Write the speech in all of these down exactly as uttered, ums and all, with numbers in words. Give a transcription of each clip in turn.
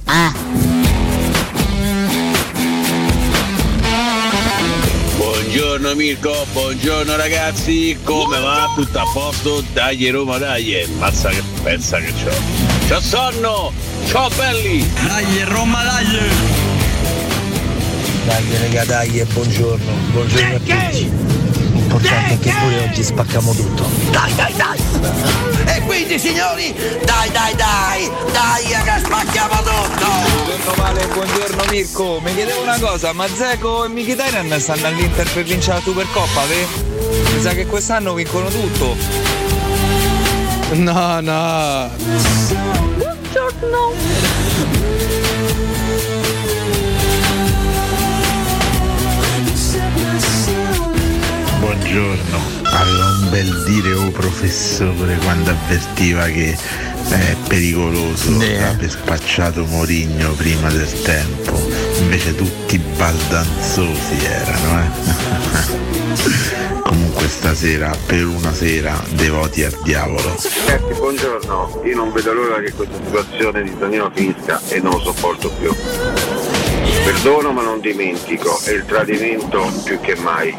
Ah. Buongiorno Mirko, buongiorno ragazzi, come va? Tutto a posto? Dai Roma, dai, mazza che pensa che c'ho. C'ho sonno, ciao belli! Dai Roma, dai! Dai raga, dai e buongiorno, buongiorno a tutti. L'importante è che pure oggi spacchiamo tutto. Dai, dai, dai! E quindi signori, dai, dai, dai! Dai che spacchiamo tutto! Buongiorno Vale, buongiorno Mirko. Mi chiedevo una cosa, ma Dzeko e Mkhitaryan stanno all'Inter per vincere la Supercoppa, ve? Mi sa che quest'anno vincono tutto. No, no. Buongiorno. Buongiorno, aveva un bel dire o professore quando avvertiva che è pericoloso né. aver spacciato Mourinho prima del tempo, invece tutti baldanzosi erano, eh? Comunque stasera, per una sera, devoti al diavolo. Ragazzi, buongiorno, io non vedo l'ora che questa situazione di Danilo finisca e non lo sopporto più. Perdono ma non dimentico, e il tradimento più che mai.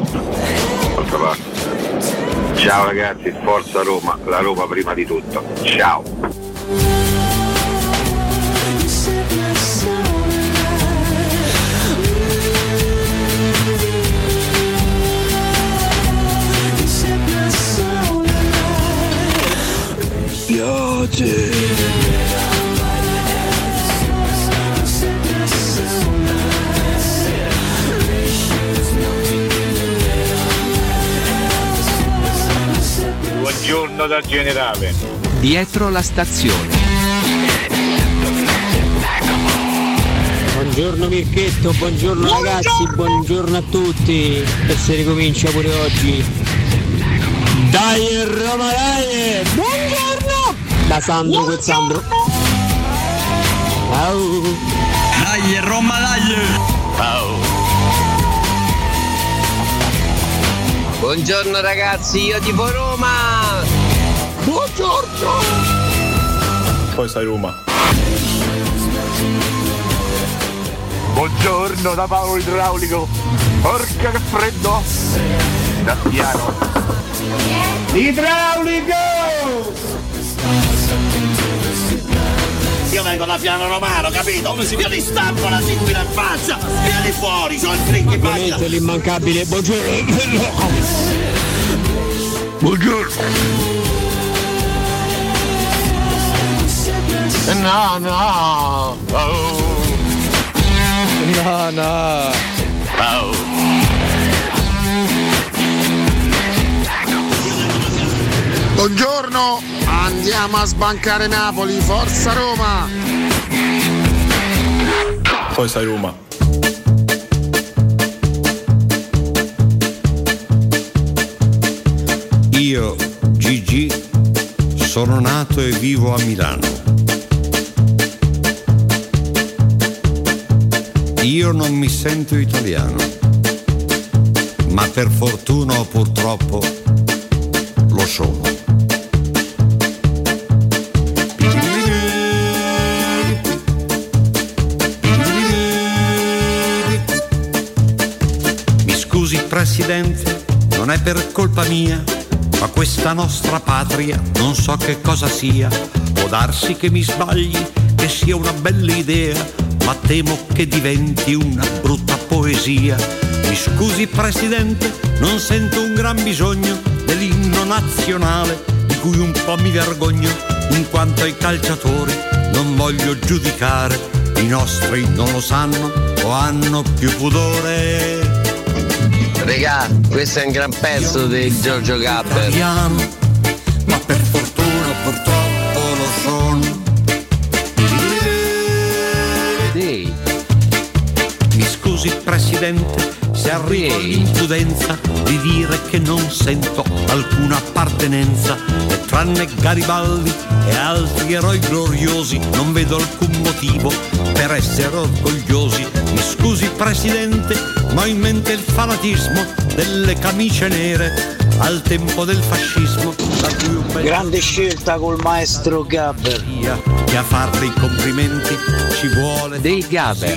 Ciao ragazzi, forza Roma, la Roma prima di tutto. Ciao. Piace. Buongiorno dal generale. Dietro la stazione. Buongiorno Mirchetto, buongiorno, buongiorno ragazzi, buongiorno a tutti. E si ricomincia pure oggi. Dai Roma, dai! Buongiorno! Da Sandro quel Sandro. Au. Dai Roma, dai! Au. Buongiorno ragazzi, io tipo Roma! Buongiorno! Poi sai Roma. Buongiorno da Paolo Idraulico. Porca che freddo! Da piano. Idraulico! Io vengo da Piano Romano, capito? Come si via di stampo la sinquina in faccia! Vieni fuori, sono il trick in faccia! Ovviamente l'immancabile, buongiorno! Buongiorno! No, no! Oh. No, no! Oh. Buongiorno, andiamo a sbancare Napoli, forza Roma! Poi sai Roma. Io, Gigi, sono nato e vivo a Milano. Io non mi sento italiano, ma per fortuna o purtroppo lo sono. Mi scusi Presidente, non è per colpa mia, ma questa nostra patria non so che cosa sia. Può darsi che mi sbagli, che sia una bella idea, ma temo che diventi una brutta poesia. Mi scusi Presidente, non sento un gran bisogno dell'inno nazionale, di cui un po' mi vergogno, in quanto ai calciatori non voglio giudicare. I nostri non lo sanno o hanno più pudore. Regà, questo è un gran pezzo di Giorgio Gaber. Italiano, ma per fortuna purtroppo lo sono. Sì. Mi scusi Presidente, se arrivo all'impudenza di dire che non sento alcuna appartenenza, e tranne Garibaldi e altri eroi gloriosi non vedo alcun motivo per essere orgogliosi. Mi scusi Presidente, ma ho in mente il fanatismo delle camicie nere, al tempo del fascismo. Grande scelta col maestro Gabber. E a far dei complimenti ci vuole dei Gabber.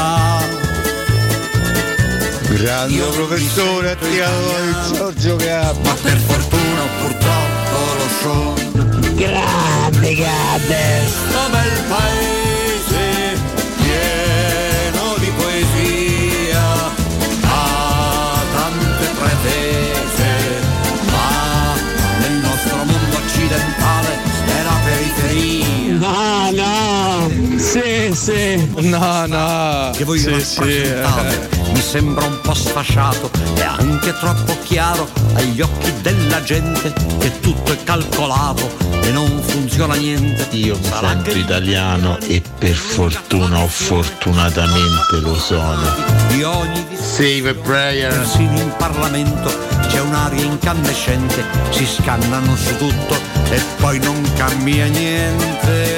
Grande professore, ti adoro Giorgio Gabber. Ma per fortuna o purtroppo lo sono. Grande Gabber. Oh bel paese pieno di poesia, ha tante pretese, ma nel nostro mondo occidentale è la periferia. No, no, sì, sì. No, no. Che voi sì, rappresentate sì. mi sembra un po' sfasciato e anche troppo chiaro agli occhi della gente che tutto è calcolato e non funziona niente. Io mi sento italiano e per fortuna o fortunatamente lo sono. Di ogni Save a prayer. persino in Parlamento c'è un'aria incandescente, si scannano su tutto e poi non cambia niente.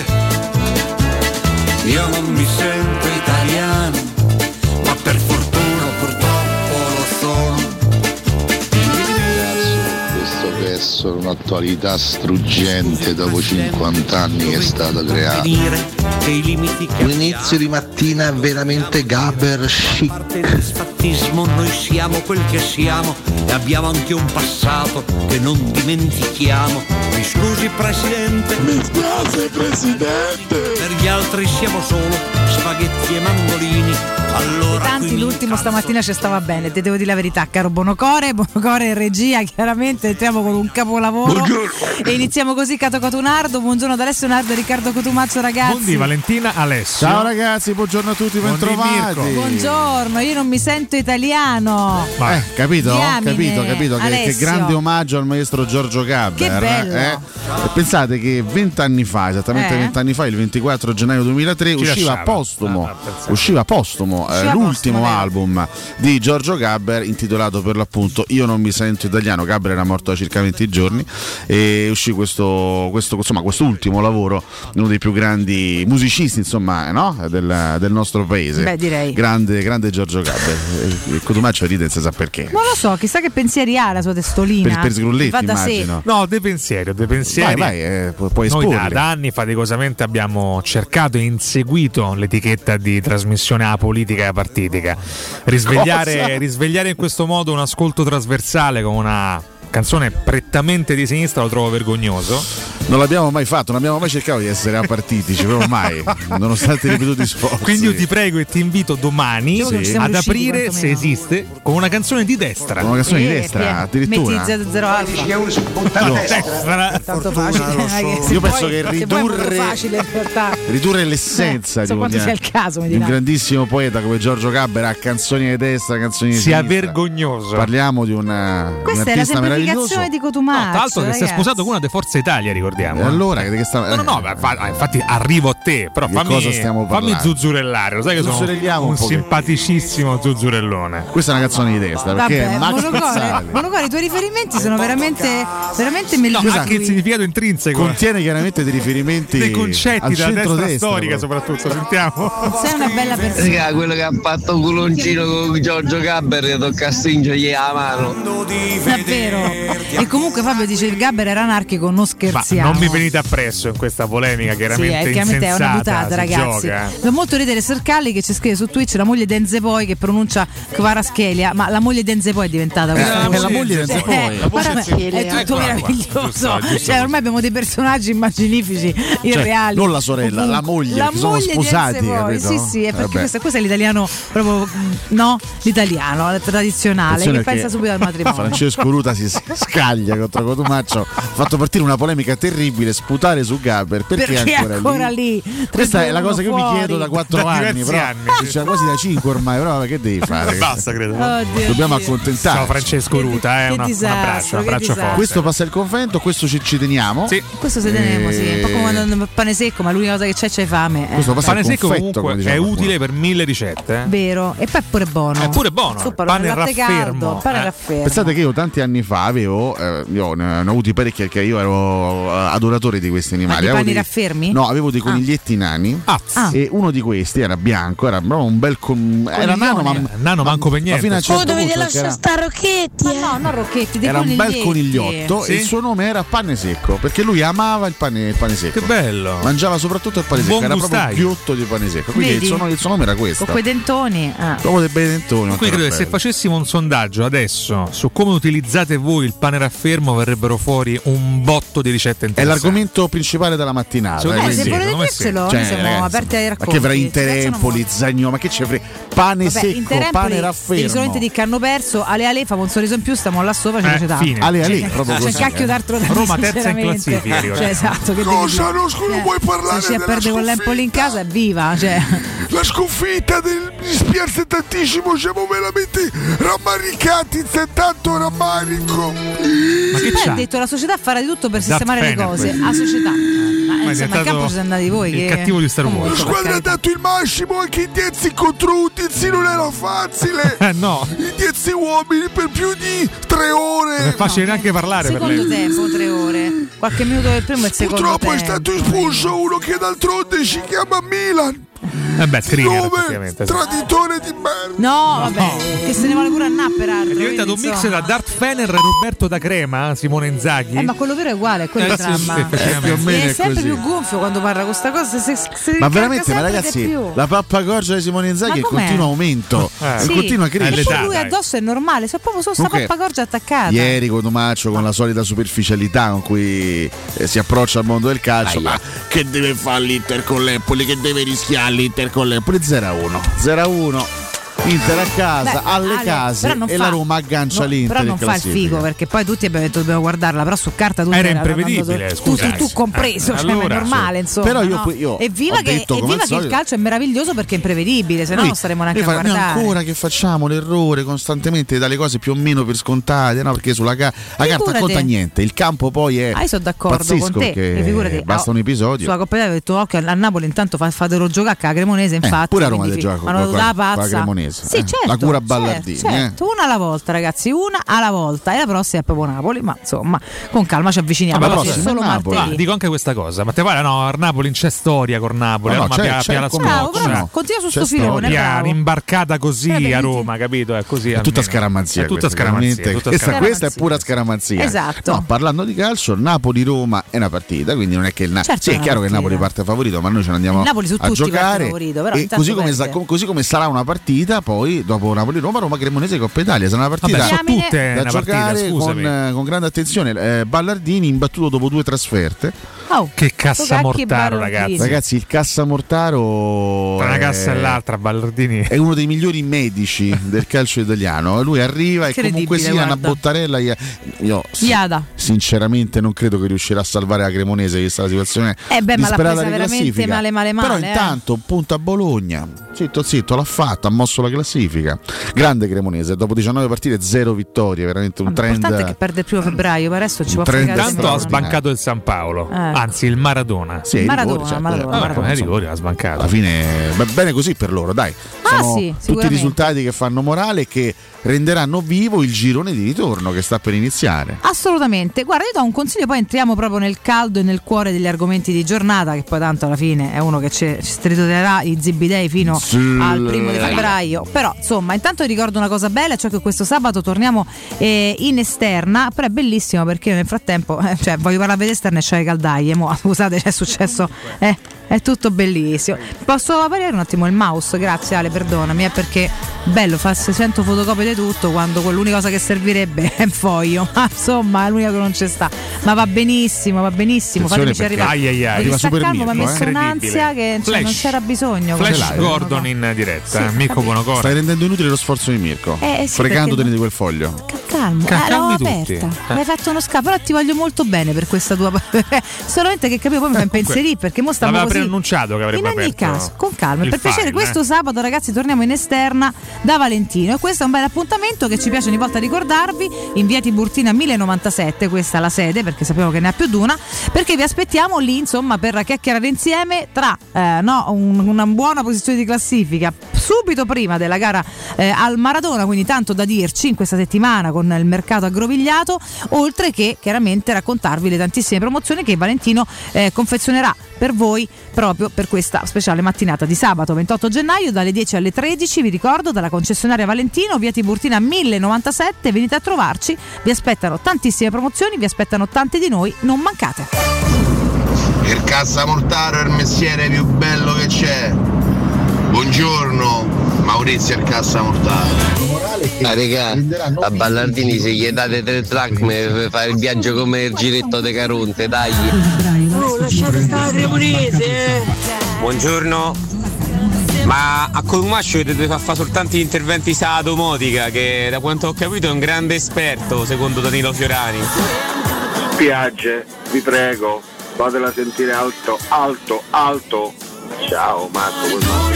Io non mi sento italiano, ma per fortuna purtroppo lo sono. Questo pezzo è un'attualità struggente dopo cinquanta anni che è stato creato. Un inizio di mattina veramente Gabber chic. A parte il disfattismo noi siamo quel che siamo e abbiamo anche un passato che non dimentichiamo. Mi scusi presidente. Mi spiace presidente. Per gli altri siamo solo spaghetti e mandolini. Allora, tanti l'ultimo stamattina ci stava bene, te devo dire la verità, caro Bonocore, Bonocore in regia, chiaramente entriamo con un capolavoro. Buongiorno. E iniziamo così Cato Cotunardo, buongiorno ad Alessio Nardo e Riccardo Cotumaccio, ragazzi. Buondì Valentina, Alessio. Ciao ragazzi, buongiorno a tutti, ben trovati. Buongiorno, io non mi sento italiano. Eh, capito? Diamine, capito, capito che, che grande omaggio al maestro Giorgio Gabber. Che bello. Eh? Pensate che vent'anni fa, esattamente Eh? vent'anni fa, il ventiquattro gennaio duemilatré, Ci usciva lasciava. postumo, Ah, ah, usciva postumo, eh, Usciva l'ultimo postumo, vero. album di Giorgio Gabber intitolato per l'appunto Io non mi sento italiano. Gabber era morto da circa venti giorni e uscì questo, questo, insomma, questo ultimo lavoro, uno dei più grandi musicisti, insomma, no? del, del nostro paese. Beh, direi. Grande, grande Giorgio Gabber. Il Cotumaccio ride non si sa perché. Non lo so, chissà che pensieri ha la sua testolina. Per, per Sgrulletti, Va da sé. immagino. No, dei pensieri, dei pensieri. Vai, vai, eh, pu- puoi Noi da, esporli. da anni faticosamente abbiamo cercato e inseguito l'etichetta di trasmissione apolitica e partitica. Risvegliare, Cosa? risvegliare in questo modo un ascolto trasversale con una canzone prettamente di sinistra lo trovo vergognoso. Non l'abbiamo mai fatto, non abbiamo mai cercato di essere apartitici, proprio mai, nonostante i ripetuti sforzi. Quindi io ti prego e ti invito domani Sì. Siamo ad riusciti, aprire, se quantomeno. esiste, con una canzone di destra. Una canzone di Eh, destra, pie- addirittura. Metti zero zero alfa. Io, Destra. Tanto facile. eh, se io penso poi- che se poi è molto ridurre, facile in realtà. ridurre l'essenza Eh, so di, quanto un, sia il caso, mi di un dirà. grandissimo poeta come Giorgio Gabber a canzoni di destra, canzoni di Sia sinistra. vergognoso. Parliamo di una, un Questa è la artista meraviglioso. semplificazione di No, Cotumaccio. tra l'altro che si è ragazzi. sposato con una di Forza Italia, ricordiamo. E allora che, che sta, No, no, no, ma fa- infatti arrivo a te, però Di fammi, cosa stiamo fammi parlando? zuzzurellare, lo sai che sono Zuzzurelliamo un un pochettino. simpaticissimo zuzzurellone. Questa è una canzone di destra, perché Vabbè, Max Monocore, Pezzali Monocore, i tuoi riferimenti sono veramente, veramente No, melodiosi. anche il significato intrinseco. contiene chiaramente dei riferimenti dei concetti al della destra centro-destra, storica, proprio. soprattutto, sentiamo. Sei una bella persona. Raga, quello che ha fatto un culoncino con Giorgio Gabber gli tocca stringergli la mano. Davvero. E comunque Fabio dice il Gabber era anarchico, non Ma scherziamo. non mi venite appresso in questa polemica Sì, chiaramente è, chiaramente è una insensata, buttata, si ragazzi. gioca, eh. Fa molto ridere Sercalli che ci scrive su Twitch la moglie di Enzepoi che pronuncia Kvaraschelia, ma la moglie di Enzepoi è diventata questa. Eh, è la moglie di Enzepoi. Eh, La guarda, moglie è tutto Eccola qua. meraviglioso. Giusto, giusto, Cioè, ormai abbiamo dei personaggi immaginifici, irreali. non la sorella, la moglie, la che sono moglie sposati, di Enzepoi. capito? Sì, sì, è perché Vabbè. questo, questo è l'italiano proprio, no? L'italiano, il tradizionale, Attenzione che pensa perché subito al matrimonio. Francesco Ruta si scaglia contro Cotumaccio, ha fatto partire una polemica terribile, sputare su Gabber perché, Perché è ancora, ancora lì? lì? Questa è la cosa che io mi Fuori. chiedo da quattro Da anni, diversi però anni. cioè, quasi da cinque ormai, però che devi fare? Basta, credo. Oddio Dobbiamo Dio. accontentarci. Ciao Francesco Ruta, eh, che una- un disastro, abbraccio, un che abbraccio disastro. forte. Questo passa il convento, questo ci, ci teniamo. Sì. Questo se teniamo, sì. Un po' come Eh, quando andiamo a pane secco, ma l'unica cosa che c'è c'hai fame. Eh. Questo passa Pane il secco confetto, comunque come è diceva qualcuno. utile per mille ricette. eh. Vero, e poi è pure buono. È pure buono. Zuppa, Pane il latte raffermo, caldo, pane eh. raffermo. Pensate che io tanti anni fa avevo, eh, io ne, ne ho avuti parecchi perché io ero adoratore di questi animali. Ma di Avevo pani dei- raffermi? No, avevo dei coniglietti nani Ah. e uno di questi era bianco, era proprio un bel con... era nano, ma nano manco per niente. fino a un certo Oh, dovete punto lasciare era- sta Rocchetti? Ma no, non Rocchetti, dei era un bel coniglietti. conigliotto Sì? e il suo nome era Pane Secco, perché lui amava il pane, il pane secco. Che bello. Mangiava soprattutto il pane secco, Buon era proprio gustaio. piotto di pane secco. Quindi il Vedi? suo, nome, il suo nome era questo. Con quei dentoni. Ah. Proprio dei bei dentoni. Quindi ancora credo che se belli. facessimo un sondaggio adesso su come utilizzate voi il pane raffermo verrebbero fuori un botto di ricette È interessanti. l'argomento principale della mattinata. Secondo eh, me Eh, se sì, volete secondo me sì. dircelo, Cioè, noi siamo ragazzi, aperti ai ma racconti. che avrà Ci interempoli, piacciono zagnò, ma che ci frega? Pane molto. Vabbè, secco, Interempoli, pane devi raffermo. solamente dire che hanno perso. Ale Ale fa un sorriso in più, stiamo là sopra, ci Eh, piace tanto. fine. Ale Ale, Cioè, proprio c'è così. cacchio d'altro da Roma dire, terza in sinceramente. classifica, ricordo. Cioè, esatto, che Cosa? devi Non, dire? non vuoi parlare Se ci della perde con l'Empoli in casa è viva, cioè. La sconfitta del mi dispiace tantissimo, siamo veramente rammaricati, c'è tanto rammarico. Ma che Poi c'ha? ha detto la società farà di tutto per Dat sistemare le Fener, cose. questo. La società. Ma Ma è insomma, in diventato campo ci siete andati voi. il che... cattivo di Star Wars. Comunque, La per squadra ha carità. dato il massimo, anche in dieci contro undici non era facile. Eh no, In dieci uomini per più di tre ore. non è facile neanche parlare per Secondo lei. tempo, tre ore. Qualche minuto del primo e il secondo Purtroppo è tempo. stato espulso uno che d'altronde si chiama Milan. Eh beh, Skriniar Nome effettivamente. sì. traditore di merda. No, vabbè, che se ne vuole pure a Nap peraltro. È diventato un quindi, mix insomma. da Darth Fener e Roberto da Crema, Simone Inzaghi. Eh, ma quello vero è uguale, quello è il Eh, sì, dramma. sì, effettivamente. Eh, più o meno è è sempre così. più gonfio quando parla con sta cosa. Se, se, se Ma ricarica veramente, ma sempre ragazzi, di più. la pappagorgia di Simone Inzaghi è Ma in com'è? continuo aumento, Eh. in Sì. continua È E crescita. l'età, poi lui dai. addosso è normale, c'è proprio solo sta Comunque, pappagorgia attaccata. Ieri Cotomaccio con la solita superficialità con cui eh, si approccia al mondo del calcio, ma che deve fare l'Inter con l'Empoli, che deve rischiare l'Inter con l'Empoli, zero a uno zero a uno Inter a casa, Beh, alle Ale, case però non e fa- la Roma aggancia no, l'Inter però non in fa il classifica. figo perché poi tutti abbiamo detto dobbiamo guardarla, però su carta tutti Era erano imprevedibile, andati- scusa. tu, tu, tu compreso, Eh, cioè, allora, è normale sì. insomma. Però io no? poi- io evviva ho che, detto, come evviva al che il solito- calcio è meraviglioso perché è imprevedibile, se no Noi- non staremo neanche noi a fa- noi guardare. ancora che facciamo l'errore costantemente dalle cose più o meno per scontate, no? Perché sulla ca- la carta Figurati. conta niente, il campo poi è Ah, io sono d'accordo pazzesco con te. perché e figurati, basta ah, un episodio. Sulla Coppa Italia ho detto occhio a Napoli intanto fa- fatelo giocare a Cremonese, infatti. Eh, pure a Roma quindi deve fi- giocare ma con- non con- da con la pazza. Cremonese, Sì, eh. certo, La cura certo, Ballardini, certo. Una alla volta, ragazzi, una alla volta. E la prossima è proprio Napoli, ma insomma, con calma ci avviciniamo. Vabbè, Oggi è prossima solo è Napoli. Ma martedì. dico anche questa cosa, ma te pare no, a Napoli non c'è storia con Napoli, No, a no, Roma c'è- pia, c'è, pia la come Bravo, scoccia. bravo, continua su C'è sto filone, Pia, bravo. rimbarcata così Vabbè, a dici- Roma, capito? È così. È tutta almeno. scaramanzia. È tutta questa, scaramanzia. veramente. tutta Questa, scaramanzia. questa è pura scaramanzia. Esatto. No, parlando di calcio, Napoli-Roma è una partita, quindi non è che il Na- Certo sì, è è una chiaro che il partita. Napoli parte favorito, ma noi ce ne andiamo Il Napoli su a tutti parte giocare. favorito, però E intanto così come, perde. sa- così come sarà una partita, poi dopo Napoli-Roma, Roma-Cremonese Coppa Italia. Sarà una partita Vabbè, sono tutte da una giocare partita, scusami. con, eh, con grande attenzione. Eh, Ballardini imbattuto dopo due trasferte. Oh, Che cassa Cacchi e mortaro, Ballardini. ragazzi. Ragazzi, il Cassamortaro Tra una è- cassa e l'altra, Ballardini. è uno dei migliori medici del calcio italiano. Lui arriva e comunque Incredibile, sia una guarda. bottarella. Io sì, Iada. sinceramente non credo che riuscirà a salvare la Cremonese, vista la situazione Eh beh, ma l'ha disperata presa di veramente classifica. male, male, male, Però eh. intanto punta a Bologna. Zitto zitto, l'ha fatto, ha mosso la classifica. Grande Cremonese, dopo diciannove partite zero vittorie, veramente un trend. L'importante è che perde il primo febbraio, per adesso ci può trend fregare Tanto ha sempre. sbancato il San Paolo, Eh. anzi il Maradona. Sì, ai Maradona, rigori, certo. Maradona, Vabbè, Maradona. Eh, insomma, rigori ha sbancato. alla fine va bene così per loro, dai. Ah, Sono sì, tutti sicuramente. risultati che fanno morale e che renderanno vivo il girone di ritorno che sta per iniziare. Assolutamente, guarda, io do un consiglio, poi entriamo proprio nel caldo e nel cuore degli argomenti di giornata, che poi tanto alla fine è uno che ci ci stritolerà i zibidei fino Sì. al primo di febbraio. Però insomma, intanto vi ricordo una cosa bella, cioè che questo sabato torniamo eh, in esterna, però è bellissimo perché io nel frattempo, eh, cioè voglio parlare di esterna e c'è le caldaie, mo, scusate, c'è successo, eh, è tutto bellissimo. Posso aprirare un attimo il mouse? Grazie Ale, perdonami, è perché bello fa seicento fotocopie di tutto quando l'unica cosa che servirebbe è il foglio, ma insomma è l'unica che non c'è sta, ma va benissimo, va benissimo. Attenzione Fatemici perché arrivare. ai ai ai, Devi arriva super staccarlo, mi ha Mirko, messo eh. un'ansia che cioè, non Flash. c'era bisogno. Flash guarda. Gordon in diretta, Sì, eh, Mirko capito. Buonocore. Stai rendendo inutile lo sforzo di Mirko, Eh, sì, fregandotene perché- di quel foglio. Calmo, Ca- eh, l'avevo calmi tutti. aperta. Eh. Mi hai fatto uno scappo, però ti voglio molto bene per questa tua. Solamente che capivo poi mi fa impensierire perché mo stiamo L'aveva così. preannunciato che avrebbe In ogni aperto caso, con calma. il Per piacere, file, questo eh. sabato, ragazzi, torniamo in esterna da Valentino. E questo è un bel appuntamento che ci piace ogni volta ricordarvi. In via Tiburtina mille novantasette, questa è la sede, perché sappiamo che ne ha più di una. Perché vi aspettiamo lì, insomma, per chiacchierare insieme tra eh, no, un- una buona posizione di classifica, subito prima della gara eh, al Maradona, quindi tanto da dirci in questa settimana con il mercato aggrovigliato, oltre che chiaramente raccontarvi le tantissime promozioni che Valentino eh, confezionerà per voi proprio per questa speciale mattinata di sabato ventotto gennaio dalle dieci alle tredici. Vi ricordo, dalla concessionaria Valentino, via Tiburtina mille novantasette, venite a trovarci, vi aspettano tantissime promozioni, vi aspettano tanti di noi, non mancate. Il Cassamortaro è il mestiere più bello che c'è. Buongiorno, Maurizio il Cassamortaro. Ah regà, a Ballardini se gli date tre dracme per fare il viaggio come il giretto de Caronte, dai. Oh, lasciate stare Cremonese, eh. Buongiorno. Ma a Colmascio deve far fare soltanto gli interventi sulla domotica, che da quanto ho capito è un grande esperto, secondo Danilo Fiorani. Spiagge, vi prego, fatela sentire alto, alto, alto. Ciao Marco.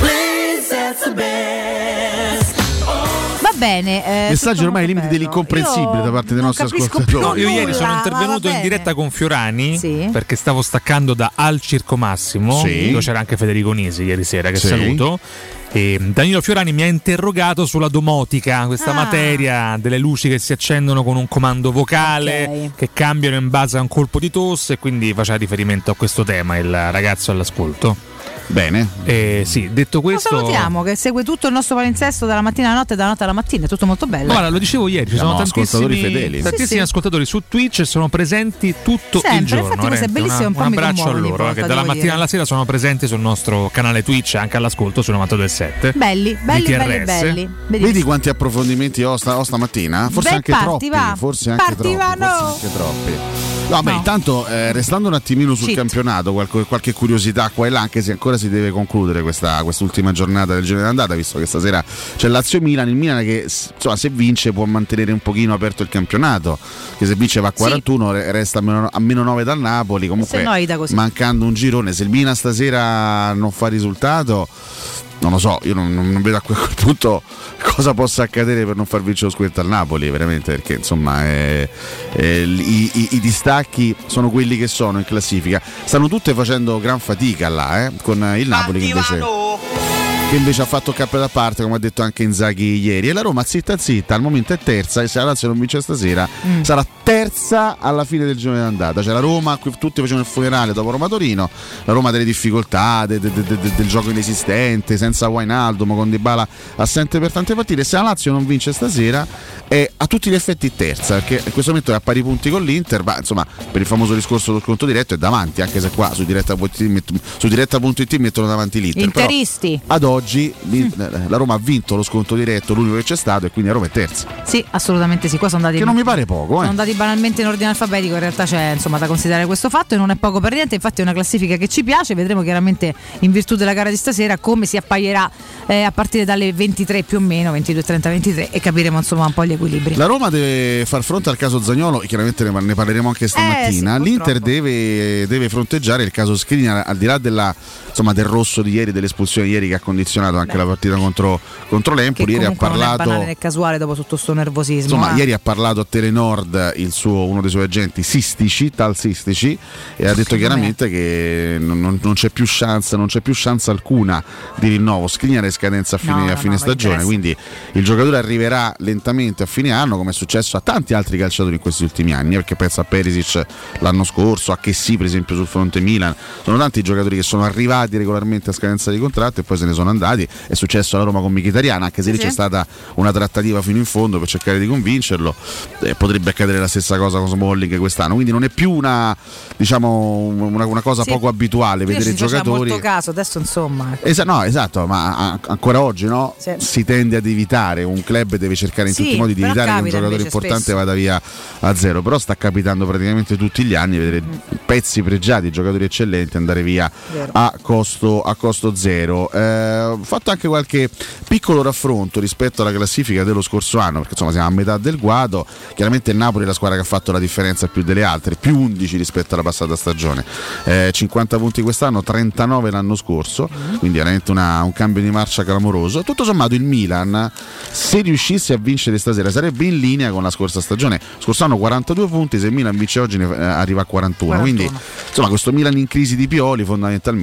Va bene. Eh, Messaggio ormai ai limiti dell'incomprensibile da parte dei nostri ascoltatori. No, io ieri sono intervenuto in diretta con Fiorani, sì, perché stavo staccando da Al Circo Massimo, sì, dove c'era anche Federico Nisi ieri sera, che sì, saluto. E Danilo Fiorani mi ha interrogato sulla domotica, questa ah. materia delle luci che si accendono con un comando vocale, okay, che cambiano in base a un colpo di tosse, e quindi faceva riferimento a questo tema il ragazzo all'ascolto. Bene. Eh, sì, detto questo, lo salutiamo, che segue tutto il nostro palinsesto dalla mattina alla notte e dalla notte alla mattina, è tutto molto bello. Guarda, lo dicevo ieri, ci Siamo sono ascoltatori tantissimi, fedeli. tantissimi sì, sì. ascoltatori su Twitch e sono presenti tutto sempre, il giorno. Infatti questo è bellissimo, una, un po' un mi abbraccio a commuovo ogni loro, volta, che dalla devo mattina dire. alla sera sono presenti sul nostro canale Twitch, anche all'ascolto su novantadue e sette. Belli, belli, di belli, T R S. belli. Vedi quanti approfondimenti ho, sta, ho stamattina? Forse Beh, anche parti, troppi. va. Forse anche Parti, troppi. va, no. Forse anche troppi. No, beh, No. intanto eh, restando un attimino sul Cheat. campionato, qualche, qualche curiosità qua e là, anche se ancora si deve concludere questa quest'ultima giornata del girone d'andata, visto che stasera c'è Lazio-Milan, il Milan che insomma, se vince può mantenere un pochino aperto il campionato, che se vince va a quarantuno, sì, resta a meno, a meno nove dal Napoli, comunque mancando un girone. Se il Milan stasera non fa risultato, non lo so, io non, non vedo a quel punto cosa possa accadere per non far vincere lo scudetto al Napoli, veramente, perché insomma è, è, i, i, i distacchi sono quelli che sono in classifica, stanno tutte facendo gran fatica là, eh, con il Napoli che invece, che invece ha fatto capo da parte, come ha detto anche Inzaghi ieri, e la Roma zitta zitta al momento è terza, e se la Lazio non vince stasera mm. sarà terza alla fine del girone d'andata. Cioè la Roma, qui tutti facevano il funerale dopo Roma-Torino, la Roma delle difficoltà, de, de, de, de, del gioco inesistente, senza Wijnaldum, con Dybala assente per tante partite. Se la Lazio non vince stasera è a tutti gli effetti terza, perché in questo momento è a pari punti con l'Inter, ma insomma per il famoso discorso del conto diretto è davanti, anche se qua su diretta punto it mettono davanti l'Inter. Interisti. Però ad oggi mm. la Roma ha vinto lo sconto diretto, l'unico che c'è stato, e quindi la Roma è terza. Sì, assolutamente sì. Qua sono dati, che non mi pare poco, eh. sono andati banalmente in ordine alfabetico, in realtà c'è insomma da considerare questo fatto, e non è poco per niente. Infatti è una classifica che ci piace, vedremo chiaramente in virtù della gara di stasera come si appaierà eh, a partire dalle ventitré più o meno, ventidue e trenta ventitré, e capiremo insomma un po' gli equilibri. La Roma deve far fronte al caso Zaniolo, e chiaramente ne parleremo anche stamattina. Eh, sì, l'Inter deve, deve fronteggiare il caso Skriniar, al di là della, insomma, del rosso di ieri, dell'espulsione di ieri che ha condizionato anche Beh. la partita contro, contro l'Empoli. Ieri ha parlato, non è banale né casuale dopo tutto sto nervosismo. Insomma, eh. ieri ha parlato a Telenord il suo, uno dei suoi agenti Sistici, tal Sistici, e ha detto chiaramente che non, non, non c'è più chance, non c'è più chance alcuna di rinnovo. Skriniar è scadenza a fine, no, no, a fine no, stagione, quindi il giocatore arriverà lentamente a fine anno, come è successo a tanti altri calciatori in questi ultimi anni, perché penso a Perisic l'anno scorso, a Chessy per esempio sul fronte Milan. Sono tanti giocatori che sono arrivati regolarmente a scadenza di contratto e poi se ne sono andati. È successo alla Roma con Mkhitaryan, anche se lì sì. c'è stata una trattativa fino in fondo per cercare di convincerlo. Eh, potrebbe accadere la stessa cosa con Smalling quest'anno, quindi non è più una, diciamo, una, una cosa sì. poco abituale sì, vedere i giocatori. molto caso adesso insomma Esa- no esatto, ma a- ancora oggi no? Sì. si tende ad evitare, un club deve cercare in sì, tutti i modi di evitare che un giocatore importante spesso. vada via a zero, però sta capitando praticamente tutti gli anni vedere mm. pezzi pregiati, giocatori eccellenti andare via a costo, a costo zero. Eh, fatto anche qualche piccolo raffronto rispetto alla classifica dello scorso anno, perché insomma siamo a metà del guado. Chiaramente il Napoli è la squadra che ha fatto la differenza più delle altre, più undici rispetto alla passata stagione, eh, cinquanta punti quest'anno, trentanove l'anno scorso, mm. quindi veramente una, un cambio di marcia clamoroso. Tutto sommato il Milan, se riuscisse a vincere stasera, sarebbe in linea con la scorsa stagione. Scorso anno quarantadue punti, se il Milan vince oggi ne arriva a quarantuno, quarantuno. Quindi insomma questo Milan in crisi di Pioli fondamentalmente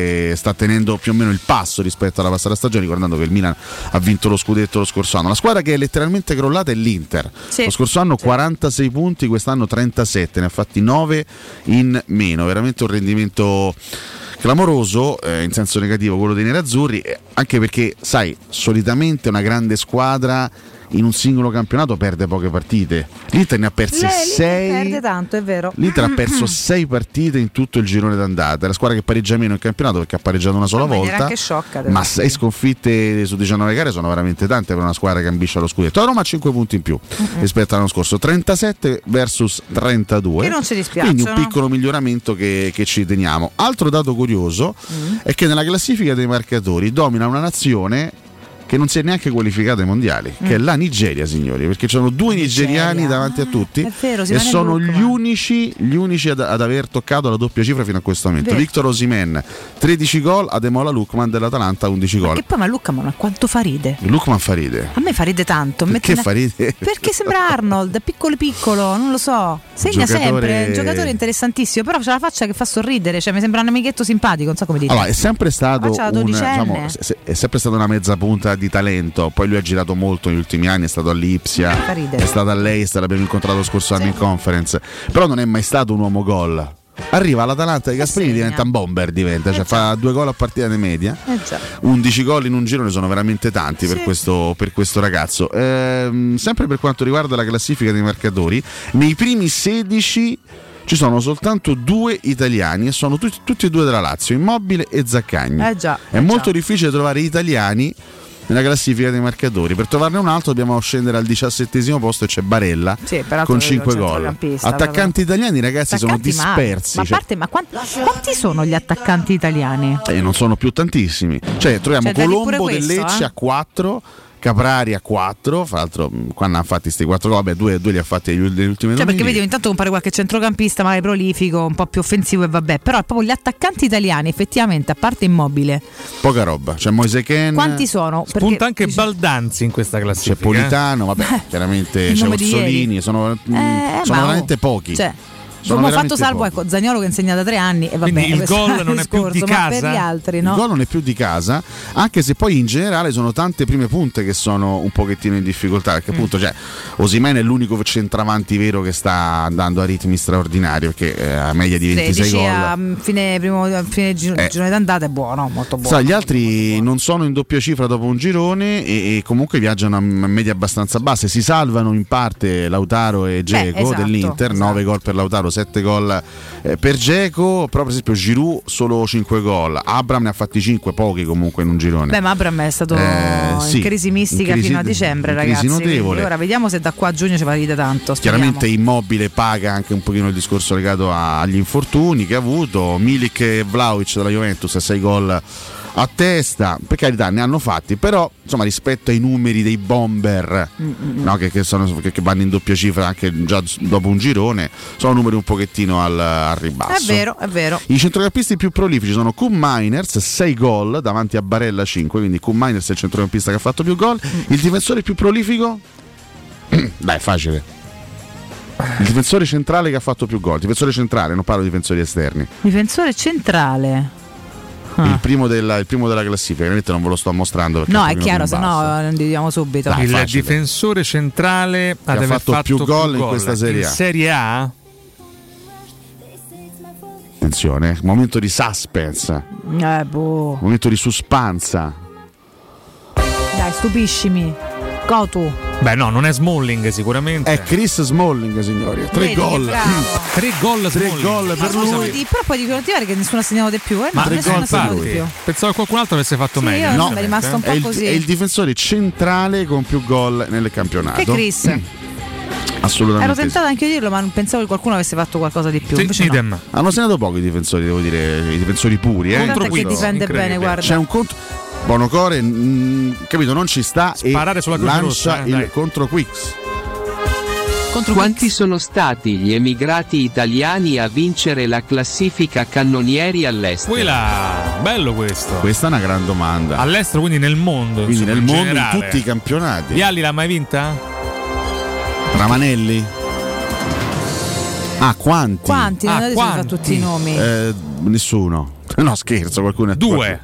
comunque sta tenendo più o meno il passo rispetto alla passata stagione, ricordando che il Milan ha vinto lo scudetto lo scorso anno. La squadra che è letteralmente crollata è l'Inter, sì. Lo scorso anno quarantasei punti, quest'anno trentasette, ne ha fatti nove in meno, veramente un rendimento clamoroso, eh, in senso negativo quello dei nerazzurri, eh, anche perché sai, solitamente una grande squadra in un singolo campionato perde poche partite. L'Inter ne ha perse Lei, sei. Perde tanto, è vero. L'Inter ha perso sei partite in tutto il girone d'andata. È la squadra che pareggia meno in campionato perché ha pareggiato una sola ma volta. Anche sciocca, ma sei sconfitte su diciannove gare sono veramente tante per una squadra che ambisce allo scudetto. La Roma ha cinque punti in più mm-hmm. rispetto all'anno scorso, trentasette versus trentadue. Che non ci dispiace. Quindi un piccolo miglioramento che, che ci teniamo. Altro dato curioso mm. è che nella classifica dei marcatori domina una nazione che non si è neanche qualificata ai mondiali, mm. che è la Nigeria, signori, perché ci sono due Nigeria. nigeriani davanti a tutti, ah, vero, e sono gli unici, gli unici ad, ad aver toccato la doppia cifra fino a questo momento. Vero. Victor Osimhen tredici gol, Ademola Lookman dell'Atalanta undici gol. E poi ma Lookman quanto fa ride? Lookman fa ride. A me fa ride tanto. Perché fa ride? Perché sembra Arnold, piccolo piccolo, non lo so. Segna giocatore... sempre, un giocatore interessantissimo, però c'ha la faccia che fa sorridere, cioè mi sembra un amichetto simpatico, non so come dire. Allora, è sempre stato un, diciamo, è sempre stata una mezza punta di talento. Poi lui ha girato molto negli ultimi anni, è stato all'Ipsia, è stato all'Eister, l'abbiamo incontrato lo scorso anno sì. in conference, però non è mai stato un uomo gol. Arriva all'Atalanta di Gasperini, diventa un bomber, diventa, eh cioè già. fa due gol a partita di media, eh già. undici gol in un giro ne sono veramente tanti sì. per, questo, per questo ragazzo. Ehm, sempre per quanto riguarda la classifica dei marcatori, nei primi sedici ci sono soltanto due italiani e sono tutti, tutti e due della Lazio, Immobile e Zaccagni. Eh già, è eh molto già. difficile trovare italiani nella classifica dei marcatori. Per trovarne un altro dobbiamo scendere al diciassettesimo posto e c'è Barella sì, con cinque gol. Attaccanti però. italiani, ragazzi, attaccanti sono dispersi. Ma a parte, ma quanti, quanti sono gli attaccanti italiani? Eh, non sono più tantissimi. Cioè, troviamo cioè, Colombo del Lecce eh? a quattro. Caprari a quattro, fra l'altro quando hanno fatti questi quattro gol, beh, due, due li ha fatti negli ultimi cioè perché vedi ogni tanto compare qualche centrocampista magari prolifico, un po' più offensivo e vabbè, però proprio gli attaccanti italiani effettivamente a parte Immobile poca roba, c'è Moise Kean, quanti sono? Spunta perché, anche Baldanzi in questa classifica, c'è Politano, vabbè eh, chiaramente c'è Orsolini, sono, eh, sono veramente pochi, cioè Abbiamo fatto salvo ecco, Zaniolo che insegna da tre anni e va quindi bene, il gol non è più di casa, ma per gli altri no? Il gol non è più di casa, anche se poi in generale sono tante prime punte che sono un pochettino in difficoltà, perché mm. appunto cioè, Osimhen è l'unico centravanti vero che sta andando a ritmi straordinari, perché eh, a media di ventisei gol a fine primo fine girone eh. d'andata è buono, molto buono. Sa, gli altri non sono in doppia cifra dopo un girone e, e comunque viaggiano a media abbastanza basse, si salvano in parte Lautaro e Dzeko esatto, dell'Inter, esatto. nove gol per Lautaro, sette gol eh, per Dzeko, però per esempio Giroud solo cinque gol, Abraham ne ha fatti cinque, pochi comunque in un girone. Beh, ma Abraham è stato eh, in sì, crisi mistica in crisi, fino a dicembre, ragazzi. Notevole. Ora vediamo se da qua a giugno ci va ride tanto. Speriamo. Chiaramente Immobile paga anche un pochino il discorso legato a, agli infortuni che ha avuto. Milik e Vlahovic della Juventus, sei gol a testa, per carità ne hanno fatti, però insomma rispetto ai numeri dei bomber no, che, che, sono, che, che vanno in doppia cifra anche già dopo un girone, sono numeri un pochettino al, al ribasso. È vero, è vero. I centrocampisti più prolifici sono Koen Meiners, sei gol davanti a Barella cinque, quindi Koen Meiners è il centrocampista che ha fatto più gol. Il difensore più prolifico? Dai, facile. Il difensore centrale che ha fatto più gol. Difensore centrale, non parlo di difensori esterni. Difensore centrale. Ah. Il, primo della, il primo della classifica, ovviamente non ve lo sto mostrando. No, è chiaro, se no non diciamo subito. Dai, il facile. Difensore centrale ha fatto, fatto più gol in questa Serie A. In Serie A? Attenzione, momento di suspense. Eh, boh. Momento di suspensa. Dai, stupiscimi. Cotu. Beh no, non è Smalling sicuramente. È Chris Smalling, signori. Tre gol. Tre gol Tre gol per lui. Di, però poi dicono di che nessuno ha segnato di più, eh? Ma tre gol per lui. Più. Pensavo che qualcun altro avesse fatto sì, meglio. No, è rimasto un po' è il, così. È il difensore centrale con più gol nel campionato. Che Chris. Mm. Assolutamente. Ero tentata anche io di dirlo, ma non pensavo che qualcuno avesse fatto qualcosa di più. Sì, no. Hanno segnato poco i difensori, devo dire, i difensori puri, eh. Contro che difende bene, guarda. C'è un contro Bonocore, mh, capito, non ci sta sparare e sulla croce lancia rossa, eh, il dai. contro Quicks. Contro Quanti Quicks? Sono stati gli emigrati italiani a vincere la classifica cannonieri all'estero? Quella, bello questo. Questa è una gran domanda. All'estero, quindi nel mondo. Quindi insomma, nel in mondo, generale. in tutti i campionati. Vialli l'ha mai vinta? Ramanelli? Ah, quanti? Quanti? Non ah, adesso fa tutti i nomi. Eh, nessuno. No, scherzo, qualcuno è due.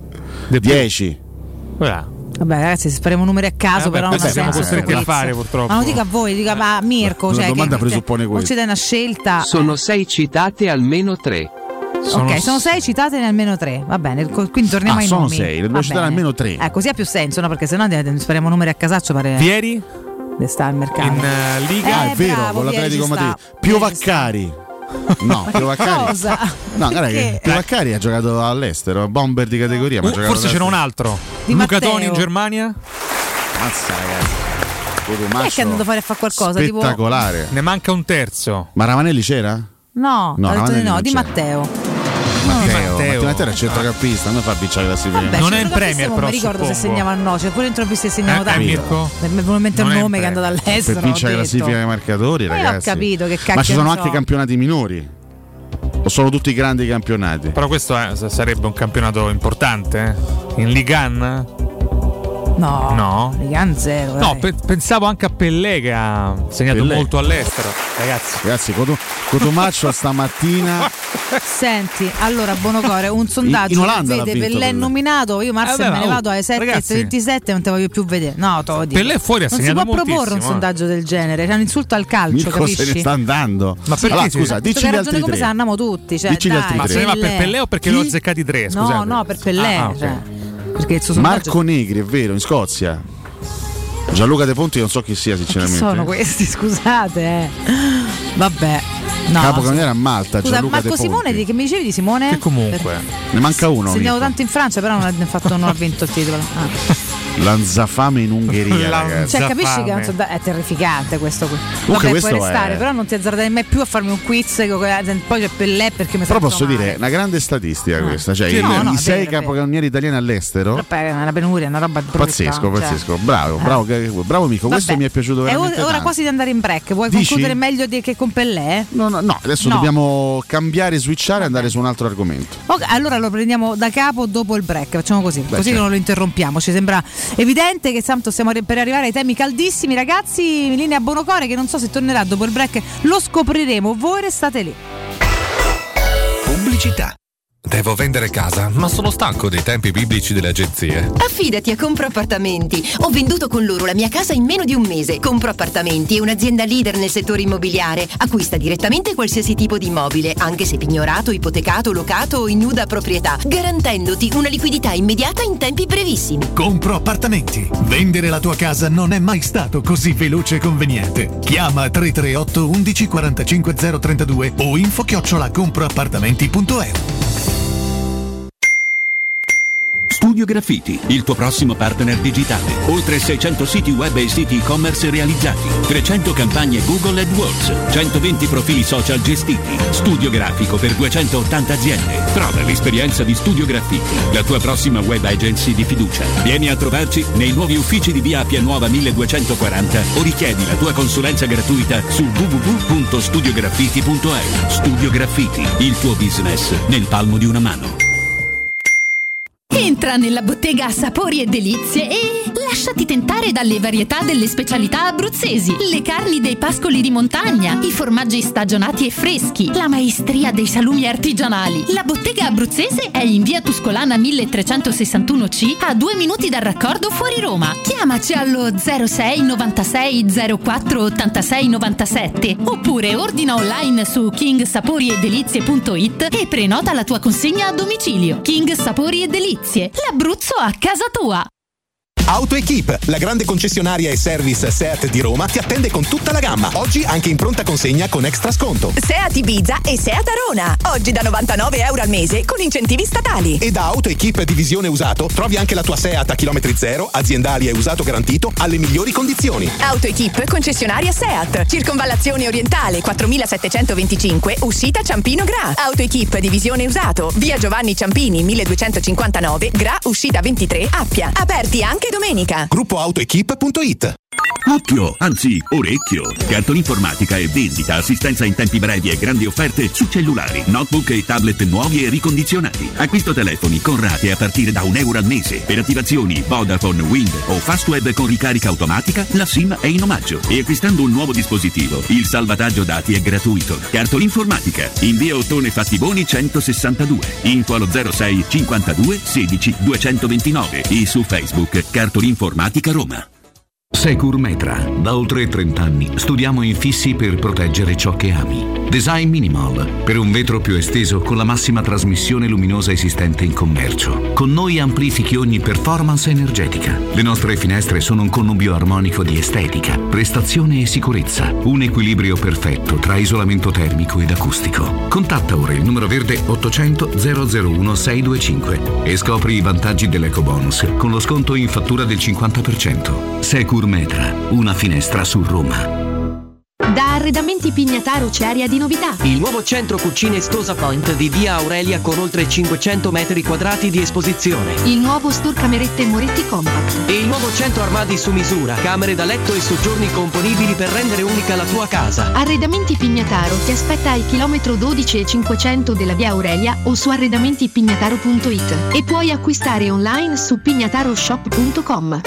dieci. Voilà. Vabbè, ragazzi, spariamo numeri a caso, eh, però vabbè, non siamo senso costretti a quiz. fare, purtroppo. Ma non dica a voi, dica ma Mirko, La cioè, domanda che, presuppone che, non questo. c'è una scelta. Sono sei citate almeno tre. Sono ok, sono sei citate ne almeno tre. Va bene, quindi torniamo ah, ai sono nomi. sei, ne devo citare almeno tre. Eh, così ha più senso, no? Perché sennò spariamo numeri a casaccio. Pare... Vieri? Sta al mercato. In uh, Liga? Eh, ah, è vero, bravo, con l'Atletico Vieri ci Madrid. sta. Pio Vieri ci sta. Vaccari. No, Pio Vaccari. Cosa? No, guarda che Perché? Pio Vaccari ha giocato all'estero, bomber di categoria. Ma ha Uh, giocato forse c'era un all'estero. altro. Di Luca Matteo. Toni in Germania? Mazza, ragazzi. Chi è che è andato a fare a fare qualcosa? Tipo... Spettacolare. Ne manca un terzo. Ma Ravanelli c'era? No, No, ho detto di Ravanelli no, non di c'era. Matteo. Matteo, Matteo. Matteo era centrocampista, non fa vincere la classifica. Vabbè, Non è in centrocampista Premier, non però, mi ricordo se suppongo. segnava o no, cioè pure entro se segnava Eh, tanto. Mirko? Mi è venuto in mente un Non è in nome che è andato Per all'estero. vincere la ho detto. classifica dei marcatori, Eh, ho ragazzi. capito, che cacchio Ma ci sono ne anche so. campionati minori. O sono tutti grandi campionati? Però questo è- sarebbe un campionato importante. Eh? In Ligan? No, No. Ligan zero. No, dai. pe- pensavo anche a Pellè che ha segnato Pellè. molto all'estero. Ragazzi, Ragazzi, Coto- Cotomaccio stamattina Senti, allora Bonocore, un sondaggio in Olanda che l'ha vede vinto Pellè Pellè. nominato, io Marzo Eh, me ne oh, vado alle sette e ragazzi. ventisette, non te voglio più vedere. No, te lo dico. Pellè fuori ha non si segnato può proporre un moltissimo, eh. sondaggio del genere, è un insulto al calcio, Mirko se capisci? ne sta andando. Ma perché allora, si- scusa, Visto dici che gli ragione altri come tre. se ne andiamo tutti, cioè, Dici gli dai, altri ma tre. se ne va per Pellè o perché Chi? ne ho azzeccati tre? No, Scusate. no, per Pellè, Ah, ah, ok. cioè, perché il suo sondaggio Marco Negri, è vero, in Scozia. Gianluca De Ponti non so chi sia chi sinceramente. sono questi, scusate, eh. Vabbè. No, Capocannoniere a Malta, scusa, Gianluca Marco De Ponti. Simone, di che mi dicevi di Simone? Che comunque. Ne manca uno. Segnavo Mirko. tanto in Francia, però non ha, fatto, non ha vinto il titolo. Ah. Lanzafame in Ungheria, Lanza- ragazzi. Cioè, capisci che fame. non so, è terrificante questo qui. Comunque Vabbè, questo puoi restare, è- però non ti azzardare mai più a farmi un quiz. che- Poi c'è Pellè perché mi Però sento posso male. dire, una grande statistica questa, cioè Sì, i, no, no, i è sei vero, è vero. capocannonieri italiani all'estero. Vabbè, è una penuria, è una roba brutta. Pazzesco, cioè. pazzesco. Bravo, bravo, bravo Mico, questo Vabbè. mi è piaciuto È veramente ora, ora tanto. quasi di andare in break. Vuoi Dici? concludere meglio di che con Pellè? No, no, no, adesso No. dobbiamo cambiare, switchare e andare su un altro argomento. Ok, allora lo prendiamo da capo dopo il break. Facciamo così, Beh, così certo. non lo interrompiamo. Ci sembra evidente che tanto stiamo arri- per arrivare ai temi caldissimi, ragazzi. In linea Bonocore, che non so se tornerà dopo il break, lo scopriremo. Voi restate lì. Pubblicità. Devo vendere casa, ma sono stanco dei tempi biblici delle agenzie. Affidati a Compro Appartamenti. Ho venduto con loro la mia casa in meno di un mese. Compro Appartamenti è un'azienda leader nel settore immobiliare. Acquista direttamente qualsiasi tipo di immobile, anche se pignorato, ipotecato, locato o in nuda proprietà, garantendoti una liquidità immediata in tempi brevissimi. Compro Appartamenti. Vendere la tua casa non è mai stato così veloce e conveniente. Chiama tre tre otto undici quarantacinque zero trentadue o info chiocciola comproappartamenti punto e u. Studio Graffiti, il tuo prossimo partner digitale. Oltre seicento siti web e siti e-commerce realizzati, trecento campagne Google AdWords, centoventi profili social gestiti. Studio grafico per duecentottanta aziende. Prova l'esperienza di Studio Graffiti, la tua prossima web agency di fiducia. Vieni a trovarci nei nuovi uffici di via Appia Nuova milleduecentoquaranta o richiedi la tua consulenza gratuita su w w w punto studio graffiti punto e u. Studio Graffiti, il tuo business nel palmo di una mano. Entra nella bottega Sapori e Delizie e lasciati tentare dalle varietà delle specialità abruzzesi, le carni dei pascoli di montagna, i formaggi stagionati e freschi, la maestria dei salumi artigianali. La bottega abruzzese è in via Tuscolana milletrecentosessantuno C, a due minuti dal raccordo fuori Roma. Chiamaci allo zero sei novantasei zero quattro ottantasei novantasette oppure ordina online su king sapori e delizie punto it e prenota la tua consegna a domicilio. King Sapori e Delizie, l'Abruzzo a casa tua. AutoEquip, la grande concessionaria e service Seat di Roma, ti attende con tutta la gamma. Oggi anche in pronta consegna con extra sconto. Seat Ibiza e Seat Arona, oggi da novantanove euro al mese con incentivi statali. E da AutoEquip Divisione Usato trovi anche la tua Seat a chilometri zero, aziendali e usato garantito alle migliori condizioni. AutoEquip concessionaria Seat, Circonvallazione Orientale quattromilasettecentoventicinque, uscita Ciampino Gra. AutoEquip Divisione Usato, via Giovanni Ciampini milleduecentocinquantanove, Gra, uscita ventitré, Appia. Aperti anche domenica. Gruppo autoequip punto it. Occhio, anzi orecchio. Cartolinformatica e vendita, assistenza in tempi brevi e grandi offerte su cellulari, notebook e tablet nuovi e ricondizionati. Acquisto telefoni con rate a partire da un euro al mese. Per attivazioni Vodafone, Wind o Fastweb con ricarica automatica, la SIM è in omaggio. E acquistando un nuovo dispositivo, il salvataggio dati è gratuito. Cartolinformatica, in via Ottone Fattiboni centosessantadue. Info allo zero sei cinquantadue sedici duecentoventinove e su Facebook Cartolinformatica Roma. Securmetra. Da oltre trenta anni studiamo infissi per proteggere ciò che ami. Design minimal, per un vetro più esteso con la massima trasmissione luminosa esistente in commercio. Con noi amplifichi ogni performance energetica. Le nostre finestre sono un connubio armonico di estetica, prestazione e sicurezza. Un equilibrio perfetto tra isolamento termico ed acustico. Contatta ora il numero verde ottocento zero zero uno sei due cinque e scopri i vantaggi dell'ecobonus con lo sconto in fattura del cinquanta per cento. Securmetra, una finestra su Roma. Da Arredamenti Pignataro c'è aria di novità. Il nuovo centro cucine Stosa Point di via Aurelia con oltre cinquecento metri quadrati di esposizione. Il nuovo store camerette Moretti Compact. E il nuovo centro armadi su misura, camere da letto e soggiorni componibili per rendere unica la tua casa. Arredamenti Pignataro ti aspetta al chilometro dodici e cinquecento della via Aurelia o su arredamentipignataro punto it e puoi acquistare online su pignataroshop punto com.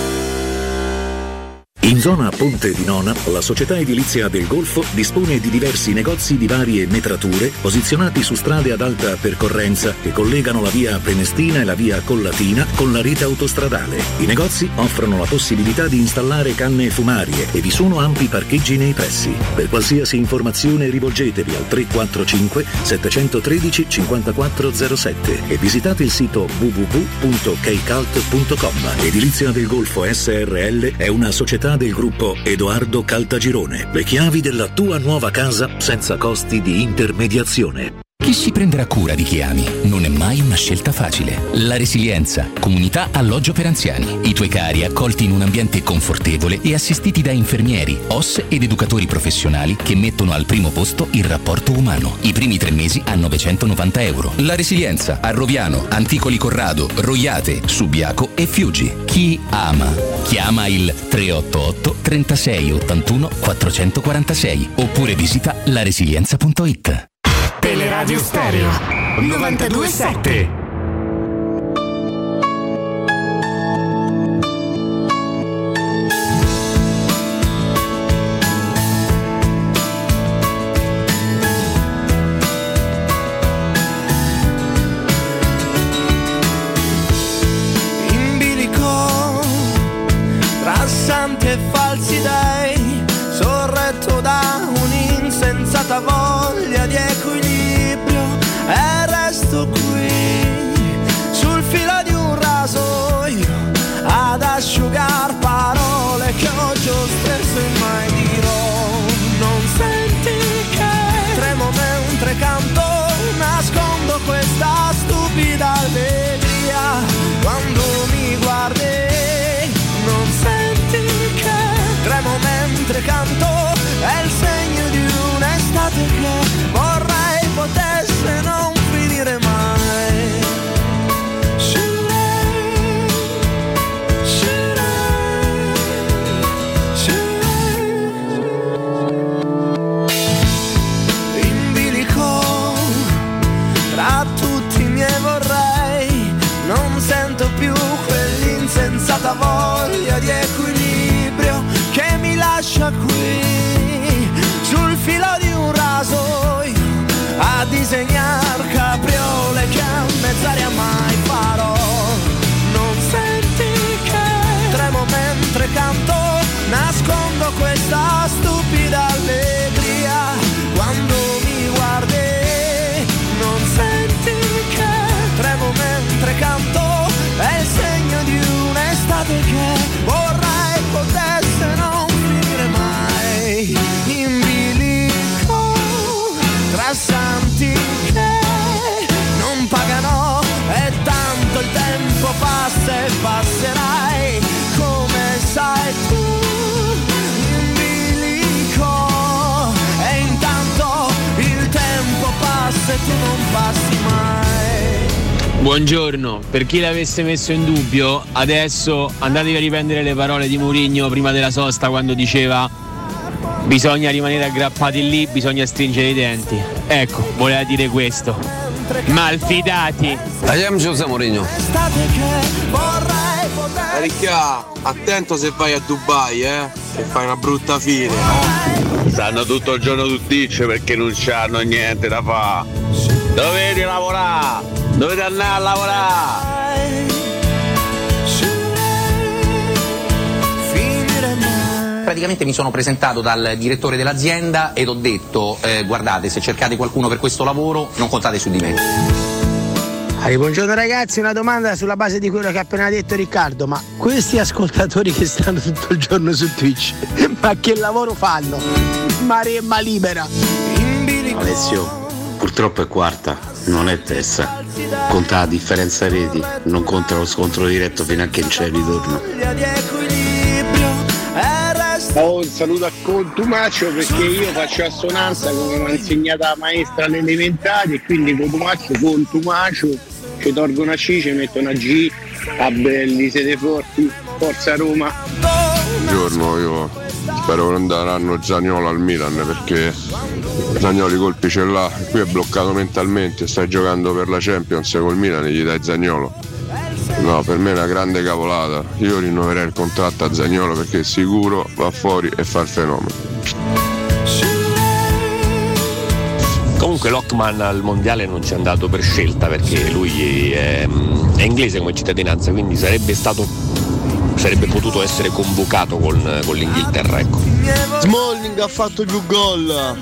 In zona Ponte di Nona, la società edilizia del Golfo dispone di diversi negozi di varie metrature posizionati su strade ad alta percorrenza che collegano la via Prenestina e la via Collatina con la rete autostradale. I negozi offrono la possibilità di installare canne fumarie e vi sono ampi parcheggi nei pressi. Per qualsiasi informazione rivolgetevi al tre quattro cinque sette uno tre cinque quattro zero sette e visitate il sito w w w punto keicalt punto com. Edilizia del Golfo S R L è una società del gruppo Edoardo Caltagirone. Le chiavi della tua nuova casa senza costi di intermediazione. Chi si prenderà cura di chi ami non è mai una scelta facile. La Resilienza, comunità alloggio per anziani. I tuoi cari accolti in un ambiente confortevole e assistiti da infermieri, O S ed educatori professionali che mettono al primo posto il rapporto umano. I primi tre mesi a novecentonovanta euro. La Resilienza a Roviano, Anticoli Corrado, Roiate, Subiaco e Fiuggi. Chi ama? Chiama il tre otto otto trentasei ottantuno quattrocentoquarantasei oppure visita laresilienza punto it. Teleradio Stereo novantadue sette. In bilico tra santi e falsi dei, sorretto da un'insensata voglia di equilibrio, e resto qui sul filo di un rasoio ad asciugar parole che oggi ho stesso e mai dirò. Non senti che tremo mentre canto, nascondo questa stupida allegria quando mi guardi. Non senti che tremo mentre canto, è il segno di un'estate che vorrei potesse non finire mai. Shirei, shirei, shirei. In bilico tra tutti i miei vorrei, non sento più quell'insensata voglia di equilibrio che mi lascia qui sul filo di un rasoio a disegnar capriole che a mezz'aria mai farò. Non senti che tremo mentre canto, nascondo questa stupida allegria quando mi guardi. Non senti che tremo mentre canto, è il segno di un'estate che vorrei potesse non finire mai. In bilico tra santi che non pagano e tanto il tempo passa e passerai come sai tu. In Buongiorno, per chi l'avesse messo in dubbio, adesso andatevi a riprendere le parole di Mourinho prima della sosta quando diceva bisogna rimanere aggrappati lì, bisogna stringere i denti. Ecco, voleva dire questo. Malfidati. Tagliamo Giuseppe Mourinho. Ricchia, attento se vai a Dubai, eh, che fai una brutta fine. Stanno tutto il giorno su Twitch perché non c'hanno niente da fare. Dovete lavorare! Dovete andare a lavorare! Praticamente mi sono presentato dal direttore dell'azienda ed ho detto eh, guardate, se cercate qualcuno per questo lavoro non contate su di me. Allora, buongiorno ragazzi, una domanda sulla base di quello che ha appena detto Riccardo, ma questi ascoltatori che stanno tutto il giorno su Twitch, ma che lavoro fanno? Maremma libera. Alessio, purtroppo è quarta, non è terza. Conta la differenza reti, non conta lo scontro diretto fino a che non c'è il ritorno. Oh, un saluto a Contumaccio perché io faccio assonanza come mi ha insegnata la maestra alle elementari e quindi Contumaccio, Contumaccio, ci tolgo una C, ci metto una G, a belli, siete forti, forza Roma. Buongiorno, io spero che non daranno Zaniolo al Milan perché Zaniolo i colpi ce l'ha, qui è bloccato mentalmente, stai giocando per la Champions col Milan e gli dai Zaniolo. No, per me è una grande cavolata, io rinnoverei il contratto a Zaniolo perché sicuro va fuori e fa il fenomeno. Comunque Lockman al mondiale non c'è andato per scelta perché lui è, è inglese come cittadinanza, quindi sarebbe stato sarebbe potuto essere convocato con, con l'Inghilterra, ecco. Smalling ha fatto più gol.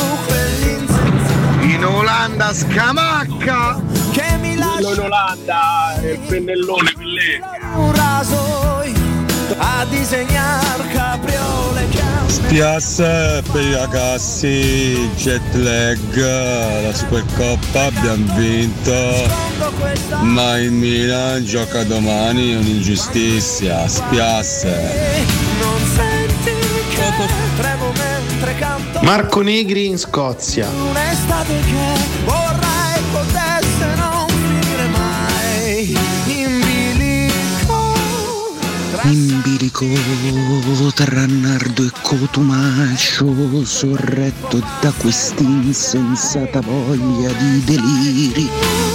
In Olanda Scamacca. Quello in Olanda è il pennellone Pellegrini. Un rasoio a disegnare capriole. Spiace per i ragazzi, jet lag, la Supercoppa abbiamo vinto, ma il Milan gioca domani, è un'ingiustizia, spiace. Marco Negri in Scozia. Un'estate che vorrei potesse non finire mai. In bilico In bilico tra Nardo e Cotumaccio, sorretto da quest'insensata voglia di deliri.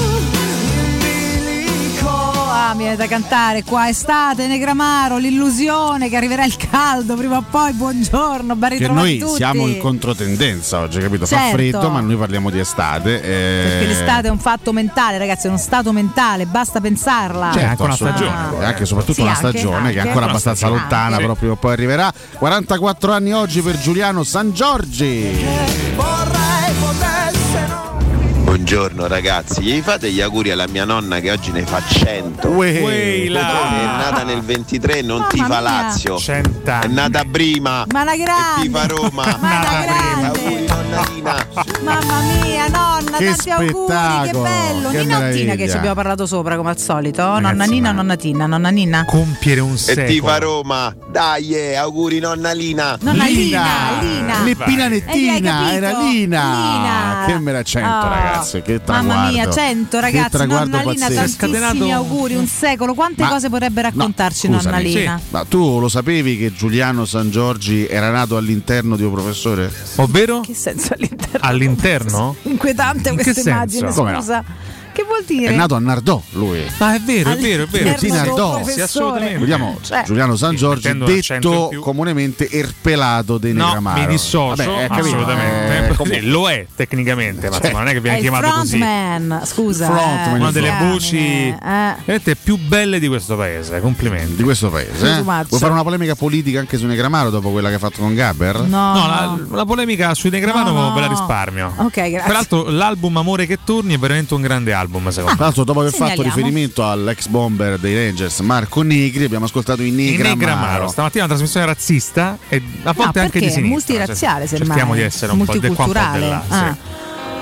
Ah, mi viene da cantare qua estate, Negramaro, l'illusione che arriverà il caldo prima o poi. Buongiorno, ben Che ritrovati noi tutti. siamo in controtendenza oggi, capito? Certo. Fa freddo, ma noi parliamo di estate. eh, Perché l'estate è un fatto mentale, ragazzi, è uno stato mentale, basta pensarla. C'è anche una stagione, e anche e soprattutto Sì, una anche, stagione anche. che è ancora abbastanza Anche. lontana, Sì. proprio poi arriverà. quarantaquattro anni oggi per Giuliano San Giorgi. vorrei potesse non. Buongiorno ragazzi, gli fate gli auguri alla mia nonna che oggi ne fa cento. Uè, È nata nel ventitré, non Mamma tifa mia. Lazio. Cent'anni. È nata prima. Ma la grande, E tifa Roma. ma la grande. Auguri nonna Nina. Mamma mia, nonna, Che tanti auguri, che spettacolo, bello. che Nina o Tina meraviglia. che ci abbiamo parlato sopra come al solito? Ragazzi, nonna Nina o ma- nonna Tina? Nonna Nina? Compiere un E secolo. tifa Roma. Dai, eh, auguri nonna Lina. Nonna Lina, Lina. Leppina Eh, hai Nettina, capito? era Lina. Lina. Che mera cento, Oh. ragazzi, che traguardo. Mamma mia, cento ragazzi, Che traguardo nonna Lina, pazzesco. tantissimi auguri, un secolo. Quante Ma- cose potrebbe raccontarci No, nonna scusami, Lina? sì. Ma tu lo sapevi che Giuliano San Giorgi era nato all'interno di un professore? Ovvero? Che senso all'interno? All'interno? Inquietante In che questa immagine, senso? Come no? scusa. Che vuol dire? È nato a Nardò lui. Ma è vero, è vero, è vero. All'interno Sì, del Nardò. professore. Sì, assolutamente. Vediamo Cioè- Giuliano San Giorgi, Mettendo un accento in detto più. comunemente Erpelato dei No, Negramaro. mi dissocio Vabbè, eh, capito, assolutamente. eh, comunque. Sì, lo è tecnicamente, ma Cioè, insomma, non è che È viene il chiamato così. frontman, scusa. Frontman, eh, Una delle diamine, voci eh. veramente più belle di questo paese. Complimenti. Di questo paese. Eh? Sumaccio. Vuoi fare una polemica politica anche su Negramaro dopo quella che ha fatto con Gabber? No, No, la, la polemica sui Negramaro No, no. ve la risparmio. Ok, grazie. Peraltro, l'album Amore che torni è veramente un grande album, secondo Tra l'altro, dopo aver fatto Segnaliamo. riferimento all'ex bomber dei Rangers Marco Negri, abbiamo ascoltato i me. Il Negramaro. Negramaro, stamattina una trasmissione razzista e a volte No, anche di perché? sinistra. Multirazziale, Cioè, semmai. cerchiamo di essere un po' di qua, un po' di là. Multiculturale. Sì. Ah.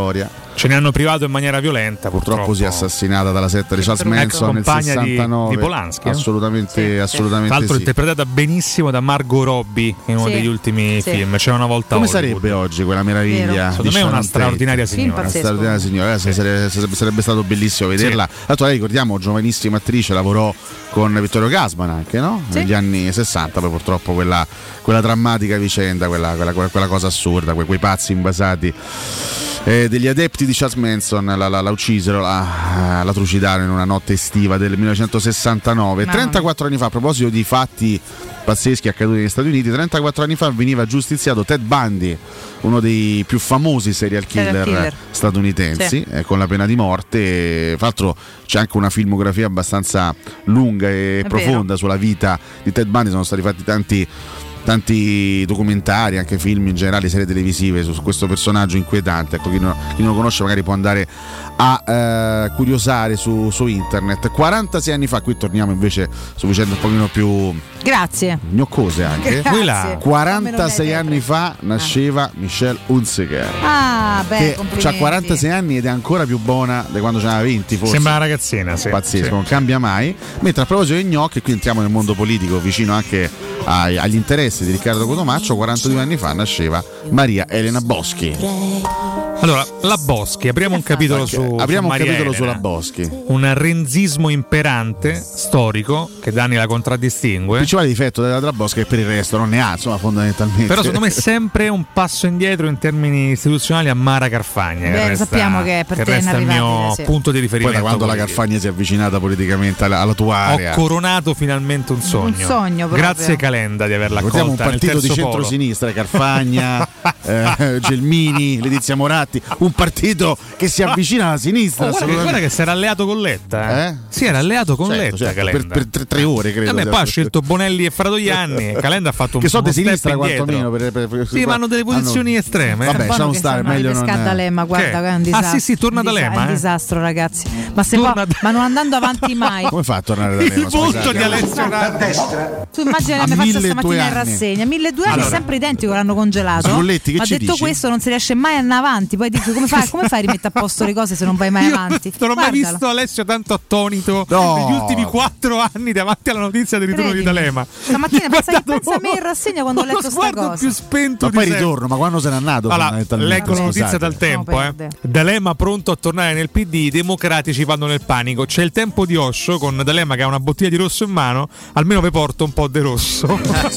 storia. Ce ne hanno privato in maniera violenta, purtroppo. Purtroppo si è assassinata dalla setta di Charles Manson nel compagna sessantanove. Di, di Polanski. Assolutamente, Sì, assolutamente Tra l'altro sì. interpretata benissimo da Margot Robbie in uno Sì. degli ultimi Sì. film. C'era una volta Come Hollywood. sarebbe oggi quella meraviglia? Vero. Secondo di me è una Sharon straordinaria Tate. signora. Una straordinaria signora, eh, sarebbe, sarebbe, sarebbe stato bellissimo vederla. Tra l'altro lei, ricordiamo, giovanissima attrice, lavorò con Vittorio Gassman anche, no? Sì. Negli anni sessanta, poi purtroppo quella, quella drammatica vicenda, quella, quella, quella, quella cosa assurda, quei, quei pazzi invasati eh, degli adepti di Charles Manson la, la, la uccisero, la, la trucidarono in una notte estiva del millenovecentosessantanove. Mamma trentaquattro anni fa, a proposito di fatti pazzeschi accaduti negli Stati Uniti, trentaquattro anni fa veniva giustiziato Ted Bundy, uno dei più famosi serial killer, Serial killer. statunitensi, Sì. eh, con la pena di morte. Tra l'altro c'è anche una filmografia abbastanza lunga e È profonda vero. sulla vita di Ted Bundy, sono stati fatti tanti tanti documentari, anche film in generale, serie televisive su questo personaggio inquietante. Ecco, chi non, chi non lo conosce magari può andare a eh, curiosare su, su internet. quarantasei anni fa, qui torniamo invece su vicende un pochino più Grazie. gnoccose anche. Grazie. Grazie. quarantasei anni fa nasceva Michelle Hunziker, Ah, beh, che complimenti. ha quarantasei anni ed è ancora più buona di quando ce n'aveva venti, forse. Sembra una ragazzina, sì. Pazzesco, Sì. non cambia mai. Mentre a proposito di gnocchi, qui entriamo nel mondo politico, vicino anche ai- agli interessi di Riccardo Cotomaccio. quarantadue anni fa nasceva Maria Elena Boschi. Allora, la Boschi, apriamo un capitolo su Apriamo su un Maria capitolo Elena. sulla Boschi. Un renzismo imperante, storico, che Dani la Il contraddistingue. principale difetto della, della Boschi è che per il resto non ne ha, insomma, fondamentalmente. Però secondo me è sempre un passo indietro in termini istituzionali a Mara Carfagna. Beh, che resta, sappiamo che per che te è resta il mio inarrivabile, sì. punto di Poi riferimento. da quando la politico. Carfagna si è avvicinata politicamente alla, alla tua Ho area. coronato finalmente un sogno. Un sogno proprio. Grazie Calenda di averla Ricordiamo un accolta nel partito di terzo polo. centrosinistra, Carfagna, eh, Gelmini, Letizia Moratti, un partito che si avvicina alla sinistra. Oh, guarda, che, guarda che si era alleato con Letta. Eh? Eh? Si era alleato con Certo, Letta, certo, Calenda. per, per tre, tre ore credo. Vabbè, poi ha scelto Bonelli e Fratoianni. Calenda ha fatto un che so uno di sinistra step indietro. quantomeno. Per, per, per, Sì, ma hanno delle posizioni estreme. Vabbè, Buono lasciamo che stare, sono meglio i non. pescati D'Alema, guarda, Che? che è un Ah, disastro. sì, sì, torna un disa- D'Alema, È un eh. disastro, ragazzi. Ma, se Torna poi- da- ma non andando avanti mai. Come fa a tornare da Il Lema? volto Scusate. di Alessio Nardi. Tu immagini che A mi faccia mille stamattina in due anni. rassegna. mille due anni Allora. è sempre identico, l'hanno congelato. Scolletti, che ma ci detto dici? questo, non si riesce mai a andare avanti. Poi dico, come fai, come fai a rimettere a posto le cose se non vai mai Io avanti? non ho mai Guardalo. visto Alessio tanto attonito No. negli ultimi quattro anni davanti alla notizia del ritorno di Credimi. D'Alema. Stamattina pensa, Guardato pensa a me in rassegna quando ho con letto lo sta sguardo cosa. più spento Ma di poi sempre. ritorno, ma quando se n'è andato? Allora, fondamentalmente? leggo la notizia Scusate. dal tempo. No, eh. perde. D'Alema pronto a tornare nel P D, i democratici vanno nel panico. C'è il tempo di Osho con D'Alema che ha una bottiglia di rosso in mano. Almeno vi porto un po' di rosso.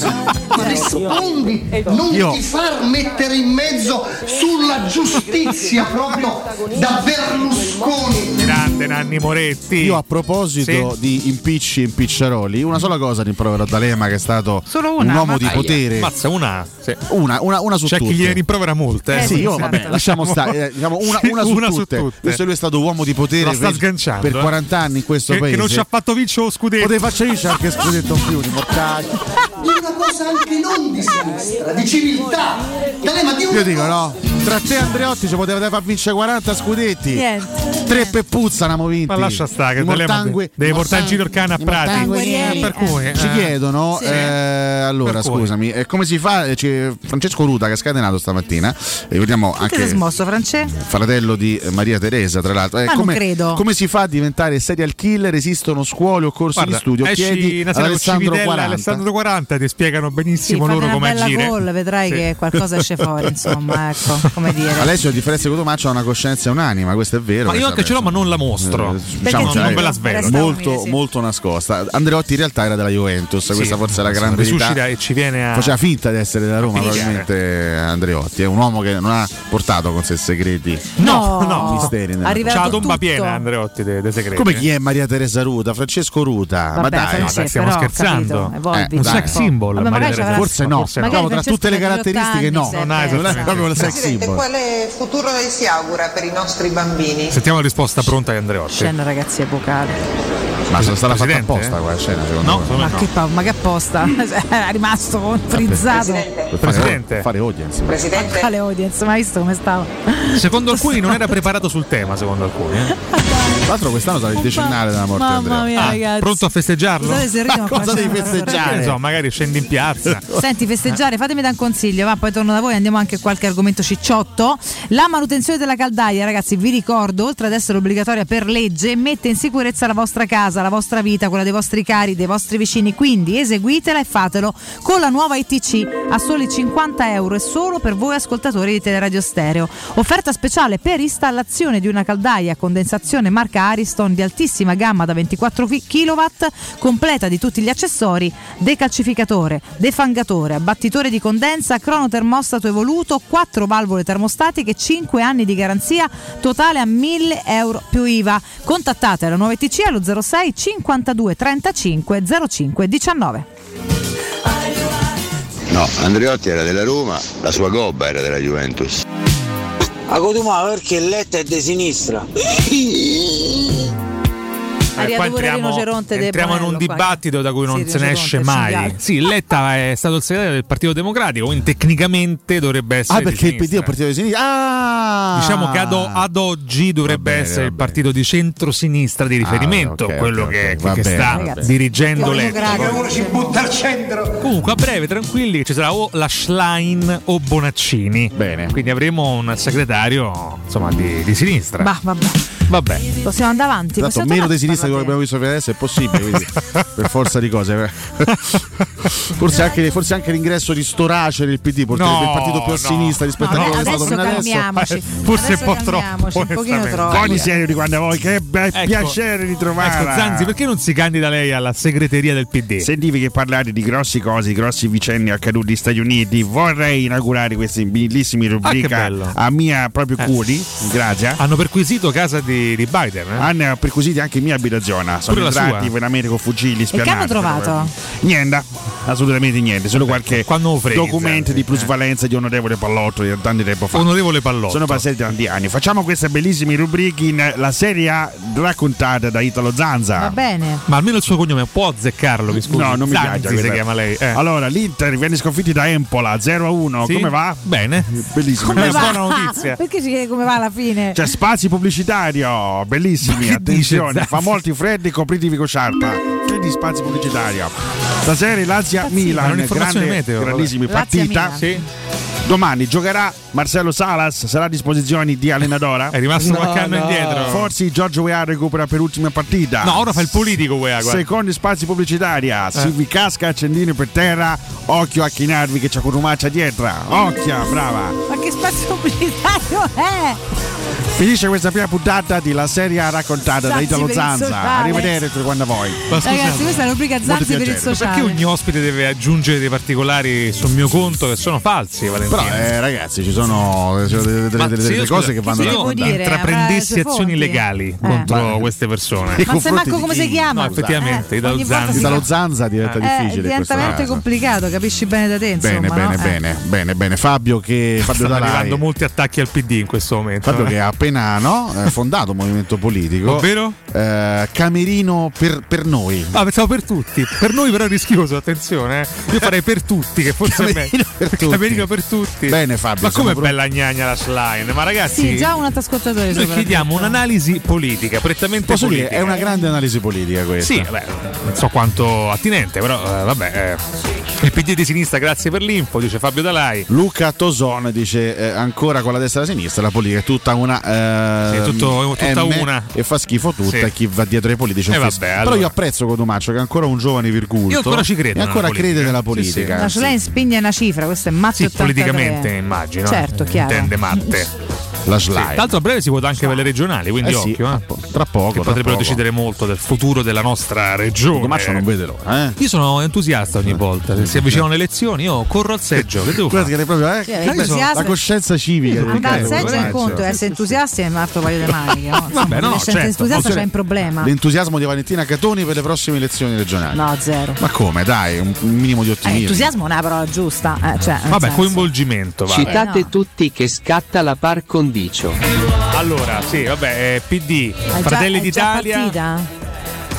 Ma rispondi, non Io- ti far mettere in mezzo sulla giustizia proprio da Berlusconi. Grande Nanni Moretti. Io a proposito Sì. di impicci e impicciaroli, una sola cosa rimprovero a D'Alema, che è stato Solo un una, uomo ma- di potere. Mazza, una. Sì. Una, una, una su C'è tutte. chi gliene rimprovera molte. Eh Eh, sì, sì, io esatto. vabbè, lasciamo stare, eh, diciamo una, Sì, una su una su tutte. tutte. Questo lui è stato uomo di potere La sta per, sganciando, per eh. quaranta anni in questo Che, paese. che non ci ha fatto vincere lo scudetto. Poteva farci vincere anche scudetto in più, di mortacchi. Di una cosa anche non di sinistra, di civiltà. D'Alema, di una Io dico cosa- no, tra te e Andreotti ci poteva far vincere quaranta scudetti. Niente. Tre per puzza abbiamo vinti. Ma lascia stare, che I D'Alema Mortangue- deve portare in giro il cane a i Prati. Mortanguerieri. Eh, per cui, Ci eh. chiedono, Sì. eh, allora Per cui. scusami, eh, come si fa? eh, ci- Francesco Ruta che ha scatenato stamattina, e vediamo Che ti sei anche smosso, Francesco? fratello di eh, Maria Teresa, tra l'altro. Eh, Ah, non come, credo. come si fa a diventare serial killer? Esistono scuole o corsi Guarda, di studio? esci Chiedi una ad sera con Alessandro Civitella e quaranta. Alessandro quaranta ti spiegano Sì, benissimo fate loro una come bella agire. call, vedrai Sì. che qualcosa esce fuori, insomma, ecco, come dire. Alessio, a differenza di Cotomaccio, ha una coscienza unanima, questo è vero. Ma io anche ce l'ho, ma non la mostro. Eh, Diciamo, cioè, non ve la svelo. Resta molto, umile, sì. molto nascosta. Andreotti in realtà era della Juventus, Sì, questa forse è la gran resuscita verità. e ci viene a Faceva finta di essere della Roma, a probabilmente Andreotti. È un uomo che non ha portato con sé segreti. No, no. Misteri nella Ha C'ha rivelato la tomba tutto. piena Andreotti dei de segreti. Come chi è Maria Teresa Ruta? Francesco Ruta? Vabbè, ma dai, Francesco, dai, stiamo però, scherzando. capito, evolvi, Eh, un dai. sex symbol. Vabbè, Maria magari Teresa. c'avrà- forse no. Forse no. Magari No, tra Francesco tutte le negli caratteristiche no. ottanni, Non ha sette. Non è esattamente. proprio il sex Presidente, symbol. quale futuro si augura per i nostri bambini? Sentiamo la risposta pronta di Andreotti. Scena, ragazzi, epocale. Ma sarà stata fatta Presidente, apposta eh? quella scena, secondo No, me. secondo Ma me che, pa- ma che apposta? È rimasto frizzato. Per Presidente. fare, fare audience. Presidente. Quale audience? Ma hai visto come stava? Secondo alcuni non era preparato sul tema, secondo alcuni. Eh? Tra l'altro quest'anno sarà il decennale della morte di Mamma Andrea. mia, Ah, ragazzi. pronto a festeggiarlo? Scusate se rido, ma cosa qua devi c'è una festeggiare? Che ne so, magari scendi in piazza. Senti, festeggiare, fatemi da un consiglio, va, poi torno da voi e andiamo anche a qualche argomento cicciotto. La manutenzione della caldaia, ragazzi, vi ricordo, oltre ad essere obbligatoria per legge, mette in sicurezza la vostra casa, la vostra vita, quella dei vostri cari, dei vostri vicini, quindi eseguitela e fatelo con la nuova I T C a soli cinquanta euro e solo per voi ascoltatori di Teleradio Stereo. Offerta speciale per installazione di una caldaia a condensazione marca Ariston di altissima gamma da ventiquattro chilowatt, completa di tutti gli accessori: decalcificatore, defangatore, abbattitore di condensa, cronotermostato evoluto, quattro valvole termostatiche, cinque anni di garanzia, totale a mille euro più I V A. Contattate la nuova I T C allo zero sei cinquantadue trentacinque zero cinque diciannove. No, Andreotti era della Roma, la sua gobba era della Juventus. A Cotumaccio perché Letta è di sinistra. Arriva qua pure entriamo, Rinoceronte De entriamo in un Bonello qua. dibattito da cui non Sì, se ne Rinoceronte, esce mai. cinghiale. Sì, Letta è stato il segretario del Partito Democratico, quindi tecnicamente dovrebbe essere Ah, perché di il P D è un partito di sinistra? Ah! Diciamo che ad, o- ad oggi dovrebbe bene, essere va il partito di centrosinistra di riferimento, Ah, ok, quello ok, che, ok, va che bene, sta va bene. dirigendo Letta. Che uno ci butta al centro. Comunque a breve, tranquilli, che ci sarà o la Schlein o Bonaccini. Bene. Quindi avremo un segretario insomma di, di sinistra. Bah, vabbè. Vabbè. Possiamo andare avanti. Tanto Possiamo meno tornare di sinistra a di quello che abbiamo visto fino adesso è possibile, quindi per forza di cose. Forse anche, forse anche l'ingresso di Storace del P D porterebbe No, il partito più a no. sinistra rispetto No, a quello che è adesso stato fino adesso. calmiamoci. Eh, forse Adesso un po' troppo, calmiamoci, un pochino onestamente. troppo. Poi serio di quando vuoi, che be- Ecco. piacere di trovarla. Ecco, Zanzi, perché non si candida lei alla segreteria del P D? Sentivi che parlate di grossi cose, di grossi vicende accaduti negli Stati Uniti. Vorrei inaugurare queste bellissime rubriche Ah, che bello. a mia proprio Eh. curi. Grazie. Hanno perquisito casa di, di Biden. Eh? Hanno perquisiti anche mia abitazione. Sono Pure la entrati sua? veramente con fucili, E che hanno spionati. trovato? Niente, assolutamente niente. Solo qualche quando frega, documento Zanzi, di plusvalenza di onorevole Pallotto di tanti tempo fa. Onorevole Pallotto. Sono passati tanti anni. Facciamo queste bellissime rubriche in la serie A raccontata da Italo Zanza. Va bene. Ma almeno il suo cognome può azzeccarlo, mi scusi. No, non mi Zanzi piace. si questa- chiama lei. Eh. Allora, l'Inter viene sconfitti da Empola zero a uno. Sì? Come va? Bene. Bellissimo. Come Questa va? è una notizia. Perché ci chiede come va alla fine? C'è spazio pubblicitario, bellissimi, Ma che attenzione, dice fa molti freddi, copritevi con sciarpa. Freddi spazio pubblicitario. Stasera Lazio Ma Milan, un'informazione grande, meteo, grandissima vabbè. partita. Lazio-Milan. Sì. Domani giocherà Marcelo Salas, sarà a disposizione di allenatore. È rimasto No, qualche anno no. indietro. Forse Giorgio Weah recupera per ultima partita. No, ora fa il politico, Weah, guarda. Secondo spazi pubblicitaria, si vi casca accendino per terra, occhio a chinarvi che c'è Cotumaccio dietro. Occhia, brava. Ma che spazio pubblicitario è? Finisce questa prima puntata di La Serie A raccontata da Zanzi Italo per il Zanza. sociale. Arrivederci quando vuoi. Ma scusate, Ragazzi, questa è la rubrica Zanzi per il piacere. sociale. perché ogni ospite deve aggiungere dei particolari sul mio conto che sono falsi, Valentino? Però eh, ragazzi ci sono delle, delle- delle- Ma delle- sì, delle scusa, cose che vanno se io raccontate. dire, intraprendessi avrà le sue azioni fonti? legali Eh. contro Ma- queste persone. Nei Ma sai confronti manco di come chi? si chiama? No, effettivamente, Eh, Italo ogni volta Zanzi. si Italo chiama- Zanza diventa Eh, difficile in diventa questo veramente caso. complicato, capisci bene da te, insomma. Bene, bene, no? bene, Eh. bene, bene. Fabio che Fabio Stanno Dalai, arrivando molti attacchi al P D in questo momento. Fabio eh. che ha appena no, eh, fondato un movimento politico. Ovvero? Eh, Camerino per, per noi. Ah, pensavo per tutti. Per noi però è rischioso, attenzione. eh. Io farei per tutti, che forse è meglio. Camerino per tutti. Camerino per tutti. Bene Fabio. Ma siamo com'è pronti? bella gnagna la slime? Ma ragazzi, Sì, già un altro ascoltatore. noi soprattutto. chiediamo un'analisi politica, prettamente Posso politica. dire, è una grande analisi politica questa. Sì, vabbè, non so quanto attinente, però eh, vabbè. eh. Il P D di sinistra, grazie per l'info, dice Fabio Dalai. Luca Toson dice eh, ancora con la destra e la sinistra la politica è tutta una eh, Sì, tutto- tutta M una. e fa schifo tutta Sì. e chi va dietro ai politici è Eh, un fis- vabbè, però allora. io apprezzo Cotumaccio che è ancora un giovane virgulto Io ancora ci credo e ancora nella crede politica. nella Sì, politica. sì. La Schlein spinge una cifra, questo è Matte Sì, ottantatré. politicamente immagino. Certo, eh. chiaro. Intende matte. La Sì. slide. Tra l'altro a breve si vota anche per le regionali, quindi Eh sì, occhio. tra Eh. po- tra poco, Che tra potrebbero poco. decidere molto del futuro della nostra regione. Cotumaccio non vede l'ora, eh? Io sono entusiasta ogni volta. Se si avvicinano le elezioni, io corro al seggio. Che devo Guarda fare? che proprio, eh? Sì, Io entusiasmo. penso- la coscienza civica del Andare al caro seggio è un Cotumaccio. conto, essere entusiasti è un altro paio di maniche. No? Vabbè, no, Essere certo. entusiasta Cioè, c'è un problema. L'entusiasmo di Valentina Catoni per le prossime elezioni regionali. No, zero. Ma come, dai, un, un minimo di Eh, ottimismo. entusiasmo non è la parola giusta. Eh, cioè, nel Vabbè, senso. coinvolgimento. Vale. Citate Eh, no. tutti che scatta la par condicio. Allora, sì, vabbè, eh, P D, È già- Fratelli è già d'Italia. partita?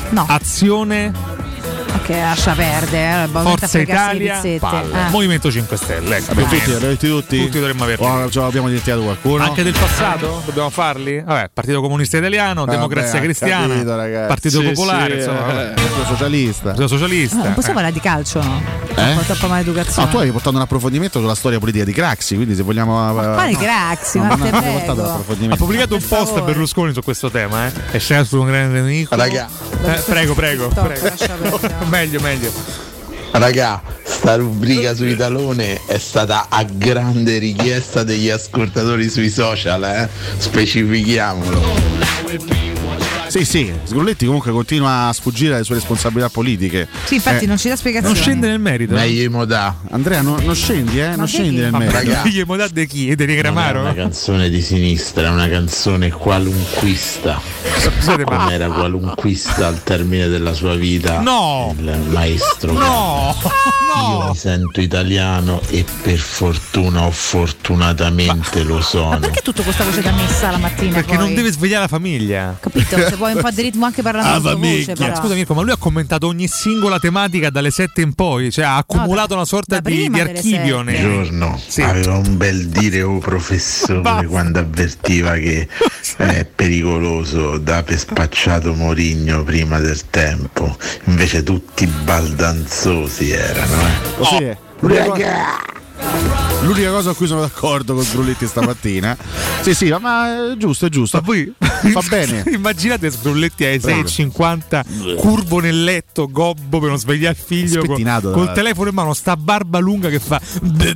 No. Azione. Ok, lascia perdere, eh. Forza Italia, eh. Movimento cinque Stelle. Ecco, Vabbè, tutti, tutti, tutti, tutti dovremmo averli. Oh, ce l'abbiamo dimenticato qualcuno. Anche del passato? Dobbiamo farli? Vabbè, Partito Comunista Italiano, ah, Democrazia vabbè, Cristiana, capito, Partito sì, Popolare, sì, insomma, eh, Partito Socialista. Partito Socialista. Ah, non possiamo eh. parlare di calcio, no? Eh? Troppa maleducazione. No, tu hai portato un approfondimento sulla storia politica di Craxi, quindi se vogliamo. Ma quale no. Craxi? No, Ma non te abbiamo portato un prego. approfondimento. Ha pubblicato un post a Berlusconi su questo tema, eh? È scenato un grande nemico. Raga. Eh, prego, prego. Stop, prego. lascia perdere. meglio, meglio. Raga, sta rubrica sui talone è stata a grande richiesta degli ascoltatori sui social, eh? Specifichiamolo. Sì, sì, Sgrulletti comunque continua a sfuggire alle sue responsabilità politiche. Sì, infatti Eh, non ci dà spiegazioni. Non scende nel merito. Meglio Modà. Andrea, non, non scendi, eh? Non scendi nel merito. Raga, Meglio Modà de chi? E di non è Negramaro? una canzone di sinistra, è una canzone qualunquista. Come era qualunquista al termine della sua vita. No! Il maestro. No! Io mi sento italiano e per fortuna o fortunatamente lo Ma sono. perché tutto questa voce da messa la mattina? Perché poi? non deve svegliare la famiglia. Capito? Se vuoi un po' di ritmo anche parlando con voce, però. Scusa Mirko, ma lui ha commentato ogni singola tematica dalle sette in poi, cioè ha accumulato da- una sorta da di, prima di delle archivio. sette. nei- Buongiorno, Sì. aveva un bel dire o professore Basta. quando avvertiva che è pericoloso da per spacciato Mourinho prima del tempo, invece tutti baldanzosi erano. Eh. Lo sai, l'unica, cosa, l'unica cosa a cui sono d'accordo con Sgrulletti stamattina. Sì, sì, ma è giusto, è giusto. Ma poi fa bene. Immaginate Sgrulletti ai sei Prego. e cinquanta, curvo nel letto, gobbo per non svegliare il figlio, col, Spettinato col da- telefono in mano, sta barba lunga che fa.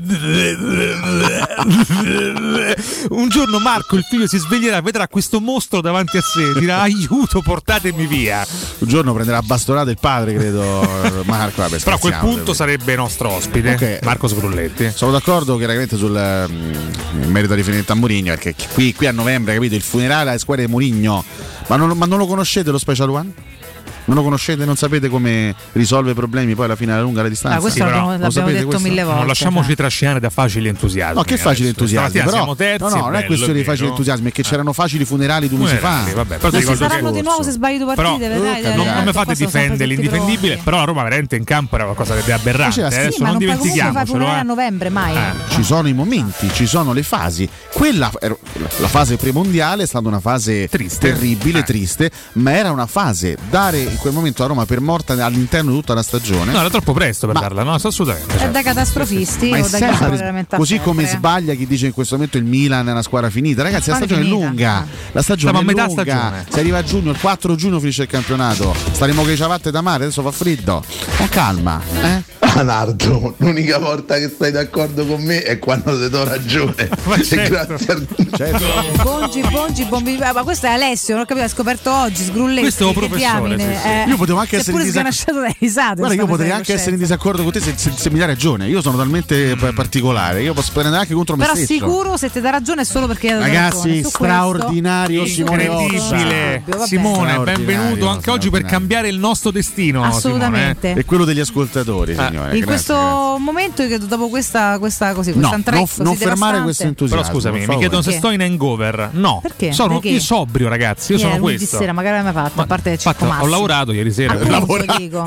Un giorno Marco, il figlio, si sveglierà, vedrà questo mostro davanti a sé, dirà aiuto, portatemi via. Un giorno prenderà bastonate il padre, credo, Marco. Vabbè, Però a quel scherziamo, punto sarebbe nostro ospite, Ok. Marco Sgrulletti. Sono d'accordo chiaramente sul mm, in merito a riferimento a Mourinho, perché qui, qui a novembre, capito, il funerale alle squadre di Mourinho. Ma non, ma non lo conoscete lo Special One? Non lo conoscete? Non sapete come risolve i problemi poi alla fine alla lunga alla distanza? Ah, questo Sì, però l'abbiamo, lo l'abbiamo sapete detto questo? mille volte. Non lasciamoci cioè. trascinare da facili entusiasmi. No, che facili adesso. entusiasmi, Stamattina però siamo terzi, no, no, non è bello, questione di facili vero? entusiasmi, è che c'erano facili funerali due mesi fa. Funerali, vabbè, però ti Ma ci ricordo che- saranno di nuovo se sbagli due Però, partite, vedrai, eh, dai, non, dai, non mi qua fate sono sempre difendere tutti l'indifendibile, pronti. però la Roma veramente in campo era qualcosa di aberrante. Faceva schifo, Adesso Sì, ma non non puoi comunque fare dimentichiamocelo. funerale a eh. novembre mai. Eh. Ci sono i momenti, ci sono le fasi. Quella ero- la fase premondiale è stata una fase Triste. terribile, Eh. triste, ma era una fase. Dare in quel momento a Roma per morta all'interno di tutta la stagione. No, era troppo presto per Ma- darla, no, assolutamente. È da catastrofisti Ma è o da chi vuole sempre veramente così come perdere. sbaglia chi dice in questo momento il Milan è una squadra finita. Ragazzi, la Quale stagione finita? è lunga. La stagione Siamo è a metà lunga. stagione. Si arriva a giugno, il quattro giugno finisce il campionato. Staremo con i ciabatte da mare, adesso fa freddo. Con calma, eh? Leonardo, l'unica volta che stai d'accordo con me è quando ti do ragione. Ma E certo. grazie a Certo. Bongi, Bongi, Bombi, ma questo è Alessio, non ho capito, l'ha scoperto oggi, Sgrulletti. Questo è un che professore, diamine, sì, sì. eh. Io potevo anche Si è essere pure in disac- sganasciato dalle risate. Guarda, io sta potrei presa anche di essere in coscienza. disaccordo con te se, se- se mi dai ragione. Io sono talmente p- particolare, io posso prendere anche contro me Però stesso. sicuro se ti dà ragione è solo perché hai dato Ragazzi, ragione. Su straordinario questo- Simone Incredibile. Vabbè. Simone, Straordinario, benvenuto anche oggi per straordinario. cambiare il nostro destino. Assolutamente. E quello degli ascoltatori, signore. In Grazie, questo grazie. momento io credo dopo questa, questa così, No, questa non, entree non così fermare devastante. questo Però entusiasmo. scusami, per mi favore. chiedono se Perché? sto in hangover. No, Perché? sono Perché? io sobrio, ragazzi. Io Ieri, sono lunedì questo. sera, magari l'hai mai fatto, a parte il Fatto, Cicco ho Massi. lavorato ieri sera. Appunto, dico.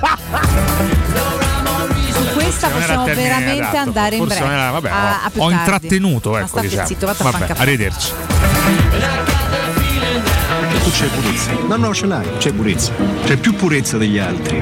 Su questa Non era possiamo il termine veramente adatto. andare in Forse break. non era- vabbè, a, ho- a più ho tardi. intrattenuto, Ma ecco, state diciamo. zitto, vatti a fare un Vabbè, caffè. arrivederci. Tu c'è purezza. No, no, ce l'hai, c'è purezza. C'è più purezza degli altri.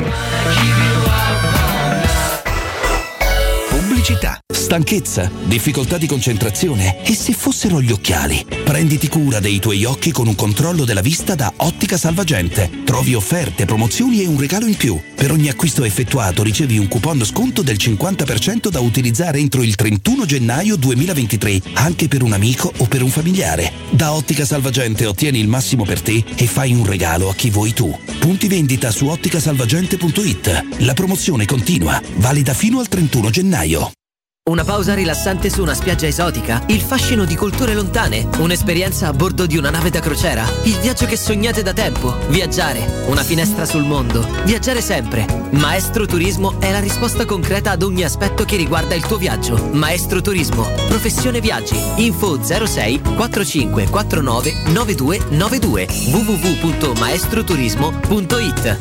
Pubblicità. Stanchezza, difficoltà di concentrazione e se fossero gli occhiali? Prenditi cura dei tuoi occhi con un controllo della vista da Ottica Salvagente. Trovi offerte, promozioni e un regalo in più. Per ogni acquisto effettuato ricevi un coupon sconto del cinquanta per cento da utilizzare entro il trentuno gennaio duemilaventitré, anche per un amico o per un familiare. Da Ottica Salvagente ottieni il massimo per te e fai un regalo a chi vuoi tu. Punti vendita su otticasalvagente punto it. La promozione continua, valida fino al trentuno gennaio. Una pausa rilassante su una spiaggia esotica? Il fascino di culture lontane? Un'esperienza a bordo di una nave da crociera? Il viaggio che sognate da tempo? Viaggiare, una finestra sul mondo. Viaggiare sempre. Maestro Turismo è la risposta concreta ad ogni aspetto che riguarda il tuo viaggio. Maestro Turismo, professione viaggi. Info zero sei quarantacinque quarantanove novantadue novantadue w w w punto maestroturismo punto it.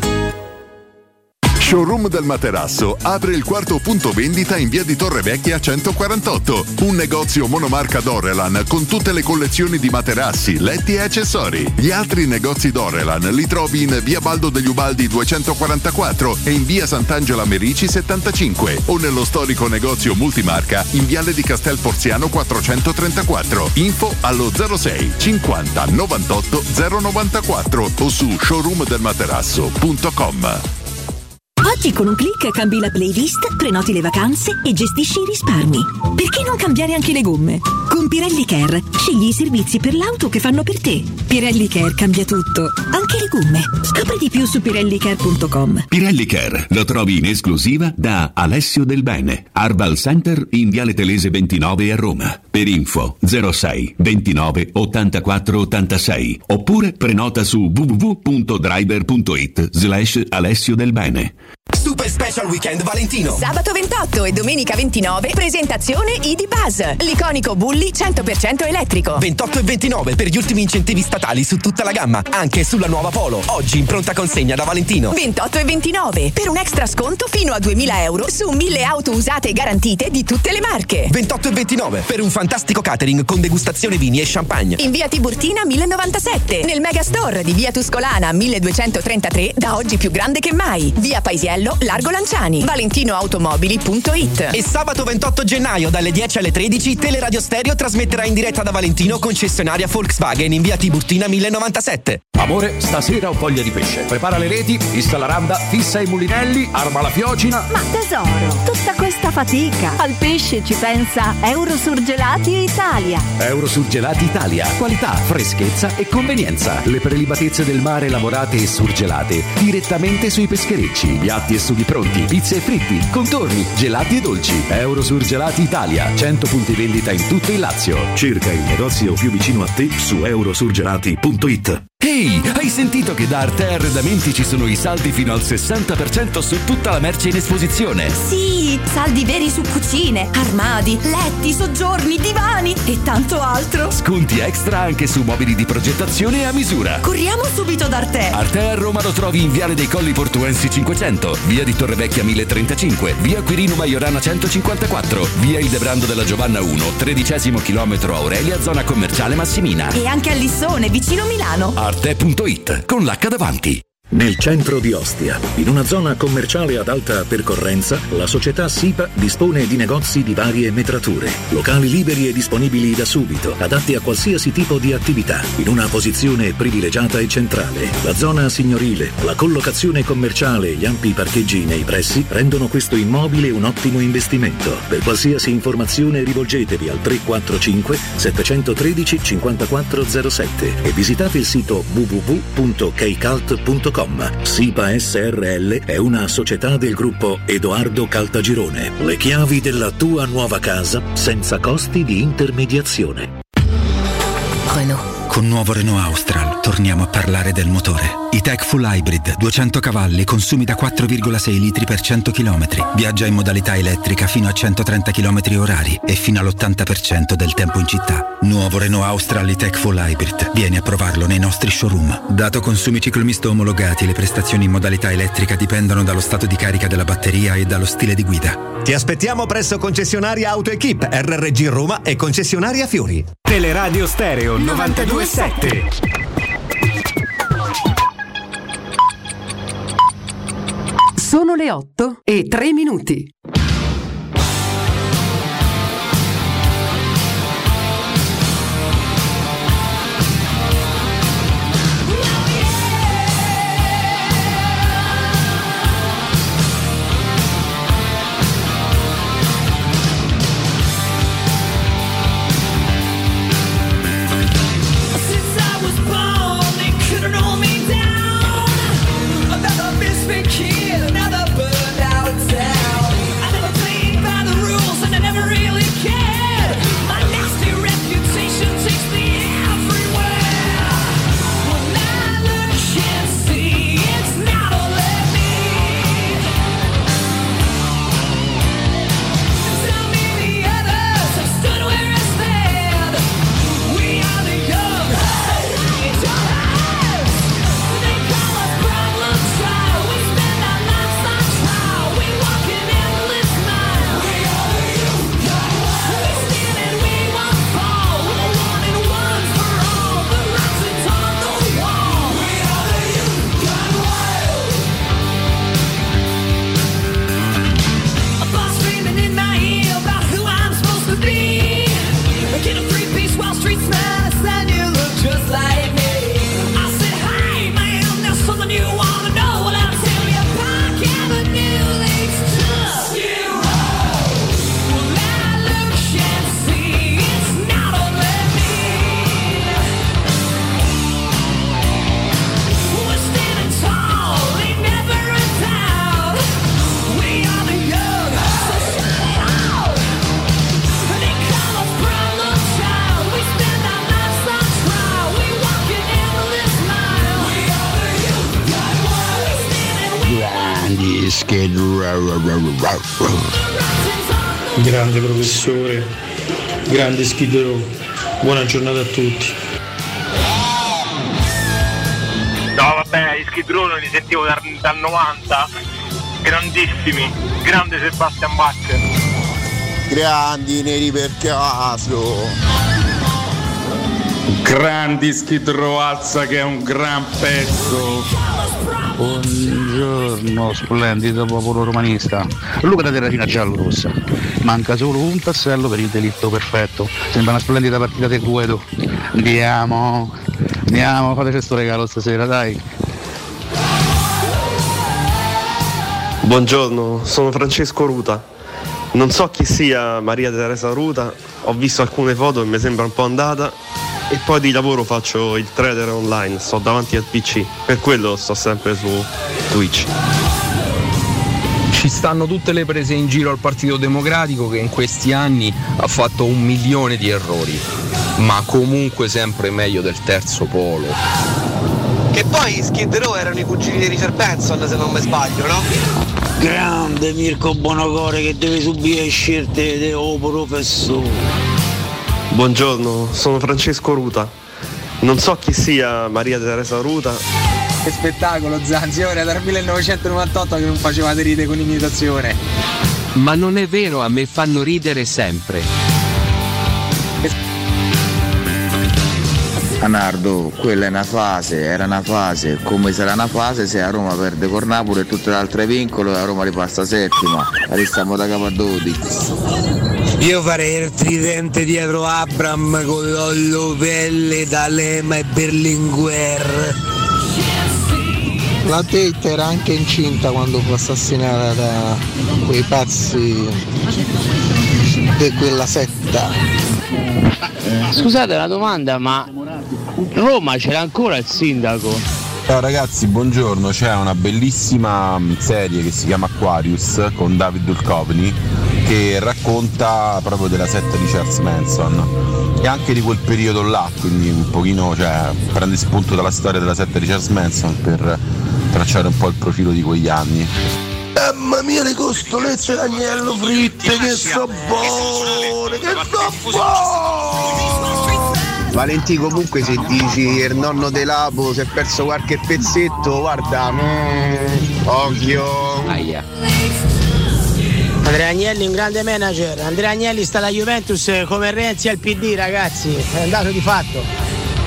Showroom del Materasso apre il quarto punto vendita in via di Torrevecchia centoquarantotto. Un negozio monomarca Dorelan con tutte le collezioni di materassi, letti e accessori. Gli altri negozi Dorelan li trovi in via Baldo degli Ubaldi duecentoquarantaquattro e in via Sant'Angela Merici settantacinque o nello storico negozio multimarca in viale di Castel Porziano quattrocentotrentaquattro. Info allo zero sei cinquanta novantotto zero novantaquattro o su showroom del materasso punto com. Oggi con un click cambi la playlist, prenoti le vacanze e gestisci i risparmi. Perché non cambiare anche le gomme? Con Pirelli Care scegli i servizi per l'auto che fanno per te. Pirelli Care cambia tutto, anche le gomme. Scopri di più su pirelli care punto com. Pirelli Care lo trovi in esclusiva da Alessio Del Bene, Arbal Center in Viale Telese ventinove a Roma. Per info zero sei ventinove ottantaquattro ottantasei oppure prenota su w w w punto driver punto it slash Alessio Del Bene. Super Special Weekend Valentino. Sabato ventotto e domenica ventinove presentazione I D Buzz, l'iconico Bulli cento per cento elettrico. ventotto e ventinove per gli ultimi incentivi statali su tutta la gamma, anche sulla nuova Polo, oggi in pronta consegna da Valentino. ventotto e ventinove per un extra sconto fino a duemila euro su mille auto usate e garantite di tutte le marche. ventotto e ventinove per un fantastico catering con degustazione vini e champagne. In via Tiburtina mille novantasette, nel Megastore di via Tuscolana milleduecentotrentatré, da oggi più grande che mai. Via Paisiello, Largo Lanciani, valentinoautomobili punto it. E sabato ventotto gennaio dalle dieci alle tredici Teleradio Stereo trasmetterà in diretta da Valentino, concessionaria Volkswagen in via Tiburtina mille novantasette. Amore, stasera ho voglia di pesce. Prepara le reti, fissa la randa, fissa i mulinelli, arma la fiocina. Ma tesoro, tutta questa fatica. Al pesce ci pensa Eurosurgelati Italia. Eurosurgelati Italia. Qualità, freschezza e convenienza. Le prelibatezze del mare lavorate e surgelate direttamente sui pescherecci. Piatti e sughi pronti, pizze e fritti, contorni, gelati e dolci. Eurosurgelati Italia. cento punti vendita in tutto il Lazio. Cerca il negozio più vicino a te su eurosurgelati punto it. Ehi, hai sentito che da Arte Arredamenti ci sono i saldi fino al sessanta per cento su tutta la merce in esposizione? Sì, saldi veri su cucine, armadi, letti, soggiorni, divani e tanto altro. Sconti extra anche su mobili di progettazione a misura. Corriamo subito da Arte. Arte a Roma lo trovi in Viale dei Colli Portuensi cinquecento, via di Torrevecchia mille e trentacinque, via Quirino Maiorana centocinquantaquattro, via Il Debrando della Giovanna uno, tredicesimo chilometro Aurelia, zona commerciale Massimina. E anche a Lissone, vicino Milano. arte punto it con l'H davanti. Nel centro di Ostia, in una zona commerciale ad alta percorrenza, la società SIPA dispone di negozi di varie metrature, locali liberi e disponibili da subito, adatti a qualsiasi tipo di attività, in una posizione privilegiata e centrale. La zona signorile, la collocazione commerciale e gli ampi parcheggi nei pressi rendono questo immobile un ottimo investimento. Per qualsiasi informazione rivolgetevi al tre quattro cinque sette uno tre cinque zero sette e visitate il sito w w w punto keicalt punto com. SIPA S R L è una società del gruppo Edoardo Caltagirone. Le chiavi della tua nuova casa senza costi di intermediazione. Renault. Con nuovo Renault Austral torniamo a parlare del motore. E-Tech Full Hybrid, duecento cavalli, consumi da quattro virgola sei litri per cento chilometri. Viaggia in modalità elettrica fino a centotrenta chilometri orari e fino all'ottanta per cento del tempo in città. Nuovo Renault Austral E-Tech Full Hybrid. Vieni a provarlo nei nostri showroom. Dato consumi ciclomisto omologati, le prestazioni in modalità elettrica dipendono dallo stato di carica della batteria e dallo stile di guida. Ti aspettiamo presso concessionaria AutoEquip, R R G Roma e concessionaria Fiori. Teleradio Stereo novantadue sette. Sono le otto e tre minuti. Kid, another burned out town. I never Grande professore, grande Skid Row, buona giornata a tutti. No vabbè, gli Skid Row non li sentivo dal, dal novanta, grandissimi, grande Sebastian Bach. Grandi neri per caso. Grandi Skid Row, alza che è un gran pezzo. Buongiorno splendido popolo romanista. Luca da Terracina giallo-rossa. Manca solo un tassello per il delitto perfetto. Sembra una splendida partita del Guedo. Andiamo, andiamo, fateci sto regalo stasera, dai. Buongiorno, sono Francesco Ruta. Non so chi sia Maria Teresa Ruta, ho visto alcune foto e mi sembra un po' andata. E poi di lavoro faccio il trader online, sto davanti al P C, per quello sto sempre su Twitch. Ci stanno tutte le prese in giro al Partito Democratico che in questi anni ha fatto un milione di errori, ma comunque sempre meglio del terzo polo. Che poi Skid Row erano i cugini di Richard Benson, se non mi sbaglio, no? Grande Mirko Bonocore che deve subire scelte del professore. Buongiorno, sono Francesco Ruta. Non so chi sia Maria Teresa Ruta. Che spettacolo Zanzi, ora dal millenovecentonovantotto che non facevate ridere con imitazione. Ma non è vero, a me fanno ridere sempre. Anardo, quella è una fase, era una fase, come sarà una fase se a Roma perde con Napoli e tutte le altre vincolo e a Roma ripassa settima, restiamo da capo a dodici. Io farei il tridente dietro Abram con Lollo, Pelle, D'Alema e Berlinguer. La Tate era anche incinta quando fu assassinata da quei pazzi di quella setta. Scusate una domanda, ma Roma c'era ancora il sindaco? Ciao ragazzi, buongiorno, c'è una bellissima serie che si chiama Aquarius con David Duchovny che racconta proprio della setta di Charles Manson e anche di quel periodo là, quindi un pochino, cioè, prende spunto dalla storia della setta di Charles Manson per tracciare un po' il profilo di quegli anni. Mamma mia, le costolette d'agnello fritte, che so buone, che so buone! Valentì, comunque se dici il nonno dell'Apo si è perso qualche pezzetto, guarda, mm, occhio. Aia. Andrea Agnelli un grande manager, Andrea Agnelli sta alla Juventus come Renzi al P D, ragazzi, è un dato di fatto.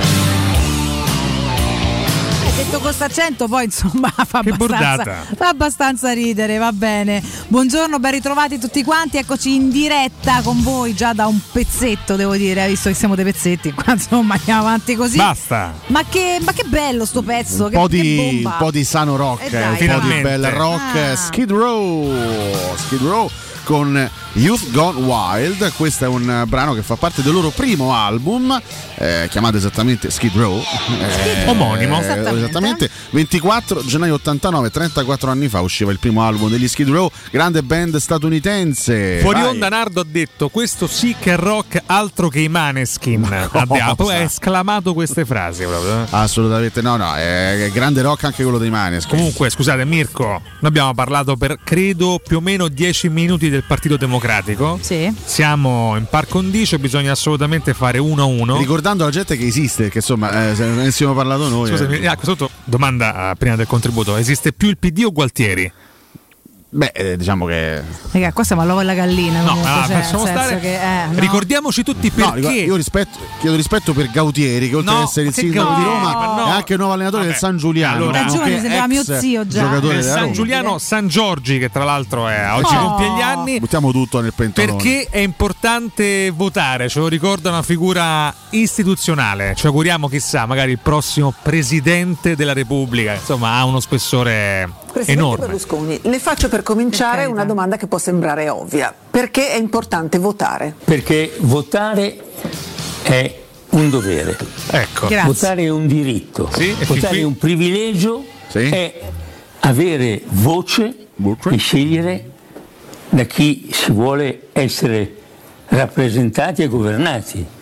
Detto con accento poi insomma fa che abbastanza, fa abbastanza ridere, va bene. Buongiorno, ben ritrovati tutti quanti, eccoci in diretta con voi già da un pezzetto, devo dire, visto che siamo dei pezzetti qua, insomma andiamo avanti così. Basta. Ma che, ma che bello sto pezzo, un che, po' che di bomba. un po' di sano rock, eh dai, un po' di bel rock. ah. Skid Row Skid Row con Youth Gone Wild. Questo è un brano che fa parte del loro primo album, eh, chiamato esattamente Skid Row, eh, omonimo, esattamente. esattamente ventiquattro gennaio ottantanove, trentaquattro anni fa usciva il primo album degli Skid Row, grande band statunitense. Fuori Vai. onda Nardo ha detto questo sì che è rock, altro che i Maneskin. Abbiamo esclamato queste frasi proprio. Assolutamente no, no, è grande rock anche quello dei Maneskin. Comunque scusate Mirko, noi abbiamo parlato per credo più o meno dieci minuti del Partito Democratico. Sì. Siamo in par condicio, bisogna assolutamente fare uno a uno. Ricordando alla gente che esiste, che insomma, eh, se ne abbiamo parlato noi. Scusami, eh. ah, sotto, domanda uh, prima del contributo: esiste più il P D o Gualtieri? Beh, eh, diciamo che. Raga, qua siamo all'uovo alla gallina. No, comunque, ah, cioè, facciamo nel senso stare. Che, eh, no. Ricordiamoci tutti perché. No, io rispetto, chiedo rispetto per Gautieri, che oltre No, ad essere il che sindaco Gautieri? di Roma, Ma no. è anche il nuovo allenatore Vabbè. del San Giuliano. Allora, Da giovane sembrava mio zio già. Giocatore Nel della San Roma. Giuliano San Giorgi, che tra l'altro è oggi Oh. compie gli anni. Buttiamo tutto nel pentolone. Perché è importante votare, ce lo ricorda una figura istituzionale. Ci auguriamo, chissà, magari il prossimo presidente della Repubblica. Insomma, ha uno spessore Presidente enorme. Berlusconi, le faccio per cominciare una domanda che può sembrare ovvia. Perché è importante votare? Perché votare è un dovere. Ecco. Grazie. Votare è un diritto. Sì, e fin votare qui- è un privilegio, Sì. è avere voce Voce. e scegliere da chi si vuole essere rappresentati e governati.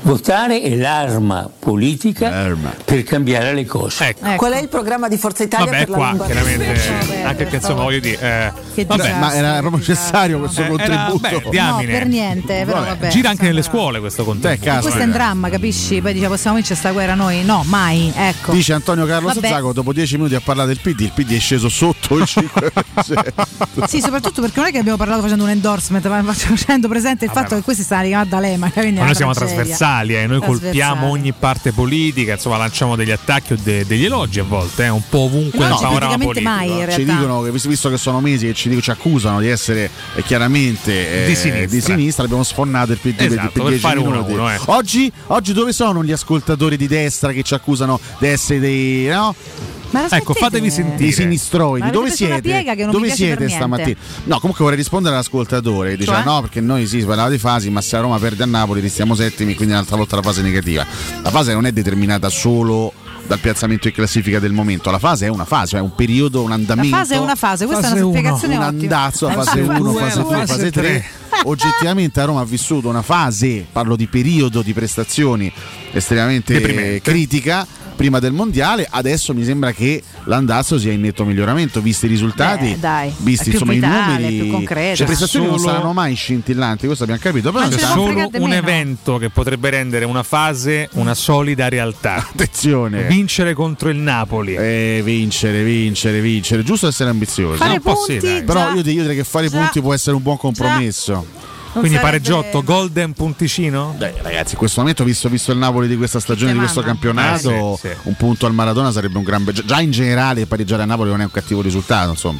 Votare è l'arma politica l'arma. per cambiare le cose. Ecco. Qual è il programma di Forza Italia Vabbè, per la qua Lombardia? chiaramente anche che insomma voglio dire eh, Che vabbè, ma era proprio necessario questo Eh, contributo. era- beh, diamine. No, per niente, però Vabbè, vabbè. gira anche nelle scuole questo contesto. Beh, Questo è un dramma, capisci? Poi dice possiamo vincere sta guerra noi? No, mai, ecco. Dice Antonio Carlo Vabbè. Sazzago, dopo dieci minuti a parlare del P D, il P D è sceso sotto il cinque per cento. Sì, soprattutto perché non è che abbiamo parlato facendo un endorsement, ma facendo presente il Vabbè, fatto che questi stanno arrivando da Lema. Quindi Ma è noi una siamo tragedia. trasversali, eh. Noi Trasversali. colpiamo ogni parte politica, insomma lanciamo degli attacchi o de- degli elogi a volte, eh, un po' ovunque No, nel no, panorama praticamente politico. mai, in Ci realtà. dicono che visto, visto che sono mesi che ci, dico- ci accusano di essere eh, chiaramente eh, Di sinistra. di sinistra, abbiamo sfonnato il P D Esatto, per per dieci fare uno a minuti. uno, eh. Oggi, oggi dove sono gli ascoltatori di destra che ci accusano di essere dei no? Ma Ecco, fatevi sentire. I sinistroidi, Ma avete dove preso una siete? piega che non Dove mi piace siete per niente. stamattina? No, comunque vorrei rispondere all'ascoltatore. Diceva Cioè? no, perché noi sì, si parlava di fasi, ma se la Roma perde a Napoli restiamo settimi, quindi un'altra volta la fase negativa. La fase non è determinata solo dal piazzamento in classifica del momento, la fase è una fase, è un periodo, un La andamento. fase è una fase, questa Fase è una uno. spiegazione Un ottima. andazzo, Eh, fase infatti. uno, fase due, fase tre. Oggettivamente a Roma ha vissuto una fase, parlo di periodo di prestazioni estremamente Deprimente. critica prima del mondiale, adesso mi sembra che l'andazzo sia in netto miglioramento, visti i risultati, Beh, dai, visti è più insomma vitale, i numeri, è più concreta. le prestazioni non Solo- saranno mai scintillanti, questo abbiamo capito, però Ma C'è ce ne intanto- può solo fregare un meno. evento che potrebbe rendere una fase una solida realtà. attenzione, Vincere contro il Napoli. eh, vincere, vincere, vincere, giusto essere ambiziosi. Fare un po' sì, punti, dai. Però già. io, io direi che fare Già. punti può essere un buon compromesso. Non Quindi sarebbe- pareggiotto, golden punticino? Dai, ragazzi, in questo momento, visto, visto il Napoli di questa stagione, di questo Settimana. campionato, Eh, sì, sì. un punto al Maradona sarebbe un gran be- già in generale pareggiare a Napoli non è un cattivo risultato, insomma.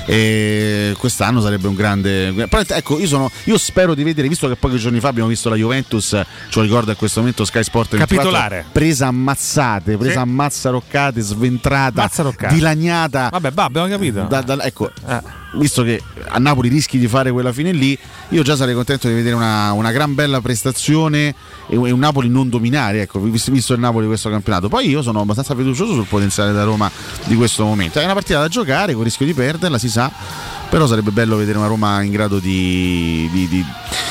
E quest'anno sarebbe un grande. Però, ecco, io sono. Io spero di vedere, visto che pochi giorni fa abbiamo visto la Juventus, ce lo ricorda in questo momento Sky Sport ventiquattro, Capitolare. presa ammazzate, presa Sì. ammazzaroccate, sventrata, Mazzaroccate. dilaniata. Vabbè, va, abbiamo capito. Da- da- ecco, Eh. visto che a Napoli rischi di fare quella fine lì, io già sarei contento di vedere una, una gran bella prestazione e un, e un Napoli non dominare, ecco, visto, visto il Napoli di questo campionato. Poi io sono abbastanza fiducioso sul potenziale da Roma di questo momento. È una partita da giocare, con il rischio di perderla, si sa, però sarebbe bello vedere una Roma in grado di, di, di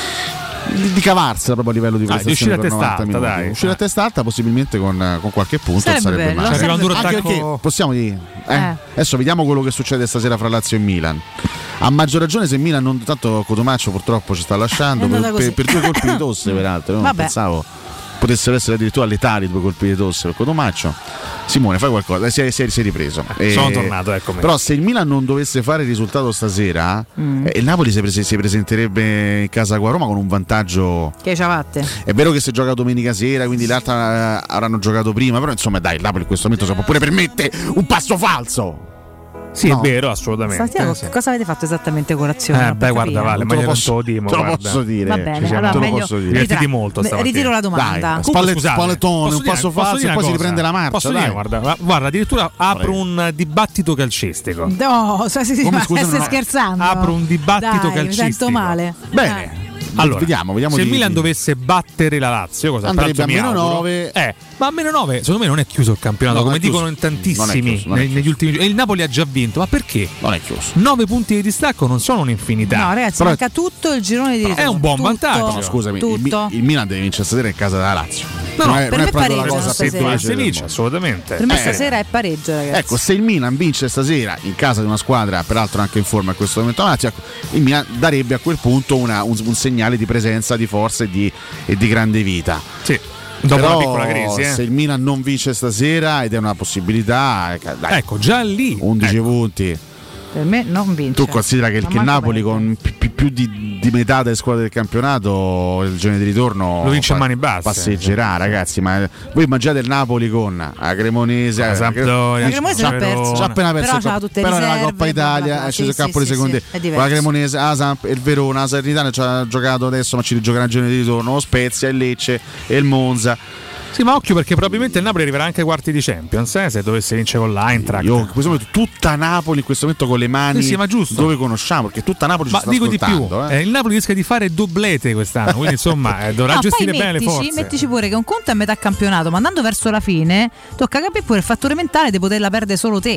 di, di cavarsela proprio a livello di Dai, di prestazione uscire a per testa novanta alta, minuti. dai. Uscire a testa alta, possibilmente con, con qualche punto, Sarebbe sarebbe bello, male. Ci arriva un duro Anche attacco. perché possiamo dire eh? Eh. Adesso vediamo quello che succede stasera fra Lazio e Milan. A maggior ragione se Milan non tanto Cotomaccio purtroppo ci sta lasciando È per, andata per, così. per due colpi di tosse peraltro. Io non Vabbè. pensavo potessero essere addirittura letali due colpi di tosse per Cotomaccio. Simone, fai qualcosa, eh, si è, si è- si è ripreso. Eh, sono tornato, eccomi. Però se il Milan non dovesse fare il risultato stasera, Mm. eh, il Napoli si, prese- si presenterebbe in casa qua a Roma con un vantaggio. Che ciabatte. È vero che si gioca domenica sera, quindi l'altra eh, avranno giocato prima, però insomma dai, il Napoli in questo momento si può pure permettere un passo falso. Sì, No. è vero, assolutamente. Stamattina Sì. cosa avete fatto esattamente a colazione? Eh, Non beh, per guarda, capire. Vale, Non te ma lo io posso- non te lo dimo, te lo guarda. posso dire. Va Ci bene, siamo- allora te lo meglio posso dire. Divertiti ritira- molto beh, stamattina. ritiro la Dai, domanda. spalle- Scusate, spallettone, posso un dire- passo posso falso dire e una poi si cosa? riprende la marcia. Posso dire, dai. guarda, guarda, addirittura apro un dibattito calcistico. No, cioè, sì, sì, Come, ma scusa, stai no. scherzando? Apro un dibattito Dai, calcistico. Mi sento male. Bene. Allora, vediamo, vediamo se il di- Milan di- dovesse battere la Lazio, cosa Andrebbe peraltro a mi meno auguro, nove. eh, ma a meno nove secondo me non è chiuso il campionato, No, non come è chiuso. dicono in Non è tantissimi chiuso, non è nei- chiuso. negli ultimi giorni. E il Napoli ha già vinto, ma perché? Non è chiuso. nove punti di distacco non sono un'infinità. No, ragazzi, Però- manca tutto il girone di È un buon tutto, vantaggio. No, scusami, il, Mi- tutto. il Milan deve vincere stasera in casa della Lazio. No, non no, è, per non me è proprio la pareggiano cosa stasera. più Se facile del vince, mondo. assolutamente. Per me Eh. stasera è pareggio, ragazzi. Ecco, se il Milan vince stasera in casa di una squadra, peraltro anche in forma in questo momento, la Lazio, ecco, il Milan darebbe a quel punto una- un, un segnale di presenza, di forza e di, e di grande vita. Sì, dopo Però, una piccola crisi. Eh. se il Milan non vince stasera ed è una possibilità, eh, dai, Ecco, già lì. undici ecco. punti. Per me non vince. Tu considera che il, Ma che il manco Napoli perde. con pi- pi- più di, di metà delle squadre del campionato il giorno di ritorno Lo vince a pa- mani basse. passeggerà, ragazzi. Ma voi immaginate il Napoli con la Cremonese, La eh, Sampdoria, La Cremonese ha Verona. perso. già appena perso Però il c'ha Coppa- tutte però nella riserve, Coppa Italia bla bla bla. è sceso Sì, il campo sì, di secondi sì, sì, è con la diverso. Cremonese, la Samp e il Verona, la Salernitana ci ha giocato adesso, ma ci rigiocherà il giorno di ritorno lo Spezia, il Lecce e il Monza. Sì, ma occhio perché probabilmente il Napoli arriverà anche ai quarti di Champions, eh, se dovesse vincere con l'Eintracht. Io in questo momento tutta Napoli in questo momento con le mani Sì, sì, ma giusto. dove conosciamo, perché tutta Napoli ci Ma sta dico di più, ascoltando, eh. eh, il Napoli rischia di fare doblete quest'anno, quindi insomma eh, dovrà No, gestire poi bene le mettici, forze. mettici pure che un conto è a metà campionato, ma andando verso la fine tocca capire pure il fattore mentale di poterla perdere solo te.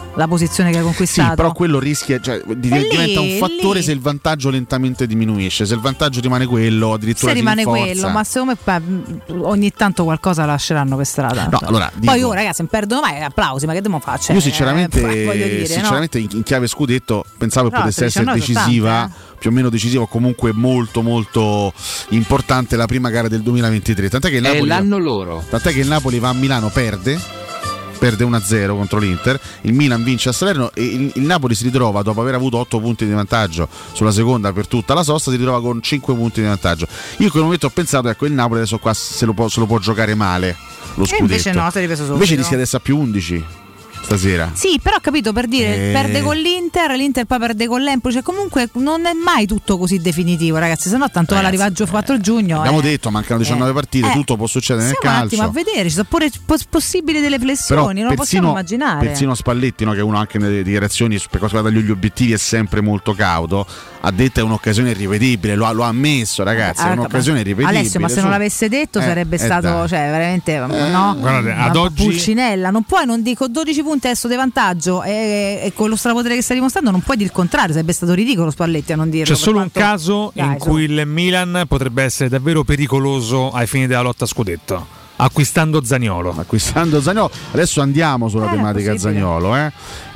la posizione che hai conquistato. Sì, però quello rischia, cioè, di, È diventa lì, un fattore lì. se il vantaggio lentamente diminuisce. Se il vantaggio rimane quello, addirittura Se si rimane rinforza. quello, ma secondo me beh, ogni tanto qualcosa lasceranno per strada. No, allora, Poi dico- io ragazzi non perdono mai applausi, ma che devo fare? Cioè, Io sinceramente, eh, voglio dire, sinceramente in, in chiave scudetto pensavo che No, potesse essere diciannove decisiva, ottanta, più o meno decisiva, o comunque molto molto importante la prima gara del duemilaventitré. Tant'è che il È Napoli, l'anno loro. tant'è che il Napoli va a Milano, perde. Perde uno a zero contro l'Inter, il Milan vince a Salerno e il, il Napoli si ritrova, dopo aver avuto otto punti di vantaggio sulla seconda per tutta la sosta, si ritrova con cinque punti di vantaggio. Io in quel momento ho pensato, ecco, il Napoli adesso qua se lo può, se lo può giocare male lo scudetto. E invece no, si è ripreso subito. Invece rischia di essere a più undici stasera. Sì, però ho capito, per dire, Eh. perde con l'Inter, l'Inter poi perde con l'Empoli, cioè comunque non è mai tutto così definitivo, ragazzi, se no tanto va l'arrivaggio quattro giugno. Abbiamo eh. detto, mancano diciannove Eh. partite, Eh. tutto può succedere nel Stiamo un calcio. attimo a vedere, ci sono pure pos- possibili delle Però flessioni, non lo possiamo immaginare. persino Spalletti, no, che uno anche nelle dichiarazioni per quanto riguarda gli obiettivi è sempre molto cauto, ha detto è un'occasione irripetibile, lo ha, lo ha ammesso, ragazzi, Ah, è un'occasione irripetibile. Alessio, ma se su- non l'avesse detto Eh, sarebbe eh, stato, dai. cioè veramente no? Guardate, ad Una oggi- pulcinella, non puoi, non dico dodici punti adesso di vantaggio e, e con lo strapotere che stai dimostrando non puoi dire il contrario, sarebbe stato ridicolo Spalletti a non dirlo. C'è per solo un quanto- caso Dai, in su. cui il Milan potrebbe essere davvero pericoloso ai fini della lotta a scudetto, acquistando Zaniolo. Acquistando Zaniolo. Adesso andiamo sulla Eh, tematica possibile. Zaniolo. Eh.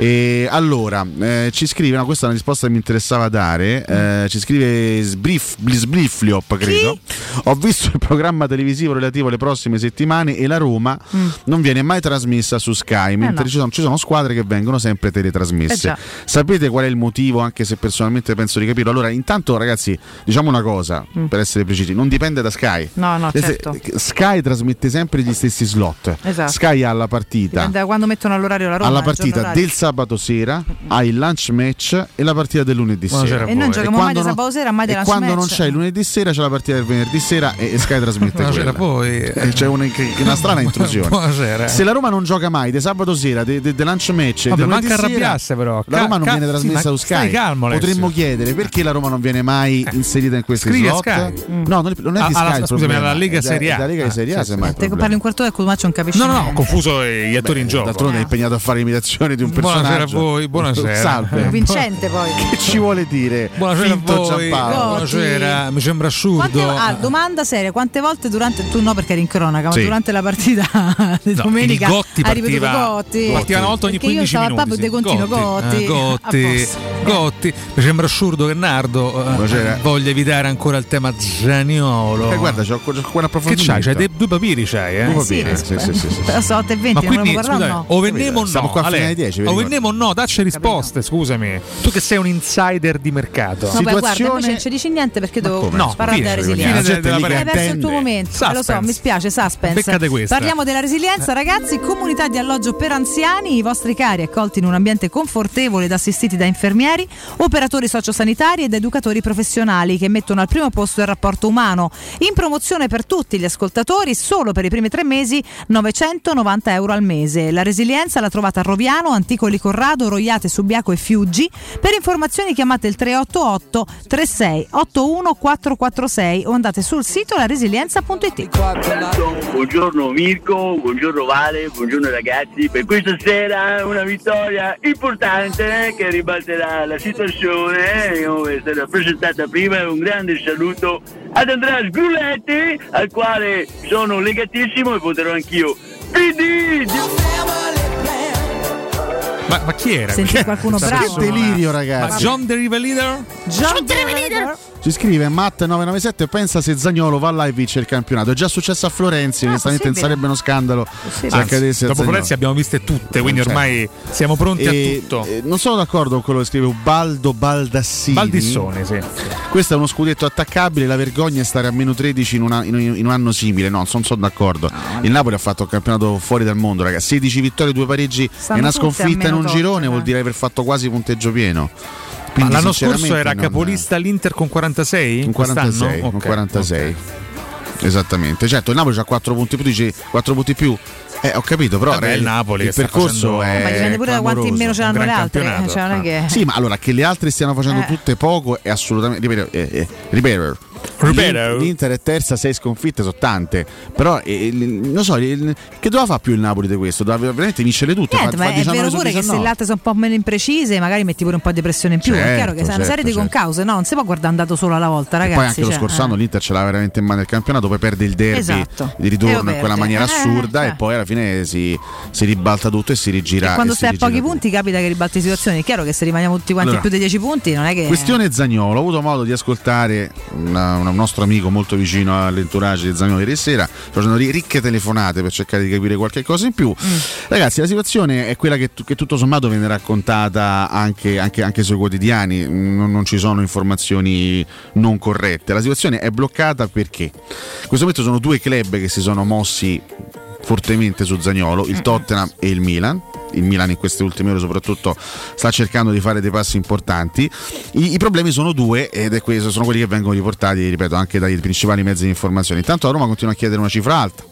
E allora, eh, ci scrive, no, questa è una risposta che mi interessava dare. eh, ci scrive Sbriff, Sbriffliop, credo. Ho visto il programma televisivo relativo alle prossime settimane e la Roma Mm. non viene mai trasmessa su Sky, mentre no. ci, sono, ci sono squadre che vengono sempre Eh teletrasmesse. già. Sapete qual è il motivo, anche se personalmente penso di capirlo? Allora, intanto ragazzi, diciamo una cosa, Mm. per essere precisi, non dipende da Sky. No, no, Eh, certo. Sky trasmette sempre gli stessi slot. Esatto. Sky ha la partita, Dipende da quando mettono all'orario la Roma. alla il giorno partita orario. del sabato sera, ha il lunch match e la partita del lunedì sera. E noi non giochiamo mai di quando sabato sera, mai di e lunch quando match. non c'è il lunedì sera c'è la partita del venerdì sera e, e Sky trasmette Buonasera, quella. poi. Eh, c'è una, che- che una strana intrusione. Buonasera. Se la Roma non gioca mai di sabato sera, del de, de lunch match e Vabbè, del manca lunedì sera, arrabbiasse, però. la Ca- Roma non ca- viene sì, trasmessa ma su stai Sky. calmo, Alessio. Potremmo chiedere perché la Roma non viene mai inserita in questi Scrivi a slot. Sky. No, non è, non è di Ah, Sky alla- il scusami, problema, alla Lega è da- Serie A. è da Lega Ah, Serie A, sì, semmai il Te problema. parli un quarto d'ora e Codumaccio non capisci No, no, no, ho niente. confuso gli attori in gioco. D'altronde è impegnato a fare imitazioni di un Buonasera personaggio. a voi, buonasera. Salve. Vincente poi. Che ci vuole dire? Buonasera a Finto voi. Giampaolo. Buonasera, mi sembra Quante, assurdo. ah, domanda seria, quante volte durante tu no perché eri in cronaca, ma Sì. durante la partita di No, domenica il Gotti hai ripetuto partiva- Gotti? partiva una volta ogni Perché io quindici stavo minuti. al pub sì. de continuo Gotti. eh, Gotti, A posto. Gotti. Mi sembra assurdo che Nardo eh, Buonasera. voglia evitare ancora il tema Zaniolo. Eh, guarda, c'ho, c'ho qua un Che approfondimento. c'hai? C'hai dei- due papiri c'hai, eh? Due papiri, sì, sì, sì, sì. Però sono otto e venti, Ma non quindi, volevo parlare scusate, o no? o veniamo o no? Siamo qua fino Ale, alle dieci, vi o ricordo. veniamo o no? Dacci risposte, scusami. Tu che sei un insider di mercato. No, beh, guarda, invece non ci dici niente perché devo come? No, parlare della fine, resilienza. fine della Hai partita. perso il tuo momento, eh, lo so, Suspense. mi spiace, suspense. Beccate questa. Parliamo della resilienza, ragazzi, comunità di alloggio per anziani, i vostri cari accolti in un ambiente confortevole ed assistiti da infermieri, operatori sociosanitari ed educatori professionali che mettono al primo posto il rapporto umano. In promozione per tutti gli ascoltatori, solo per i primi tre mesi, novecentonovanta euro al mese. La resilienza la trovate a Roviano, Anticoli Corrado, Roiate, Subiaco e Fiuggi. Per informazioni chiamate il tre otto otto tre sei otto uno quattro quattro sei o andate sul sito laresilienza punto it. Buongiorno Mirko, buongiorno Vale, buongiorno ragazzi. Per questa sera una vittoria importante che ribalterà la situazione, come è stata presentata prima. Un grande saluto ad Andrea Sgrulletti, al quale sono legatissimo e voterò anch'io. P D! Ma, ma chi era? Senti Chi- qualcuno questa bravo? persona? Che delirio, Ma ragazzi. John the River Leader? John the Leader. Ci scrive Matt nove nove sette, pensa se Zagnolo va là e vince il campionato. È già successo a Florenzi, onestamente non possibile. sarebbe uno scandalo se Anzi, accadesse a dopo Zaniolo. Florenzi abbiamo viste tutte, quindi Cioè. ormai siamo pronti E- a tutto. eh, non sono d'accordo con quello che scrive Ubaldo Baldassini. Baldissone, sì. Questo è uno scudetto attaccabile, la vergogna è stare a meno tredici in, una- in un- in un anno simile. No, non sono d'accordo. Il Napoli ha fatto un campionato fuori dal mondo, ragazzi. sedici vittorie, due pareggi Stanno e una tutte a sconfitta in meno un tot, girone eh. vuol dire aver fatto quasi punteggio pieno. Ma Quindi, l'anno scorso sinceramente, era non- capolista l'Inter con quarantasei? Un quarantasei, Quest'anno? un Ok, quarantasei. ok. Esattamente. Certo, il Napoli ha quattro punti più, tu dici quattro punti più. Eh, ho capito, però Vabbè, eh, il Napoli il che sta percorso facendo- è Ma dipende pure da quanti in meno ce l'hanno un le gran altre. campionato. Cioè, non è che... Sì, ma allora che le altre stiano facendo Eh. tutte poco è assolutamente ripeto, eh, eh, ripeto, Ripeto. L'Inter è terza, sei sconfitte, sono tante. Però eh, non so, il, che doveva fare più il Napoli di questo? Doveva veramente vincere tutte. Niente, fa, fa ma è vero pure che se le altre sono un po' meno imprecise, magari metti pure un po' di pressione in più. Certo, è chiaro che certo, è una serie certo. di concause, no? Non si può guardare un dato solo alla volta, ragazzi. E poi anche cioè, lo scorso anno eh. l'Inter ce l'ha veramente in mano il campionato, poi perde il derby esatto. di ritorno in quella maniera assurda eh, e poi alla fine si, si ribalta tutto e si rigira. E quando e stai a pochi tutto. punti capita che ribalti situazioni. È chiaro che se rimaniamo tutti quanti allora, più di dieci punti non è che. Questione Zaniolo, ho avuto modo di ascoltare una, un nostro amico molto vicino all'entourage di Zaniolo ieri sera, facendo ricche telefonate per cercare di capire qualche cosa in più. Mm. Ragazzi, la situazione è quella che, che tutto sommato viene raccontata anche, anche, anche sui quotidiani, non, non ci sono informazioni non corrette. La situazione è bloccata perché in questo momento sono due club che si sono mossi fortemente su Zaniolo, il Tottenham e il Milan. Il Milan in queste ultime ore soprattutto sta cercando di fare dei passi importanti. I, i problemi sono due ed è questo, sono quelli che vengono riportati, ripeto, anche dai principali mezzi di informazione. Intanto la Roma continua a chiedere una cifra alta,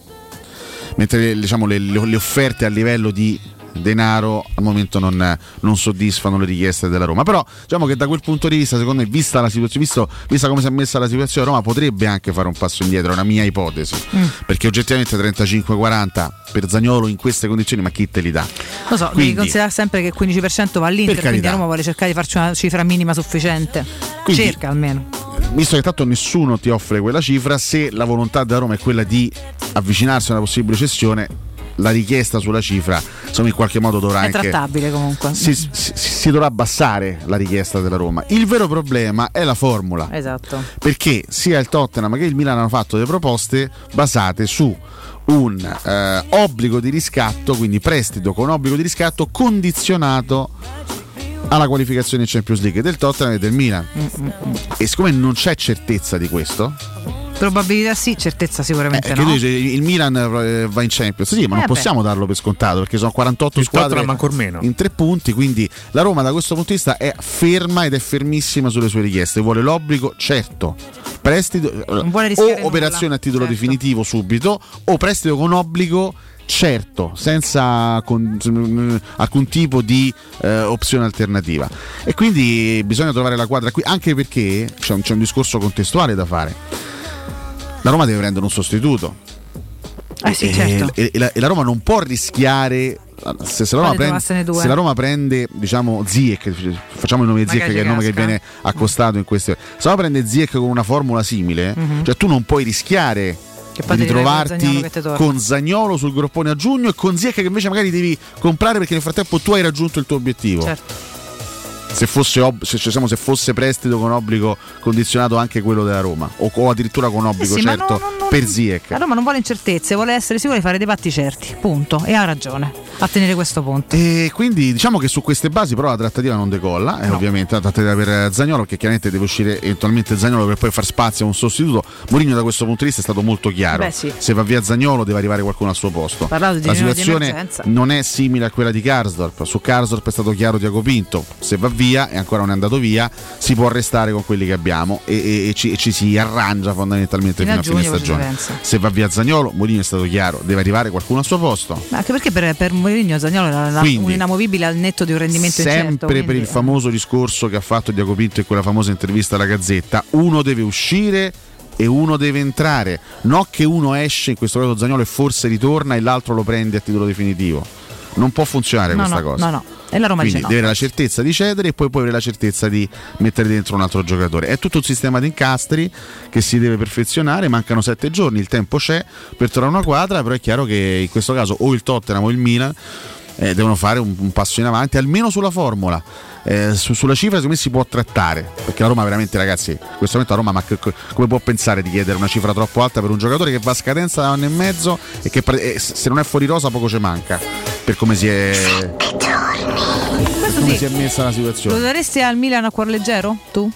mentre diciamo, le, le offerte a livello di denaro al momento non, non soddisfano le richieste della Roma. Però diciamo che da quel punto di vista, secondo me, vista la situazione, visto, vista come si è messa la situazione, Roma potrebbe anche fare un passo indietro, è una mia ipotesi, mm. perché oggettivamente trentacinque quaranta per Zaniolo in queste condizioni, ma chi te li dà? Lo so, quindi, devi considerare sempre che il quindici per cento va all'Inter, per quindi Roma vuole cercare di farci una cifra minima sufficiente, quindi, cerca almeno, visto che tanto nessuno ti offre quella cifra, se la volontà della Roma è quella di avvicinarsi a una possibile cessione, la richiesta sulla cifra insomma in qualche modo dovrà è anche trattabile comunque si, si, si dovrà abbassare la richiesta della Roma. Il vero problema è la formula, esatto, perché sia il Tottenham che il Milan hanno fatto delle proposte basate su un eh, obbligo di riscatto, quindi prestito con obbligo di riscatto condizionato alla qualificazione in Champions League del Tottenham e del Milan. Mm-hmm. E siccome non c'è certezza di questo, probabilità sì, certezza sicuramente eh, no. Che tu dici, il Milan va in Champions, sì, ma eh non possiamo beh. darlo per scontato, perché sono quarantotto il squadre ancor meno. in tre punti, quindi la Roma da questo punto di vista è ferma ed è fermissima sulle sue richieste, vuole l'obbligo certo, prestito o operazione nulla. a titolo certo. definitivo subito, o prestito con obbligo certo, senza con, alcun tipo di eh, opzione alternativa. E quindi bisogna trovare la quadra qui, anche perché c'è un, c'è un discorso contestuale da fare. La Roma deve prendere un sostituto eh sì, e, certo. e, e, la, e la Roma non può rischiare, se, se, la, Roma prende, se la Roma prende diciamo Ziyech, facciamo il nome di Ziyech che è il nome che viene accostato in queste, se la Roma prende Ziyech con una formula simile, mm-hmm. cioè tu non puoi rischiare di ritrovarti con Zaniolo sul groppone a giugno e con Ziyech che invece magari devi comprare perché nel frattempo tu hai raggiunto il tuo obiettivo. Certo. Se fosse, ob- se, diciamo, se fosse prestito con obbligo condizionato anche quello della Roma, o, o addirittura con obbligo eh sì, certo non, non, per Ziyech. La Roma non vuole incertezze, vuole essere sicura di fare dei patti certi, punto. E ha ragione a tenere questo punto. E quindi diciamo che su queste basi però la trattativa non decolla, no. eh, ovviamente la trattativa per Zaniolo, perché chiaramente deve uscire eventualmente Zaniolo per poi far spazio a un sostituto. Mourinho da questo punto di vista è stato molto chiaro. Beh, sì. Se va via Zaniolo deve arrivare qualcuno al suo posto. Parlato di la situazione di non è simile a quella di Karsdorp. Su Karsdorp è stato chiaro Tiago Pinto, se va via e ancora non è andato via, si può restare con quelli che abbiamo e, e, e, ci, e ci si arrangia fondamentalmente fino, fino a fine stagione. Se va via Zaniolo, Mourinho è stato chiaro, deve arrivare qualcuno al suo posto. Ma anche perché per, per Mourinho Zaniolo era quindi, un inamovibile al netto di un rendimento sempre incerto. Sempre quindi... per il famoso discorso che ha fatto Tiago Pinto in quella famosa intervista alla Gazzetta, uno deve uscire e uno deve entrare, non che uno esce, in questo caso Zaniolo, e forse ritorna e l'altro lo prende a titolo definitivo. Non può funzionare no, questa no, cosa. No, no. E la Roma quindi dice no. deve avere la certezza di cedere e poi puoi avere la certezza di mettere dentro un altro giocatore. È tutto un sistema di incastri che si deve perfezionare, mancano sette giorni, il tempo c'è per trovare una quadra, però è chiaro che in questo caso o il Tottenham o il Milan eh, devono fare un, un passo in avanti, almeno sulla formula. Eh, su, sulla cifra secondo me si può trattare, perché la Roma veramente, ragazzi, in questo momento la Roma ma c- c- come può pensare di chiedere una cifra troppo alta per un giocatore che va a scadenza da un anno e mezzo e che eh, se non è fuori rosa poco ci manca per come si è per come sì. si è messa la situazione. Lo daresti al Milan a cuor leggero tu?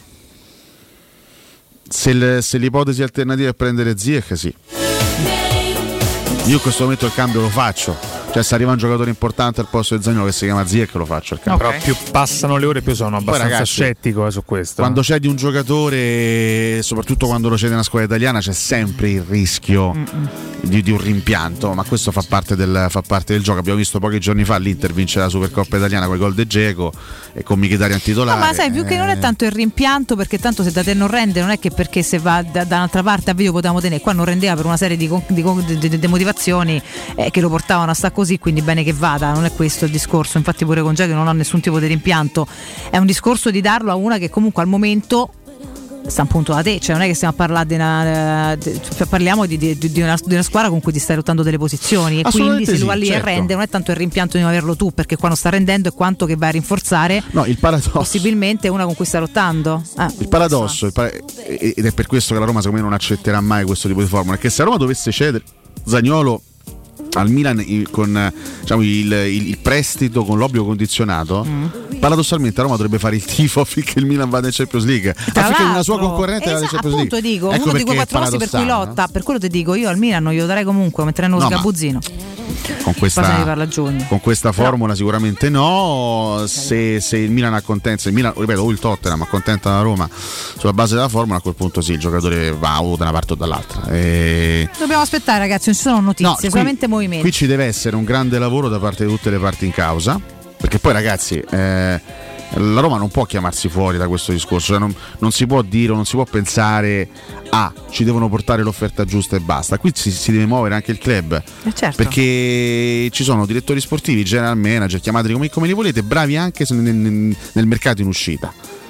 Se, le, se l'ipotesi alternativa è prendere Ziyech, sì, io in questo momento il cambio lo faccio, Cioè se arriva un giocatore importante al posto di Zaniolo che si chiama Ziyech lo faccio al campo. Okay. Però più passano le ore più sono abbastanza Poi, ragazzi, scettico eh, su questo. Quando cedi un giocatore, soprattutto quando lo cede una squadra italiana, c'è sempre il rischio di, di un rimpianto, ma questo fa parte, del, fa parte del gioco. Abbiamo visto pochi giorni fa l'Inter vince la Supercoppa italiana con i gol de Dzeko e con Mkhitaryan titolare. No, ma sai, più che non è tanto il rimpianto, perché tanto se da te non rende, non è che perché se va da, da un'altra parte a video potevamo tenere, qua non rendeva per una serie di, di, di, di, di motivazioni eh, che lo portavano a sta così, quindi bene che vada, non è questo il discorso. Infatti pure con Dzeko non ho nessun tipo di rimpianto, è un discorso di darlo a una che comunque al momento sta un punto da te, cioè non è che stiamo a parlare di una, di, parliamo di, di, di, una, di una squadra con cui ti stai lottando delle posizioni, e quindi se lui va lì certo. e rende, non è tanto il rimpianto di non averlo tu, perché qua non sta rendendo, è quanto che vai a rinforzare no, il paradosso, possibilmente una con cui stai lottando. Ah, il paradosso, il par- ed è per questo che la Roma secondo me non accetterà mai questo tipo di formula, è che se la Roma dovesse cedere Zaniolo al Milan con diciamo, il, il, il prestito con l'obbligo condizionato, mm. paradossalmente a Roma dovrebbe fare il tifo affinché il Milan vada in Champions League, affinché una sua concorrente vada in Champions League. Appunto dico, ecco uno di quei quattro rossi per cui lotta, no? Per quello ti dico, io al Milan non glielo darei comunque, metterei uno no, sgabuzzino. Con questa, con questa formula Però. sicuramente no. Se, se il Milan accontenta, il Milan, ripeto, o il Tottenham accontenta la Roma sulla base della formula, a quel punto sì, il giocatore va o da una parte o dall'altra. E... Dobbiamo aspettare, ragazzi, non ci sono notizie, no, qui, solamente movimenti. Qui ci deve essere un grande lavoro da parte di tutte le parti in causa, perché poi, ragazzi, eh, la Roma non può chiamarsi fuori da questo discorso, cioè non, non si può dire, non si può pensare ah, ci devono portare l'offerta giusta e basta. Qui si, si deve muovere anche il club, eh certo. perché ci sono direttori sportivi, general manager, chiamateli come, come li volete, bravi anche nel, nel, nel mercato in uscita.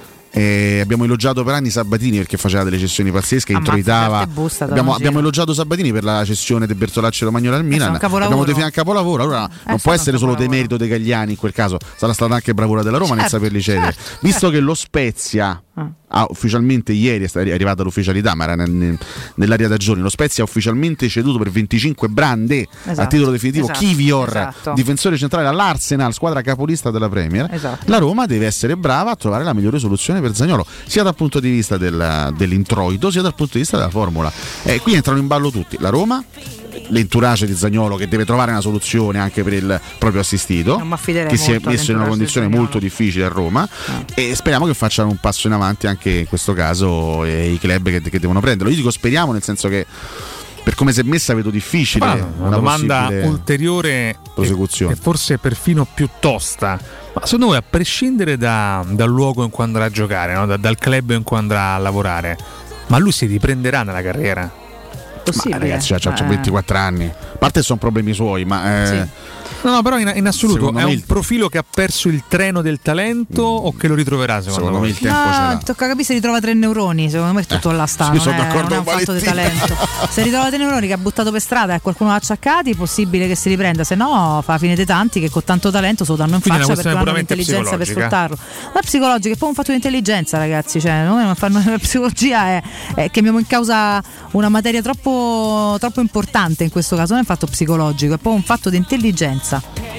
Eh, abbiamo elogiato per anni Sabatini perché faceva delle cessioni pazzesche, introitava. Abbiamo, abbiamo elogiato Sabatini per la cessione di Bertolacci e Romagnoli al Milan. Abbiamo detto un capolavoro. Allora eh, non può essere solo demerito dei Gagliani in quel caso, sarà stata anche bravura della Roma certo, nel saperli cedere. Certo, Visto certo. che lo Spezia ah. ha ufficialmente ieri è arrivata l'ufficialità, ma era nel, nell'area da giorni. Lo Spezia ha ufficialmente ceduto per venticinque brande esatto, a titolo definitivo esatto, Kivior, esatto. difensore centrale all'Arsenal, squadra capolista della Premier. Esatto. La Roma deve essere brava a trovare la migliore soluzione per Zaniolo, sia dal punto di vista del, dell'introito sia dal punto di vista della formula. E qui entrano in ballo tutti: la Roma, l'entourage di Zaniolo che deve trovare una soluzione anche per il proprio assistito, che si è messo in una condizione molto difficile a Roma, no. e speriamo che facciano un passo in avanti anche in questo caso eh, i club che, che devono prenderlo. Io dico speriamo, nel senso che per come si è messa vedo difficile ah, una, una domanda ulteriore prosecuzione e forse perfino più tosta, ma secondo voi, a prescindere da, dal luogo in cui andrà a giocare, no? da, dal club in cui andrà a lavorare, ma lui si riprenderà nella carriera? Possibile. Ma ragazzi, ha cioè, ventiquattro anni, a parte sono problemi suoi, ma eh, sì. No, no, però in, in assoluto è un il... profilo che ha perso il treno del talento mm. o che lo ritroverà secondo, secondo me il tempo no, c'era. Tocca capire se ritrova tre neuroni, secondo me è tutto eh, là sta, non, sono è, non è un fatto di talento. Se ritrova tre neuroni che ha buttato per strada e qualcuno l'ha acciaccati, è possibile che si riprenda, se no fa la fine dei tanti che con tanto talento se lo danno in Quindi faccia perché non hanno l'intelligenza per sfruttarlo. Ma psicologica è poi un fatto di intelligenza, ragazzi, cioè non fanno, la psicologia è, è che abbiamo in causa una materia troppo, troppo importante in questo caso, non è un fatto psicologico, è poi un fatto di intelligenza.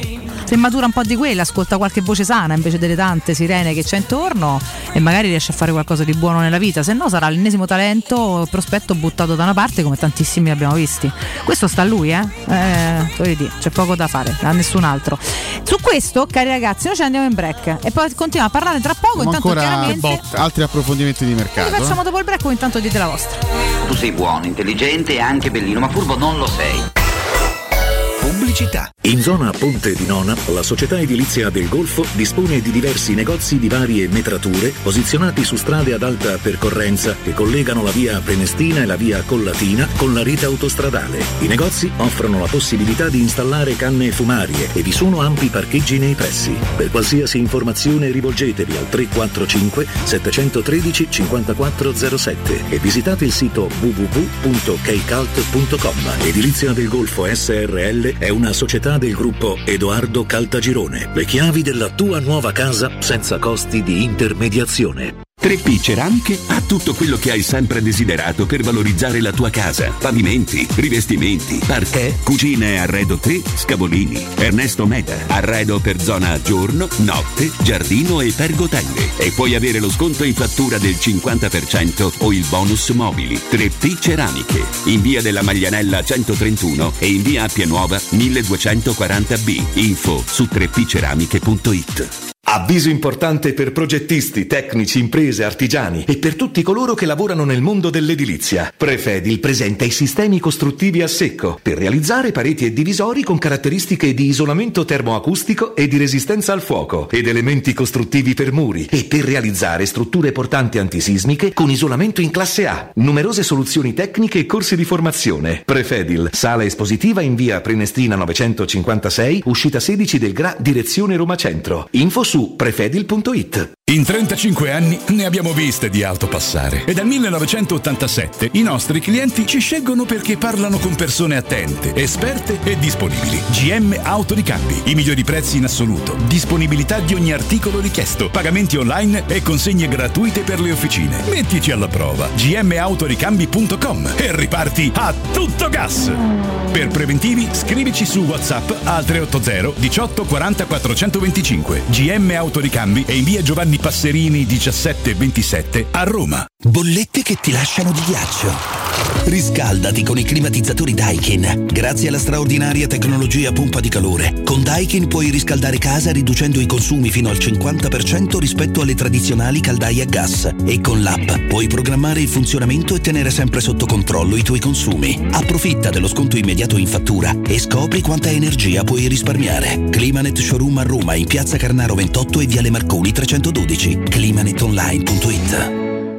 Se matura un po' di quella, ascolta qualche voce sana invece delle tante sirene che c'è intorno e magari riesce a fare qualcosa di buono nella vita, se no sarà l'ennesimo talento prospetto buttato da una parte come tantissimi abbiamo visti. Questo sta a lui, eh? eh dire, c'è poco da fare, a nessun altro. Su questo, cari ragazzi, noi ci andiamo in break e poi continuiamo a parlare tra poco. Come intanto chiaramente altri approfondimenti di mercato. Li facciamo dopo il break, o intanto dite la vostra. Tu sei buono, intelligente e anche bellino, ma furbo non lo sei. Pubblicità. In zona Ponte di Nona, la società edilizia del Golfo dispone di diversi negozi di varie metrature posizionati su strade ad alta percorrenza che collegano la via Prenestina e la via Collatina con la rete autostradale. I negozi offrono la possibilità di installare canne fumarie e vi sono ampi parcheggi nei pressi. Per qualsiasi informazione rivolgetevi al tre quattro cinque sette uno tre cinque quattro zero sette e visitate il sito w w w punto keicalt punto com. Edilizia del Golfo S R L è una società del gruppo Edoardo Caltagirone. Le chiavi della tua nuova casa senza costi di intermediazione. tre P Ceramiche ha tutto quello che hai sempre desiderato per valorizzare la tua casa. Pavimenti, rivestimenti, parquet, cucine e arredo tre, Scavolini. Ernesto Meda, arredo per zona giorno, notte, giardino e pergotelle. E puoi avere lo sconto in fattura del cinquanta per cento o il bonus mobili. tre P Ceramiche, in via della Maglianella centotrentuno e in via Appia Nuova milleduecentoquaranta B. Info su tre p ceramiche punto it. Avviso importante per progettisti, tecnici, imprese, artigiani e per tutti coloro che lavorano nel mondo dell'edilizia. Prefedil presenta i sistemi costruttivi a secco per realizzare pareti e divisori con caratteristiche di isolamento termoacustico e di resistenza al fuoco ed elementi costruttivi per muri e per realizzare strutture portanti antisismiche con isolamento in classe A. Numerose soluzioni tecniche e corsi di formazione. Prefedil, sala espositiva in via Prenestina novecentocinquantasei, uscita sedici del Gra, direzione Roma Centro. Info su prefedil punto it. In trentacinque anni ne abbiamo viste di auto passare e dal millenovecentottantasette i nostri clienti ci scelgono perché parlano con persone attente, esperte e disponibili. G M Autoricambi, i migliori prezzi in assoluto, disponibilità di ogni articolo richiesto, pagamenti online e consegne gratuite per le officine. Mettiti alla prova g m autoricambi punto com e riparti a tutto gas. Per preventivi scrivici su WhatsApp al tre otto zero diciotto quaranta quattrocentoventicinque. G M Autoricambi è in via Giovanni Passerini diciassette ventisette a Roma. Bollette che ti lasciano di ghiaccio. Riscaldati con i climatizzatori Daikin. Grazie alla straordinaria tecnologia pompa di calore, con Daikin puoi riscaldare casa riducendo i consumi fino al cinquanta per cento rispetto alle tradizionali caldaie a gas. E con l'app puoi programmare il funzionamento e tenere sempre sotto controllo i tuoi consumi. Approfitta dello sconto immediato in fattura e scopri quanta energia puoi risparmiare. Climanet Showroom a Roma in piazza Carnaro ventotto e viale Marconi trecentododici. climanet online punto it.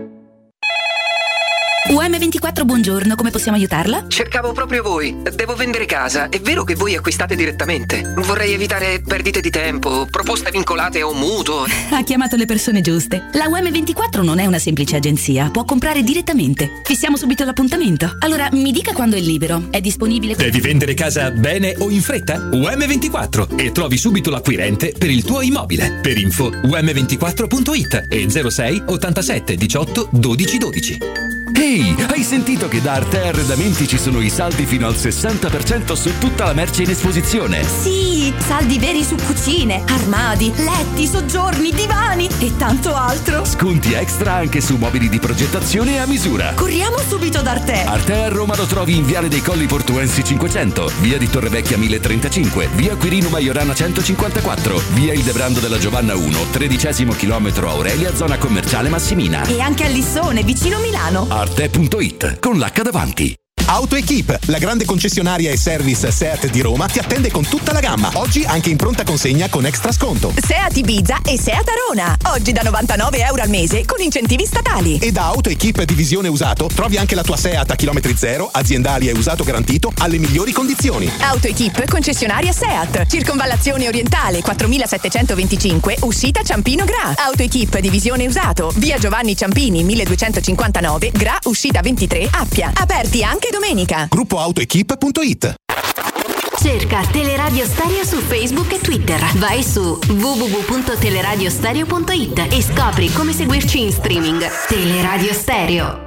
U M ventiquattro, buongiorno, come possiamo aiutarla? Cercavo proprio voi. Devo vendere casa. È vero che voi acquistate direttamente? Vorrei evitare perdite di tempo, proposte vincolate a un mutuo. Ha chiamato le persone giuste. La U M ventiquattro non è una semplice agenzia, può comprare direttamente. Fissiamo subito l'appuntamento. Allora, mi dica quando è libero. È disponibile? Devi vendere casa bene o in fretta? U M ventiquattro e trovi subito l'acquirente per il tuo immobile. Per info u m ventiquattro punto it e zero sei ottantasette diciotto dodici dodici. Ehi, hai sentito che da Arte Arredamenti ci sono i saldi fino al sessanta per cento su tutta la merce in esposizione? Sì, saldi veri su cucine, armadi, letti, soggiorni, divani e tanto altro. Sconti extra anche su mobili di progettazione a misura. Corriamo subito da Arte. Arte a Roma lo trovi in Viale dei Colli Portuensi cinquecento, via di Torrevecchia mille trentacinque, via Quirino Maiorana centocinquantaquattro, via Il Debrando della Giovanna uno, tredicesimo chilometro Aurelia, zona commerciale Massimina. E anche a Lissone, vicino Milano. arte punto it con l'H davanti. AutoEquip, la grande concessionaria e service Seat di Roma, ti attende con tutta la gamma. Oggi anche in pronta consegna con extra sconto. Seat Ibiza e Seat Arona. Oggi da novantanove euro al mese con incentivi statali. E da AutoEquip Divisione Usato trovi anche la tua Seat a chilometri zero, aziendali e usato garantito alle migliori condizioni. AutoEquip concessionaria Seat. Circonvallazione orientale quattromilasettecentoventicinque, uscita Ciampino Gra. AutoEquip Divisione Usato. Via Giovanni Ciampini milleduecentocinquantanove, Gra, uscita ventitré, Appia. Aperti anche domenica. Gruppo autoequip punto it. Cerca Teleradio Stereo su Facebook e Twitter. Vai su w w w punto teleradiostereo punto it e scopri come seguirci in streaming. Teleradio Stereo.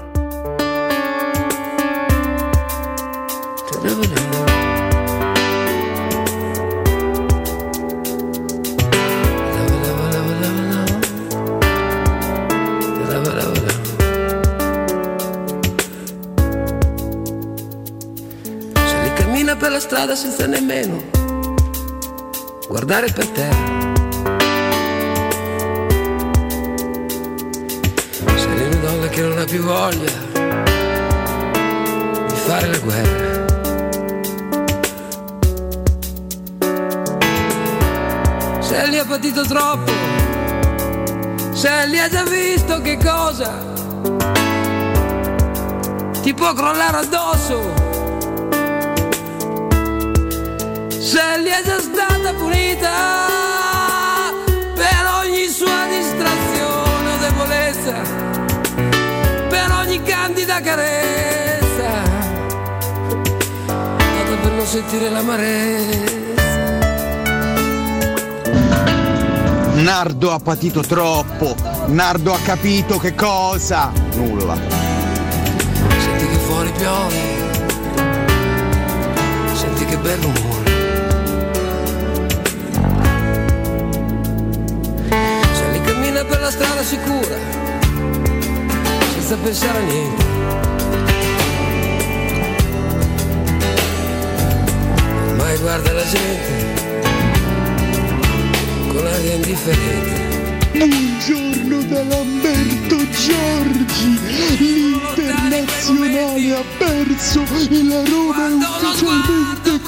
Per la strada senza nemmeno guardare per terra. Sei una donna che non ha più voglia di fare la guerra. Se li ha patito troppo, se li ha già visto che cosa ti può crollare addosso. Se gli è già stata punita per ogni sua distrazione o debolezza, per ogni candida carezza, dato per non sentire l'amarezza. Nardo ha patito troppo, Nardo ha capito che cosa? Nulla. Senti che fuori piove, senti che bello umore. Se li cammina per la strada sicura, senza pensare a niente. Ormai guarda la gente con aria indifferente. Buongiorno da Lamberto Giorgi, l'Internazionale ha perso e la Roma è ufficialmente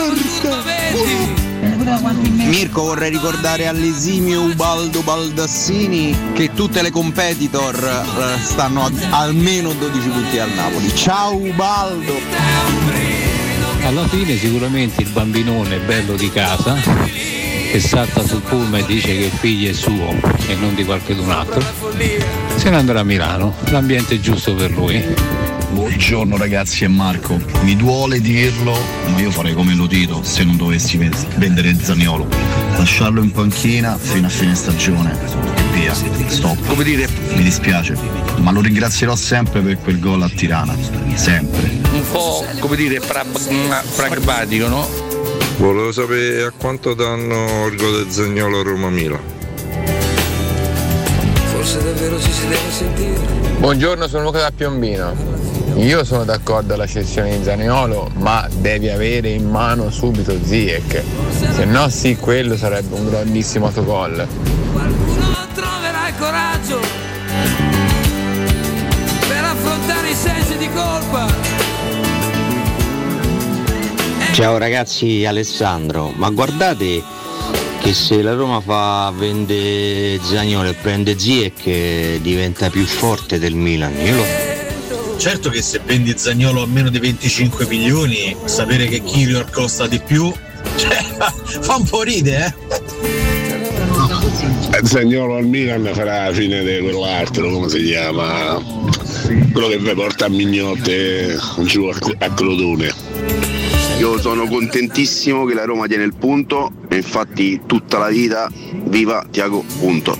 quarta. Mirko, vorrei ricordare all'esimio Ubaldo Baldassini che tutte le competitor eh, stanno a almeno dodici punti al Napoli. Ciao Ubaldo! Alla fine sicuramente il bambinone bello di casa che salta sul pullman e dice che il figlio è suo e non di qualcun altro, se ne andrà a Milano, l'ambiente è giusto per lui. Buongiorno ragazzi, è Marco. Mi duole dirlo, ma io farei come Lotito se non dovessi vendere Zaniolo. Lasciarlo in panchina fino a fine stagione e via. Stop. Come dire, mi dispiace, ma lo ringrazierò sempre per quel gol a Tirana. Sempre. Un po', come dire, pra- pragmatico, no? Volevo sapere a quanto danno il gol del Zaniolo a Roma-Milan. Forse davvero ci si deve sentire. Buongiorno, sono Luca da Piombino. Io sono d'accordo alla cessione di Zaniolo, ma devi avere in mano subito Ziyech. Se no sì, quello sarebbe un grandissimo autogol. Qualcuno troverà il coraggio per affrontare i sensi di colpa. Ciao ragazzi, Alessandro, ma guardate che se la Roma fa vende Zaniolo e prende Ziyech diventa più forte del Milan. Io lo... Certo che se vendi Zaniolo a meno di venticinque milioni, sapere che Kyrior costa di più, cioè, fa un po' ride, eh? Zaniolo al Milan farà la fine di quell'altro, come si chiama? Quello che vi porta a mignotte giù a Crotone. Io sono contentissimo che la Roma tiene il punto e infatti tutta la vita viva Tiago Punto.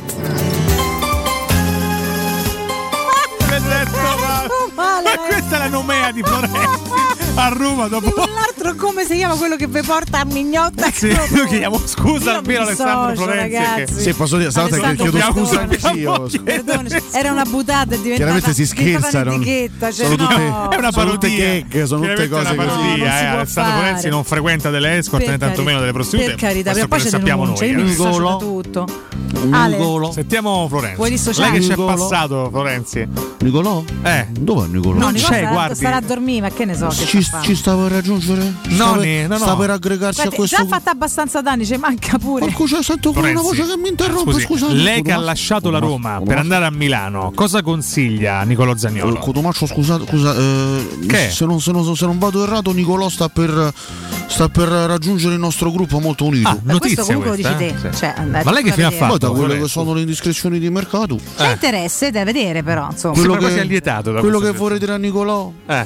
Male, ma questa è la nomea di Florenzi a Roma dopo. E quell'altro come si chiama quello che vi porta a mignotta? Sì, lo chiediamo scusa al vero Alessandro Florenzi che... Sì, posso dire, stavolta che chiedo scusa anch'io. Perdone, era una buttata, è diventata chiaramente si scherza, non... cioè, sono tutte, no. È una parodia, gag, sono tutte cose una parodia, così. eh. Alessandro Florenzi non frequenta delle escort né tantomeno delle prostitute. Per carità, questo poi lo c'è sappiamo noi. Io mi eh. dissocio da tutto. Ale, sentiamo Florenzi. Vuoi dissociare? Lei che ci è Nicolò? passato, Florenzi. Nicolò? Eh. Dov'è Nicolò? No, Nicolò c'è, starà, guardi. starà a dormire, ma che ne so che Ci, sta ci sta per raggiungere? Ci No, sta per, ne- no, no. sta per aggregarsi Guarda, a questo. già fatta abbastanza danni, ci manca pure. Ma scusa, sento con una Florenzi, voce che mi interrompe, scusi, scusate. lei che ha lasciato la Roma per andare a Milano, cosa consiglia a Nicolò Zaniolo? Cotomaccio, scusate, scusa, eh, Che? Se, non, se, non, se non vado errato, Nicolò sta per, sta per raggiungere il nostro gruppo molto unito. Ah, Ma questo notizia comunque lo questa, dici te. eh? Sì. Cioè, andate Ma lei che a fine ha vedere. fatto? Poi da quelle che Florenzi? sono le indiscrezioni di mercato. C'è interesse da vedere, però. Insomma. Quello Sembra che, quasi allietato da quello questa che vorrei dire a Nicolò, Eh,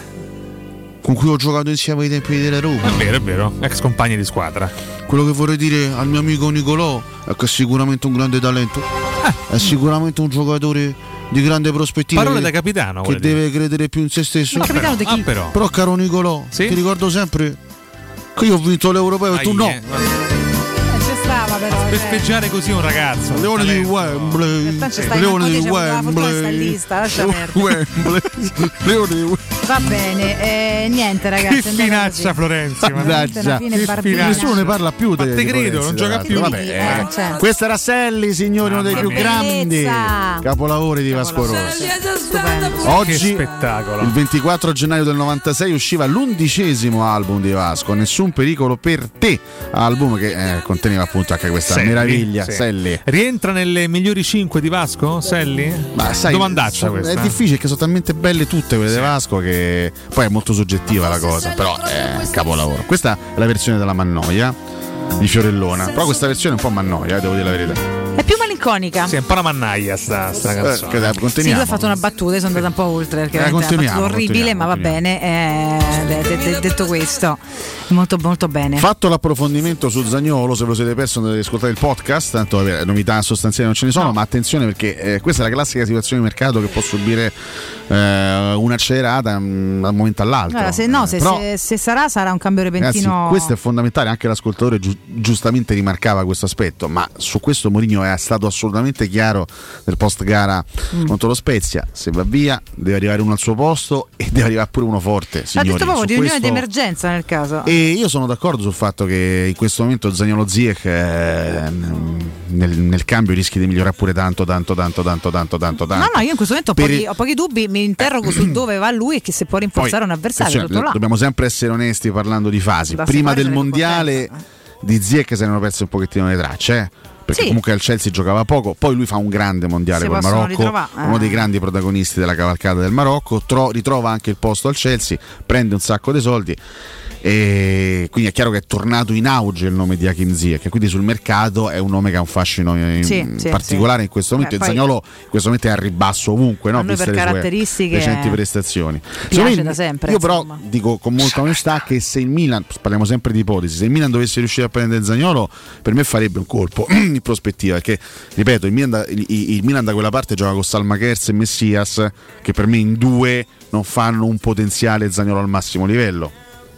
con cui ho giocato insieme ai tempi della Roma. è vero, è vero, ex compagni di squadra. Quello che vorrei dire al mio amico Nicolò è che è sicuramente un grande talento, è sicuramente un giocatore di grande prospettiva. Parole che, da capitano. che deve credere più in se stesso. Ma capitano di chi? Ah, però. Però caro Nicolò, Sì? ti ricordo sempre che io ho vinto l'Europeo e tu no. Ahie, guarda. C'è stava però. Per cioè. festeggiare così un ragazzo. un Leone di talento. Wembley. Realtà ci stai Leone manco di te, c'è avuto la fortuna di sta Wembley. lista, lascia perdere. Wembley. Leone di Wembley. Va bene, eh, niente ragazzi. Che è andata finaccia così. Florenzi. ma- Veramente una fine Che barbina. finaccia. Nessuno ne parla più. Ma di- te di credo, Florenzi, non gioca tra più. l'altro. Vabbè, Eh, eh. certo. Questo era Selli, signori, uno dei Mamma più mia. grandi Bellezza. capolavori di Vasco Rossi. Stupendo. Che Oggi, spettacolo. il ventiquattro gennaio del novantasei, usciva l'undicesimo album di Vasco, Nessun pericolo per te, album che eh, conteneva appunto anche questa Selli, meraviglia. sì. Selli. Rientra nelle migliori cinque di Vasco? Selli? Ma sai, Domandaccia so- questa. è difficile perché sono talmente belle tutte quelle di Vasco che poi è molto soggettiva la cosa, però è un capolavoro. Questa è la versione della Mannoia di Fiorellona, però questa versione è un po' Mannoia, eh, devo dire la verità. È più malinconica iconica. Sì, è un po' una mannaia sta, sta canzone. Eh, sì, lui ha fatto una battuta, sono andata un po' oltre perché Eh, è una continuiamo, battuta orribile, ma va bene. Eh, de- de- de- detto questo, molto molto bene. Fatto l'approfondimento su Zaniolo, se ve lo siete perso andate ad ascoltare il podcast, tanto vabbè, novità sostanziali non ce ne sono, no. Ma attenzione perché eh, questa è la classica situazione di mercato che può subire eh, un'accelerata mh, da un momento all'altro. Allora, se no, se, Però, se, se sarà sarà un cambio repentino. ragazzi, questo è fondamentale, anche l'ascoltatore giu- giustamente rimarcava questo aspetto, ma su questo Mourinho è stato assolutamente chiaro nel post gara mm. contro lo Spezia: se va via deve arrivare uno al suo posto e deve arrivare pure uno forte, signori. Ha detto proprio riunione questo... di emergenza nel caso. E io sono d'accordo sul fatto che in questo momento Zaniolo Ziyech eh, nel, nel cambio rischi di migliorare pure tanto tanto tanto tanto tanto tanto tanto. No, no, io in questo momento ho, Per... pochi, ho pochi dubbi, mi interrogo su dove va lui e che se può rinforzare Poi, un avversario. Tutto là. Dobbiamo sempre essere onesti parlando di fasi. Da Prima separare del mondiale di Ziyech se ne erano perse un pochettino le tracce, eh? Perché sì. comunque al Chelsea giocava poco, poi lui fa un grande mondiale Si col possono Marocco, ritrovare, eh. uno dei grandi protagonisti della cavalcata del Marocco, tro- ritrova anche il posto al Chelsea, prende un sacco di soldi e quindi è chiaro che è tornato in auge il nome di Hakim Ziyech, quindi sul mercato è un nome che ha un fascino in sì, sì, particolare sì. in questo momento. Beh, e Zaniolo in questo momento è a ribasso ovunque, no? A noi Viste per le sue caratteristiche recenti prestazioni. piace da sempre, io però insomma. dico con molta onestà che se il Milan, parliamo sempre di ipotesi, se il Milan dovesse riuscire a prendere Zaniolo, per me farebbe un colpo in prospettiva, perché ripeto, il Milan da, il, il Milan da quella parte gioca con Salmakers e Messias, che per me in due non fanno un potenziale Zaniolo al massimo livello.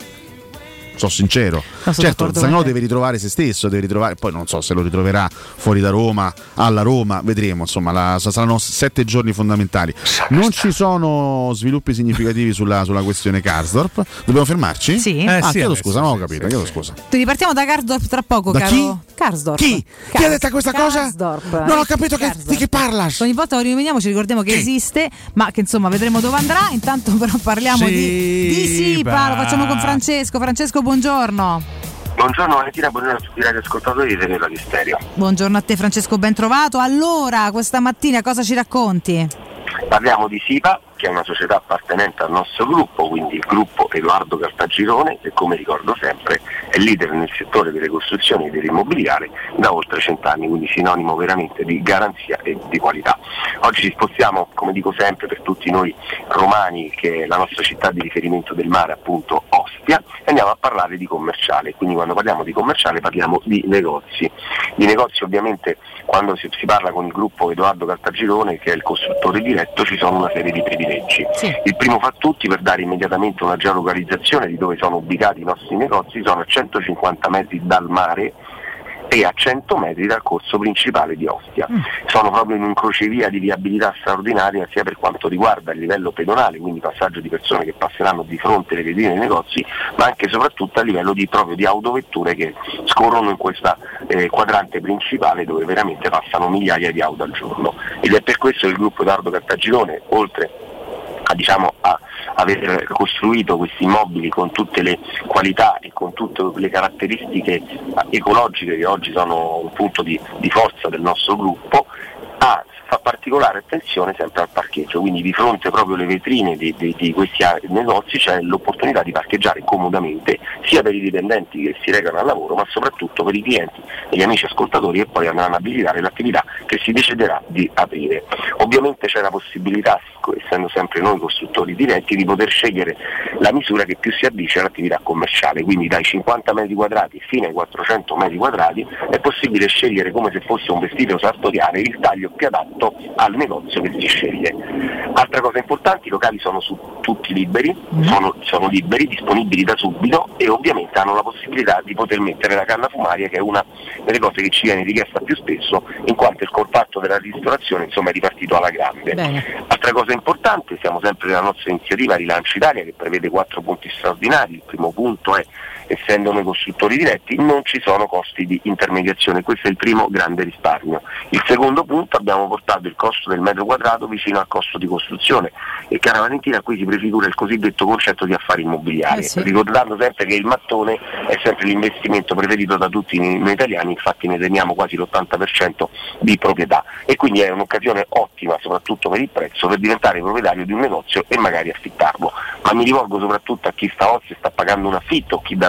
Sono sincero, no, certo Zaniolo deve ritrovare se stesso, deve ritrovare, poi non so se lo ritroverà fuori da Roma, alla Roma, vedremo, insomma la, saranno sette giorni fondamentali. Non ci sono sviluppi significativi sulla, sulla questione Karsdorp, dobbiamo fermarci? Sì. Eh, ah, sì, chiedo adesso, scusa, non ho sì, capito, sì, chiedo sì. scusa. Ripartiamo da Karsdorp tra poco, Da caro chi? Karsdorp. Chi? Chi ha detto questa cosa? Karsdorp. Non ho capito che, di che parla. Ogni volta che riuniamo ci ricordiamo che esiste, ma che insomma vedremo dove andrà. Intanto però parliamo Sipa. di, di Sipa, lo facciamo con Francesco. Francesco, buongiorno. Buongiorno Valentina, buongiorno a tutti i radioascoltatori di Teleradio Stereo. Buongiorno a te Francesco, ben trovato. Allora, questa mattina cosa ci racconti? Parliamo di Sipa, che è una società appartenente al nostro gruppo, quindi il gruppo Edoardo Cartagirone, che come ricordo sempre è leader nel settore delle costruzioni e dell'immobiliare da oltre cent'anni, quindi sinonimo veramente di garanzia e di qualità. Oggi ci spostiamo, come dico sempre per tutti noi romani, che è la nostra città di riferimento del mare, appunto Ostia, e andiamo a parlare di commerciale. Quindi quando parliamo di commerciale parliamo di negozi. Di negozi ovviamente quando si, si parla con il gruppo Edoardo Cartagirone, che è il costruttore diretto, ci sono una serie di privilegi. Sì. Il primo fra tutti, per dare immediatamente una geolocalizzazione di dove sono ubicati i nostri negozi, sono a centocinquanta metri dal mare e a cento metri dal corso principale di Ostia. Mm. Sono proprio in un crocevia di viabilità straordinaria sia per quanto riguarda il livello pedonale, quindi passaggio di persone che passeranno di fronte alle vetrine dei negozi, ma anche e soprattutto a livello di, proprio di autovetture che scorrono in questa eh, quadrante principale dove veramente passano migliaia di auto al giorno. Ed è per questo che il gruppo Edoardo Cartagirone, oltre a, diciamo, a aver costruito questi immobili con tutte le qualità e con tutte le caratteristiche ecologiche che oggi sono un punto di, di forza del nostro gruppo, ha fa particolare attenzione sempre al parcheggio, quindi di fronte proprio alle vetrine di, di, di questi negozi c'è l'opportunità di parcheggiare comodamente sia per i dipendenti che si recano al lavoro, ma soprattutto per i clienti e gli amici ascoltatori che poi andranno a visitare l'attività che si deciderà di aprire. Ovviamente c'è la possibilità, essendo sempre noi costruttori diretti, di poter scegliere la misura che più si addice all'attività commerciale, quindi dai cinquanta metri quadrati fino ai quattrocento metri quadrati è possibile scegliere, come se fosse un vestito sartoriale, il taglio più adatto al negozio che si sceglie. Altra cosa importante, i locali sono su, tutti liberi, sono, sono liberi, disponibili da subito e ovviamente hanno la possibilità di poter mettere la canna fumaria, che è una delle cose che ci viene richiesta più spesso, in quanto il colpatto della ristorazione insomma è ripartito alla grande. Bene. Altra cosa importante, siamo sempre nella nostra iniziativa Rilancio Italia, che prevede quattro punti straordinari. Il primo punto è, essendo noi costruttori diretti, non ci sono costi di intermediazione, questo è il primo grande risparmio. Il secondo punto, abbiamo portato il costo del metro quadrato vicino al costo di costruzione, e cara Valentina, qui si prefigura il cosiddetto concetto di affari immobiliari, eh sì. ricordando sempre che il mattone è sempre l'investimento preferito da tutti noi italiani, infatti ne teniamo quasi l'ottanta per cento di proprietà, e quindi è un'occasione ottima soprattutto per il prezzo per diventare proprietario di un negozio e magari affittarlo. Ma mi rivolgo soprattutto a chi sta oggi sta pagando un affitto, chi da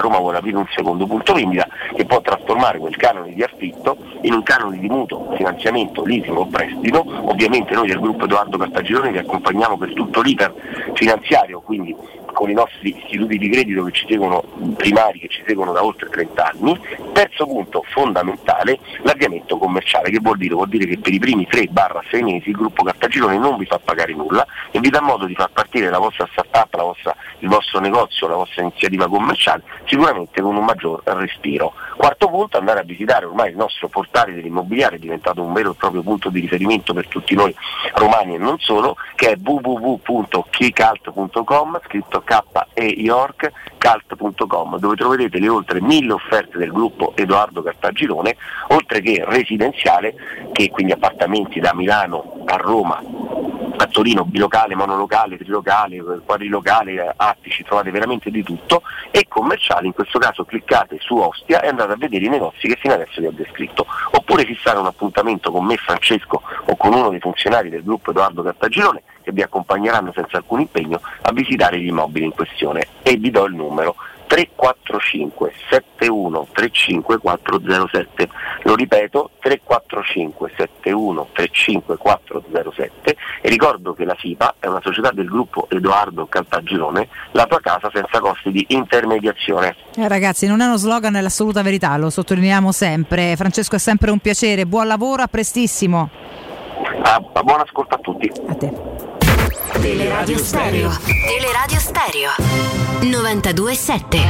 Roma vuole aprire un secondo punto vendita che può trasformare quel canone di affitto in un canone di mutuo, finanziamento, leasing o prestito. Ovviamente noi del gruppo Edoardo Caltagirone vi accompagniamo per tutto l'iter finanziario, quindi con i nostri istituti di credito che ci seguono, primari che ci seguono da oltre trenta anni. Terzo punto fondamentale, l'avviamento commerciale, che vuol dire? Vuol dire che per i primi tre sei mesi il gruppo Caltagirone non vi fa pagare nulla e vi dà modo di far partire la vostra startup, la vostra, il vostro negozio, la vostra iniziativa commerciale sicuramente con un maggior respiro. Quarto punto, andare a visitare ormai il nostro portale dell'immobiliare, è diventato un vero e proprio punto di riferimento per tutti noi romani e non solo, che è w w w punto keycult punto com, scritto K e York, cult punto com, dove troverete le oltre mille offerte del gruppo Edoardo Caltagirone, oltre che residenziale, che quindi appartamenti da Milano a Roma, a Torino, bilocale, monolocale, trilocale, quadrilocale, attici, trovate veramente di tutto, e commerciali, in questo caso cliccate su Ostia e andate a vedere i negozi che fino adesso vi ho descritto, oppure fissare un appuntamento con me, Francesco, o con uno dei funzionari del gruppo Edoardo Caltagirone che vi accompagneranno senza alcun impegno a visitare gli immobili in questione, e vi do il numero tre quattro cinque sette uno tre cinque quattro zero sette, lo ripeto tre quattro cinque sette uno tre cinque quattro zero sette, e ricordo che la SIPA è una società del gruppo Edoardo Caltagirone, la tua casa senza costi di intermediazione. Eh, ragazzi, non è uno slogan, è l'assoluta verità, lo sottolineiamo sempre. Francesco, è sempre un piacere, buon lavoro, a prestissimo. Ah, buon ascolto a tutti. A te. Teleradio Stereo. Teleradio Stereo novantadue sette.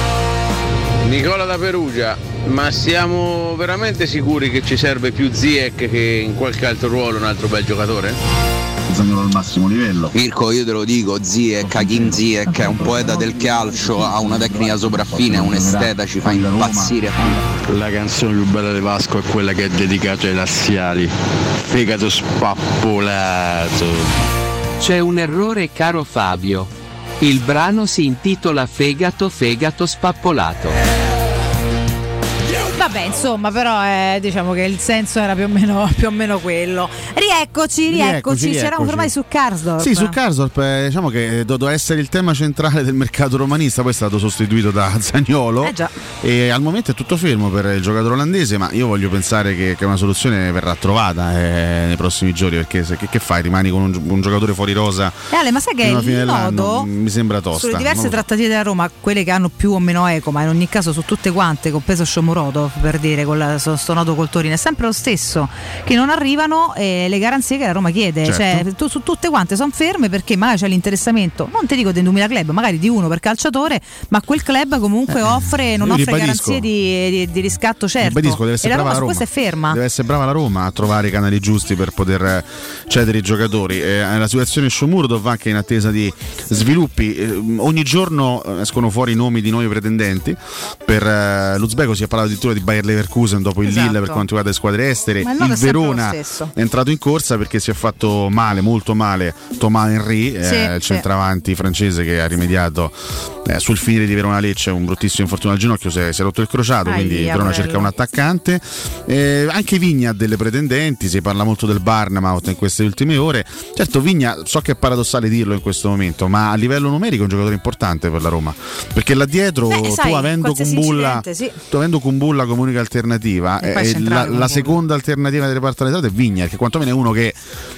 Nicola da Perugia, ma siamo veramente sicuri che ci serve più Ziyech che in qualche altro ruolo un altro bel giocatore? Zaniolo al massimo livello. Mirko, io te lo dico, Ziyech, Hakim Ziyech è un poeta del calcio, ha una tecnica sopraffina, è un esteta, ci fa impazzire. La canzone più bella di Vasco è quella che è dedicata ai laziali. Fegato spappolato. C'è un errore, caro Fabio. Il brano si intitola Fegato Fegato Spappolato. Vabbè, insomma, però eh, diciamo che il senso era più o meno, più o meno quello. Rieccoci, rieccoci, rieccoci, ci eravamo ormai su Karsdorp. Sì, su Karsdorp, eh, diciamo che doveva essere il tema centrale del mercato romanista, poi è stato sostituito da Zaniolo. Eh già. E al momento è tutto fermo per il giocatore olandese, ma io voglio pensare che, che una soluzione verrà trovata eh, nei prossimi giorni, perché se, che, che fai? Rimani con un, un giocatore fuori rosa? Eh, Ale, ma sai che il nodo mi sembra tosta. Sulle diverse trattative della Roma, quelle che hanno più o meno eco, ma in ogni caso su tutte quante, compreso Shomurodov, per dire, con la, sto nodo col Torino, è sempre lo stesso, che non arrivano eh, le garanzie che la Roma chiede. Certo. Cioè, tu, su tutte quante sono ferme perché magari c'è l'interessamento, non ti dico di duemila club, magari di uno per calciatore, ma quel club comunque offre, non offre garanzie di, di, di riscatto certo. Ribadisco, deve essere e la Roma, brava la Roma su questo è ferma. Deve essere brava la Roma a trovare i canali giusti per poter cedere i giocatori. Eh, la situazione Shomurodov anche in attesa di sviluppi. Eh, ogni giorno escono fuori i nomi di nuovi pretendenti. Per eh, l'Uzbeko si è parlato addirittura di Bayer Leverkusen dopo il esatto. Lille per quanto riguarda le squadre estere. Ma il, il è Verona è entrato in corsa perché si è fatto male, molto male Thomas Henry, sì, eh, il centravanti sì. francese che ha rimediato eh, sul finire di Verona Lecce un bruttissimo infortunio al ginocchio, si è, si è rotto il crociato, ah, quindi il Verona cerca un attaccante. Eh, anche Vigna ha delle pretendenti, si parla molto del Bournemouth in queste ultime ore. Certo, Vigna, so che è paradossale dirlo in questo momento, ma a livello numerico è un giocatore importante per la Roma, perché là dietro Beh, tu, sai, avendo Kumbulla, sì. tu avendo Kumbulla come unica alternativa, eh, la, la seconda alternativa del reparto arretrato è Vigna, che quantomeno è uno che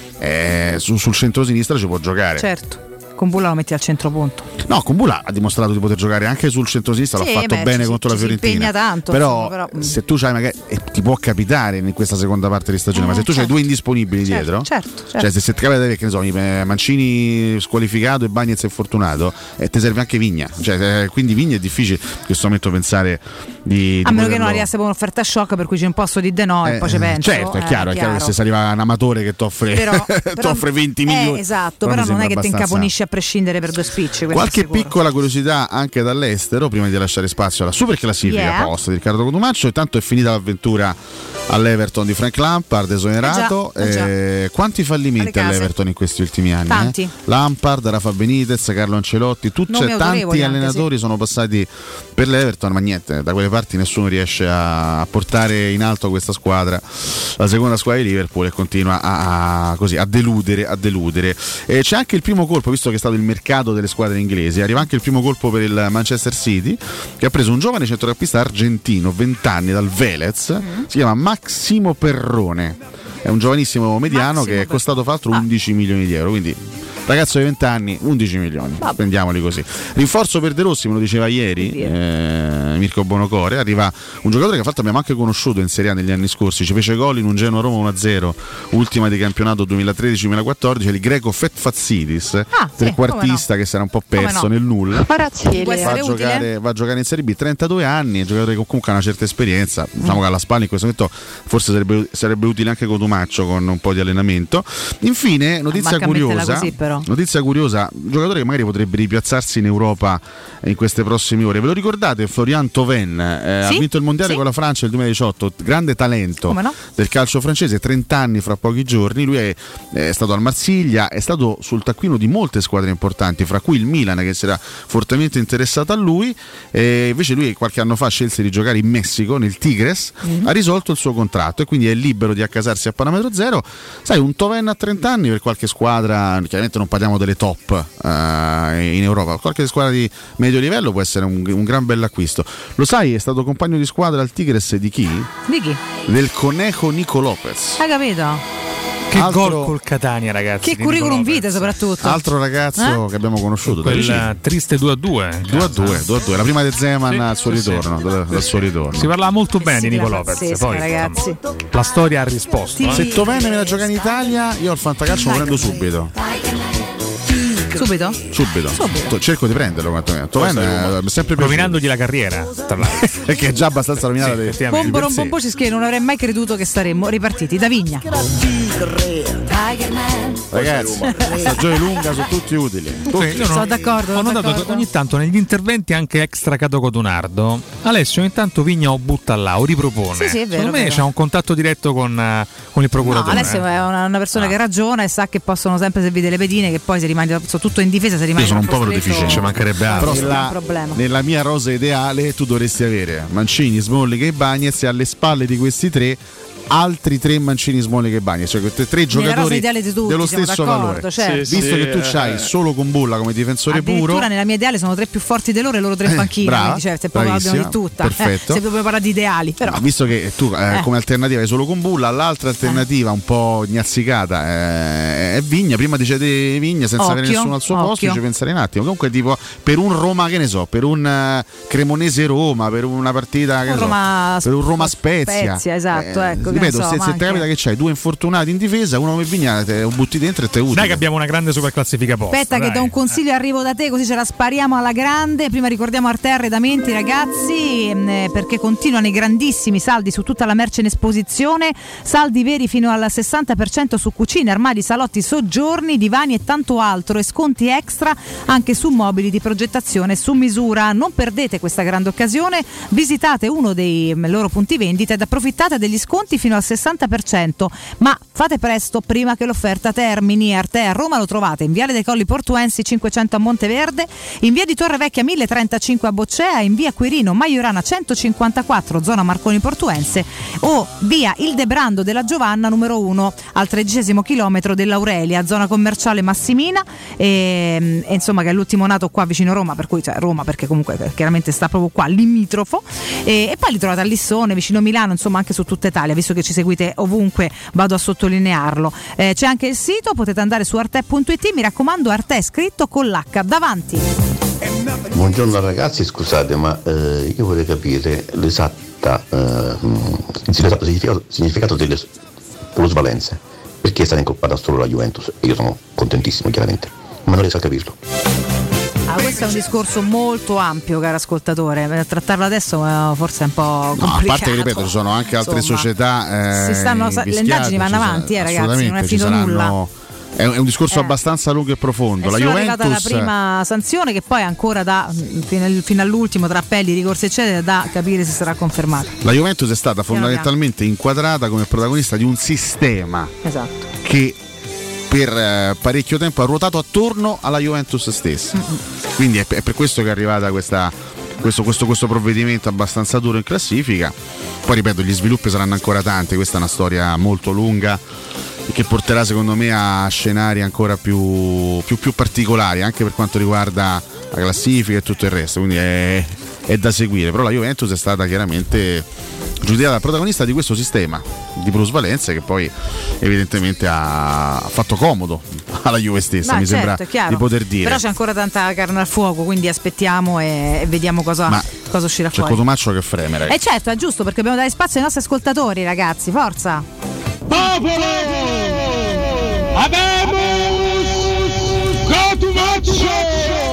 eh, su, sul centro-sinistra ci può giocare. Certo. Kumbulla lo metti al centropunto. No, Kumbulla ha dimostrato di poter giocare anche sul centro-sinistra, sì, l'ha fatto beh, bene ci, contro ci la Fiorentina. Tanto, però, insomma, però se tu c'hai magari eh, ti può capitare in questa seconda parte di stagione, eh, ma se tu certo. c'hai due indisponibili certo, dietro, certo, certo. cioè se, se ti capita che ne so, Mancini squalificato e Bagnez infortunato, eh, ti serve anche Vigna. Cioè, eh, quindi Vigna è difficile in questo momento pensare di, a di meno poterlo... che non arrivasse con un'offerta shock per cui c'è un posto di de no eh, e poi ci penso. Certo, è eh, chiaro, è chiaro che se arriva un amatore che ti offre venti milioni, eh, esatto, però, però non è che ti incaponisci a prescindere per due spicci. Qualche piccola curiosità anche dall'estero prima di lasciare spazio alla super classifica yeah. post di Riccardo Cotumaccio. Intanto è finita l'avventura all'Everton di Frank Lampard, esonerato. Eh già, eh già. Eh, quanti fallimenti all'Everton in questi ultimi anni? Tanti. Eh? Lampard, Rafa Benitez, Carlo Ancelotti, tutti tanti allenatori anche, sì. sono passati per l'Everton, ma niente, da quelle parti nessuno riesce a, a portare in alto questa squadra, la seconda squadra di Liverpool, e continua a, a, così, a deludere, a deludere. E c'è anche il primo colpo, visto che è stato il mercato delle squadre inglesi, arriva anche il primo colpo per il Manchester City, che ha preso un giovane centrocampista argentino, venti anni, dal Velez, mm-hmm. si chiama Maximo Perrone, è un giovanissimo mediano Maximo che è costato fra l'altro undici ah. milioni di euro, quindi ragazzo di venti anni, undici milioni, Vabbè. prendiamoli così. Rinforzo per De Rossi, me lo diceva ieri eh, Mirko Bonocore, arriva un giocatore che a fatto abbiamo anche conosciuto in Serie A negli anni scorsi, ci fece gol in un Genoa Roma uno a zero, ultima di campionato duemilatredici duemilaquattordici, il greco Fetfazzidis, ah, trequartista sì, no. che si era un po' perso nel nulla, va a, giocare, va a giocare in Serie B, trentadue anni, un giocatore che comunque ha una certa esperienza, diciamo mm. che alla spalla in questo momento forse sarebbe, sarebbe utile anche Cotumaccio con un po' di allenamento. Infine, notizia curiosa, così, notizia curiosa, un giocatore che magari potrebbe ripiazzarsi in Europa in queste prossime ore. Ve lo ricordate? Florian Thauvin eh, sì? ha vinto il mondiale sì? con la Francia nel duemiladiciotto, grande talento no? del calcio francese, trenta anni fra pochi giorni. Lui è, è stato al Marsiglia, è stato sul taccuino di molte squadre importanti, fra cui il Milan, che si era fortemente interessato a lui, e invece lui qualche anno fa scelse di giocare in Messico, nel Tigres, mm-hmm. ha risolto il suo contratto e quindi è libero di accasarsi a parametro zero. Sai, un Thauvin a trenta anni per qualche squadra, chiaramente non parliamo delle top uh, in Europa, qualche squadra di medio livello può essere un, un gran bell'acquisto. Lo sai, è stato compagno di squadra al Tigres di chi? Di chi? Del Conejo Nico Lopez. Hai capito? Che altro, gol col Catania, ragazzi. Che curriculum vitae soprattutto. Altro ragazzo eh? che abbiamo conosciuto. Quel triste due a due. due a due, due a due. La prima del Zeman sì, al suo sì, ritorno, sì. Dal, dal suo ritorno. Si parlava molto bene di Nico Lopez. Poi ragazzi. Insomma, la storia ha risposto. Sì. Eh? Se Thauvin viene a giocare in Italia, io al fantacalcio lo prendo subito. Subito? Subito. Subito. Cerco di prenderlo quantomeno. Thauvin è sempre più rovinandogli la carriera, tra l'altro. Perché è già abbastanza rovinata. Sì, Bombolo un po' ci scrive, non avrei mai creduto che saremmo ripartiti da Vigna. Ragazzi, la stagione lunga, sono tutti utili. Okay, tutti. Sono d'accordo. Ho notato che ogni tanto negli interventi anche extra Cato Cotunardo, Alessio ogni tanto Vigna o butta là o ripropone. Sì, sì, è vero, secondo me vero. c'è un contatto diretto con, uh, con il procuratore. No, Alessio eh. è una, una persona ah. che ragiona e sa che possono sempre servire le pedine, che poi si rimane soprattutto in difesa, si rimane. Io sono un povero deficiente, ci mancherebbe altro. Però nella, nella mia rosa ideale tu dovresti avere Mancini, Smalling e Bagnez, e alle spalle di questi tre altri tre Mancini, Smalling e Bagnez, cioè tre, tre giocatori di tutti, dello stesso valore, certo. sì, visto sì, che tu c'hai solo Kumbulla come difensore addirittura puro. Nella mia ideale sono tre più forti di loro e loro tre panchine, brava, quindi cioè, se proprio abbiamo di tutta, perfetto. Eh, se proprio parla di ideali, però. Ma visto che tu eh, eh. come alternativa hai solo Kumbulla, l'altra alternativa eh. un po' gnazzicata eh, è Vigna. Prima dicete Vigna senza occhio, avere nessuno al suo occhio. posto, ci pensare un attimo. Comunque tipo per un Roma, che ne so, per un uh, Cremonese Roma, per una partita che un ne Roma, so, per un Roma Spezia, Spezia esatto, eh, ecco, ripeto, so, se, se te capita che c'hai due infortunati in difesa, uno come Vigna, te lo butti dentro e te utile. Dai che abbiamo una grande super classifica posta. Aspetta dai. che do un consiglio e arrivo da te, così ce la spariamo alla grande. Prima ricordiamo Arte Arredamenti, ragazzi, eh, perché continuano i grandissimi saldi su tutta la merce in esposizione, saldi veri fino al sessanta per cento su cucine, armadi, salotti, soggiorni, divani e tanto altro, e sconti extra anche su mobili di progettazione su misura. Non perdete questa grande occasione, visitate uno dei loro punti vendita ed approfittate degli sconti fino al sessanta per cento, ma fate presto prima che l'offerta termini. Arte a Roma lo trovate in Viale dei Colli Portuensi cinquecento a Monteverde, in via di Torre Vecchia mille trentacinque a Boccea, in via Quirino Maiorana centocinquantaquattro zona Marconi Portuense, o via Ildebrando della Giovanna numero uno al tredicesimo chilometro dell'Aurelia, zona commerciale Massimina, e, e insomma che è l'ultimo nato qua vicino Roma, per cui cioè Roma perché comunque chiaramente sta proprio qua limitrofo, e, e poi li trovate a Lissone vicino Milano, insomma anche su tutta Italia, visto che ci seguite ovunque vado a sottolinearlo. Eh, c'è anche il sito, potete andare su arte punto it, mi raccomando Arte scritto con l'H davanti. Buongiorno ragazzi, scusate ma eh, io vorrei capire l'esatta eh, l'esatto significato, significato delle plusvalenze, perché è stata incoppata solo la Juventus, e io sono contentissimo chiaramente, ma non riesco a capirlo. Ah, questo è un discorso molto ampio, caro ascoltatore. Per trattarlo adesso eh, forse è un po' complicato. No, a parte che ripeto, ci sono anche altre Insomma, società. Eh, si stanno, le indagini vanno avanti, eh, ragazzi, non è finito nulla. È un discorso eh. abbastanza lungo e profondo. È la solo Juventus arrivata la prima sanzione, che poi ancora da fino, fino all'ultimo, tra appelli, ricorsi eccetera, da capire se sarà confermata. La Juventus è stata fondamentalmente inquadrata come protagonista di un sistema, esatto, che per eh, parecchio tempo ha ruotato attorno alla Juventus stessa. Mm-hmm. Quindi è, è per questo che è arrivata questa questo, questo, questo provvedimento abbastanza duro in classifica. Poi ripeto, gli sviluppi saranno ancora tanti, questa è una storia molto lunga che porterà secondo me a scenari ancora più, più, più particolari anche per quanto riguarda la classifica e tutto il resto, quindi è, è da seguire. Però la Juventus è stata chiaramente giudicata protagonista di questo sistema di plusvalenze che poi evidentemente ha fatto comodo alla Juve stessa. Ma mi certo, sembra chiaro. di poter dire. Però c'è ancora tanta carne al fuoco, quindi aspettiamo e, e vediamo cosa, Ma cosa uscirà c'è fuori. Cotumaccio che freme, ragazzi. E certo, è giusto, perché dobbiamo dare spazio ai nostri ascoltatori, ragazzi, forza. Popolo! Abemus! Cotumaccio!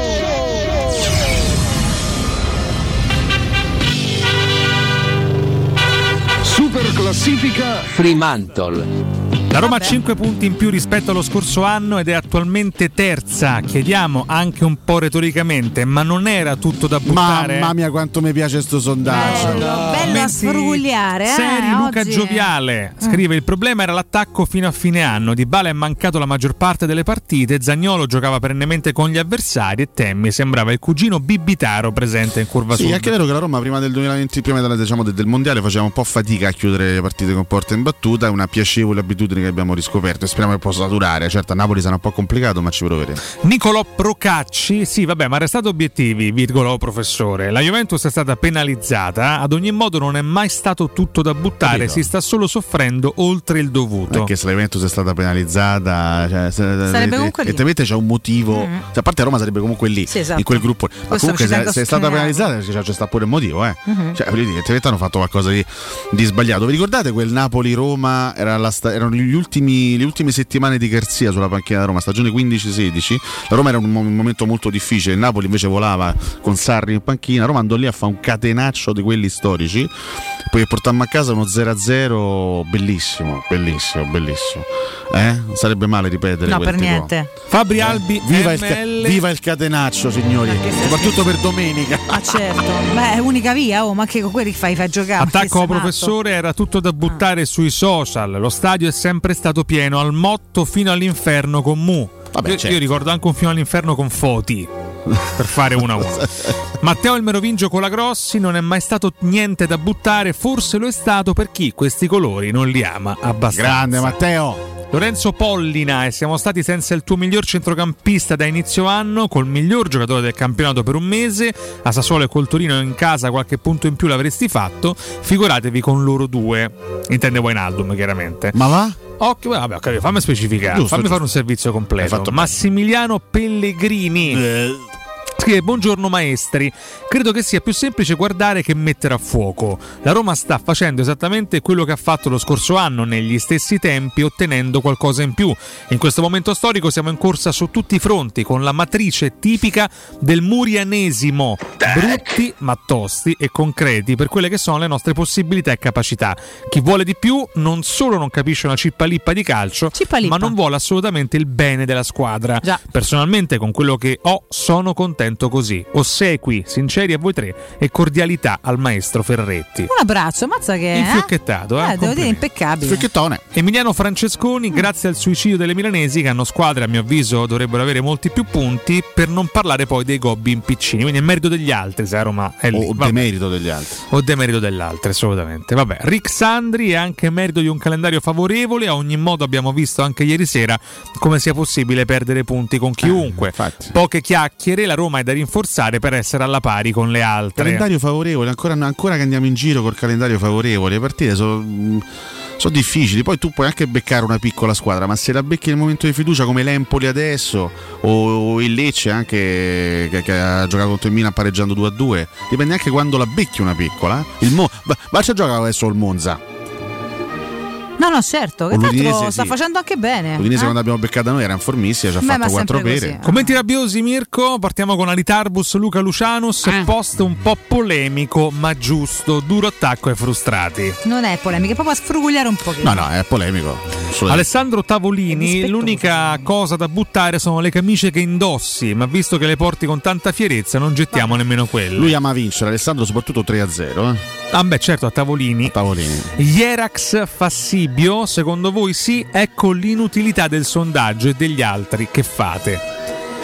Super classifica Fremantle. La Roma ha cinque punti in più rispetto allo scorso anno ed è attualmente terza. Chiediamo anche un po' retoricamente, ma non era tutto da buttare? Mamma mia quanto mi piace sto sondaggio. Bello, bello a sfrugliare. Seri eh, Luca oggi. Gioviale scrive: il problema era l'attacco fino a fine anno. Dybala è mancato la maggior parte delle partite, Zaniolo giocava perennemente con gli avversari e Temmi sembrava il cugino bibitaro presente in curva Sì, sud. è anche vero che la Roma prima del duemilaventi, prima della, diciamo, del, del mondiale faceva un po' fatica a chiudere le partite con porta in battuta, è una piacevole abitudine che abbiamo riscoperto e speriamo che possa durare. Certo a Napoli sarà un po' complicato, ma ci proveremo. Nicolò Procacci, sì vabbè, ma restate obiettivi, virgola o professore. La Juventus è stata penalizzata, ad ogni modo non è mai stato tutto da buttare, Capito. si sta solo soffrendo oltre il dovuto. Perché se la Juventus è stata penalizzata, cioè, se, Sarebbe comunque lì. evidentemente c'è un motivo. Mm. Cioè, a parte Roma sarebbe comunque lì, Sì, esatto. in quel gruppo. Ma Questo comunque ci tengo se, a se è stata sottolinearlo. penalizzata perché c'è, c'è sta pure il motivo, eh. Mhm. Cioè, voglio dire, evidentemente hanno fatto qualcosa di, di sbagliato. Vi ricordate quel Napoli-Roma? Era la sta- erano gli ultimi, le ultime settimane di Garzia sulla panchina da Roma, stagione quindici sedici. La Roma era un, mo- un momento molto difficile, il Napoli invece volava con Sarri in panchina. Roma andò lì a fare un catenaccio di quelli storici, poi portammo a casa uno zero a zero bellissimo, bellissimo, bellissimo. Eh? Sarebbe male ripetere No, quel per tipo. niente. Fabri Albi, Viva il, M ca- L. viva il catenaccio, signori, soprattutto per domenica. Ma certo, beh, è unica via, oh, ma che con quelli fai, fai giocare. ma che Attacco sei professore, era tutto da buttare sui social. Lo stadio è sempre stato pieno, al motto fino all'inferno con Mu. Vabbè, io, certo. io ricordo anche un fino all'inferno con Foti, per fare una a uno. Matteo il Merovingio con la Grossi, non è mai stato niente da buttare, forse lo è stato per chi questi colori non li ama abbastanza. Grande Matteo. Lorenzo Pollina, e siamo stati senza il tuo miglior centrocampista da inizio anno, col miglior giocatore del campionato per un mese, a Sassuolo e col Torino in casa qualche punto in più l'avresti fatto, figuratevi con loro due. Intende Wijnaldum chiaramente. Ma va? Occhio, vabbè, ho capito, fammi specificare, Giusto, fammi giusto. fare un servizio Hai completo. fatto bene. Massimiliano Pellegrini. Eh. Scrive: buongiorno maestri, credo che sia più semplice guardare che mettere a fuoco. La Roma sta facendo esattamente quello che ha fatto lo scorso anno negli stessi tempi, ottenendo qualcosa in più. In questo momento storico siamo in corsa su tutti i fronti, con la matrice tipica del murianesimo, brutti ma tosti e concreti per quelle che sono le nostre possibilità e capacità. Chi vuole di più non solo non capisce una cippalippa di calcio, Cippalippa. ma non vuole assolutamente il bene della squadra. Già. Personalmente con quello che ho sono contento così. Ossequi sinceri a voi tre e cordialità al maestro Ferretti. Un abbraccio, mazza che Infiocchettato, eh? eh, devo dire Complimenti. impeccabile. Fiocchettone. Emiliano Francesconi, grazie al suicidio delle milanesi, che hanno squadre a mio avviso dovrebbero avere molti più punti, per non parlare poi dei gobbi in piccini, quindi è merito degli altri se la Roma è lì. O Vabbè. demerito degli altri. O demerito dell'altro, assolutamente. Vabbè, Rick Sandri è anche merito di un calendario favorevole. A ogni modo abbiamo visto anche ieri sera come sia possibile perdere punti con chiunque. Eh, infatti. Poche chiacchiere, la Roma è da rinforzare per essere alla pari con le altre. Calendario favorevole, ancora, ancora che andiamo in giro col calendario favorevole, le partite sono so difficili. Poi tu puoi anche beccare una piccola squadra, ma se la becchi nel momento di fiducia come l'Empoli adesso o il Lecce anche che, che ha giocato contro il Milan pareggiando due a due, dipende anche quando la becchi una piccola. Il Mo- Barça gioca adesso il Monza. No, no, certo, che tra L'Udinese, l'altro sta sì. facendo anche bene. L'Udinese eh? quando abbiamo beccata noi era in formissima, ci ha Beh, ma fatto quattro sempre pere. così. Commenti rabbiosi, Mirko. Partiamo con Alitarbus Luca Lucianus. Eh. Post un po' polemico, ma giusto. Duro attacco ai frustrati. Non è polemica, è proprio a sfrugugliare un pochino. No, no, è polemico. Alessandro Tavolini, l'unica cosa da buttare sono le camicie che indossi, ma visto che le porti con tanta fierezza non gettiamo nemmeno quelle. Lui ama vincere, Alessandro, soprattutto tre a zero. Eh? Ah beh, certo, a Tavolini. A Tavolini. Ierax Fassibio, secondo voi sì? Ecco l'inutilità del sondaggio e degli altri che fate.